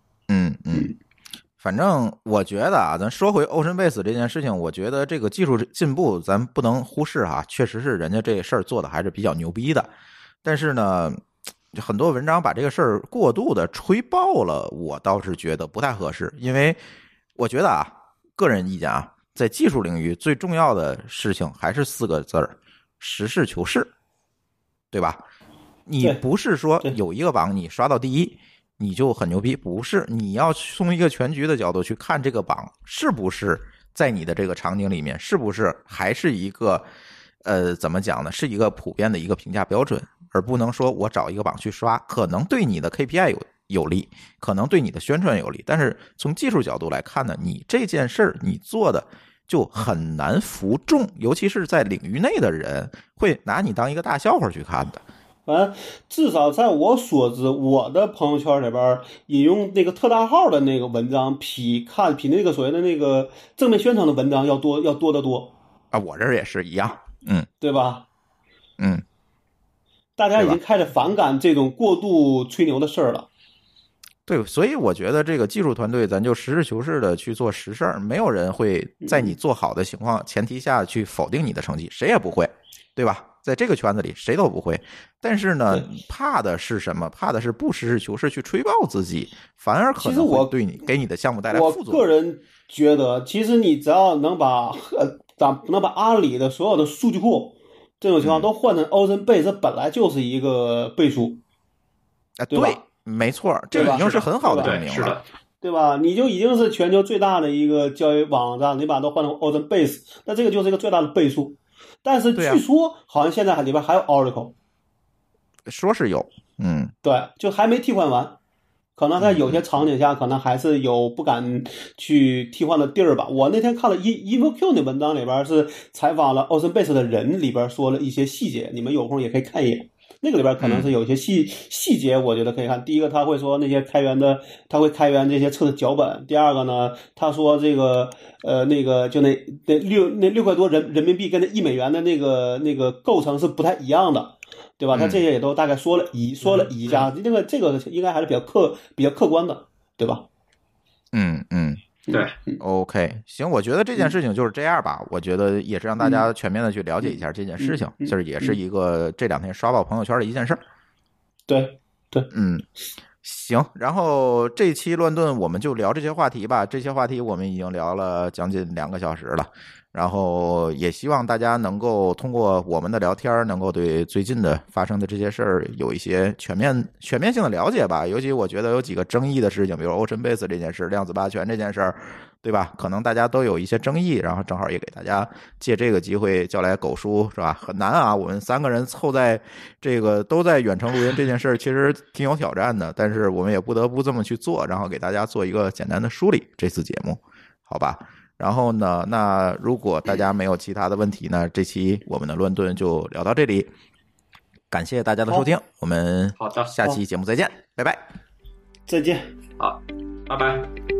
反正我觉得啊，咱说回 OceanBase 这件事情，我觉得这个技术进步咱不能忽视啊，确实是人家这事儿做的还是比较牛逼的。但是呢，很多文章把这个事儿过度的吹爆了，我倒是觉得不太合适。因为我觉得啊，个人意见啊，在技术领域最重要的事情还是4个字儿：实事求是，对吧？你不是说有一个榜你刷到第一你就很牛逼，不是，你要从一个全局的角度去看这个榜是不是在你的这个场景里面，是不是还是一个怎么讲呢，是一个普遍的一个评价标准，而不能说我找一个榜去刷，可能对你的 KPI 有利，可能对你的宣传有利，但是从技术角度来看呢，你这件事儿你做的就很难服众，尤其是在领域内的人会拿你当一个大笑话去看的。 反正至少在我所知，我的朋友圈里边引用那个特大号的那个文章，比那个所谓的那个正面宣传的文章要多得多啊。我这儿也是一样， 对吧？大家已对经开始反感这种过度吹牛的事儿了。 对，所以我觉得这个技术团队，咱就实事求是的去做实事儿，没有人会在你做好的前提下去否定你的成绩，谁也不会，对吧？在这个圈子里，谁都不会。但是呢，怕的是什么？怕的是不实事求是去吹爆自己，反而可能会对给你的项目带来副作用。 我个人觉得，其实你只要能把阿里的所有的数据库这种情况都换成 Ocean Base，这本来就是一个倍数，对吧？ 对，没错，这已经是很好的证明了， 对吧？你就已经是全球最大的一个交易网站，你把它都换成 Ocean Base， 那这个就是一个最大的倍数。但是据说好像现在里边还有 Oracle， 说是有， 对，就还没替换完，可能在有些场景下，可能还是有不敢去替换的地儿吧。我那天看了 EvoQ 那文章里边是采访了 Ocean Base 的人，里边说了一些细节，你们有空也可以看一眼。那个里边可能是有一些细节，我觉得可以看。第一个，他会说那些他会开源这些测试脚本。第二个呢，他说这个那个就那6块多人民币跟那1美元的那个构成是不太一样的，对吧？他这些也都大概说了一下，这个应该还是比较客观的，对吧？ 对 ，OK， 行，我觉得这件事情就是这样吧。我觉得也是让大家全面的去了解一下这件事情，就是也是一个这2天刷爆朋友圈的一件事儿。 对， 行，然后这期乱炖我们就聊这些话题吧。这些话题我们已经聊了将近2个小时了，然后也希望大家能够通过我们的聊天，能够对最近的发生的这些事儿有一些全面性的了解吧。尤其我觉得有几个争议的事情，比如 Ocean Base 这件事、量子霸权这件事儿，对吧？可能大家都有一些争议，然后正好也给大家借这个机会叫来狗叔，是吧？很难啊，我们3个人凑在这个都在远程录音这件事儿，其实挺有挑战的，但是我们也不得不这么去做，然后给大家做一个简单的梳理。这次节目，好吧？然后呢，那如果大家没有其他的问题呢，这期我们的乱炖就聊到这里，感谢大家的收听，我们下期节目再见，拜拜， 再见， 好，拜拜。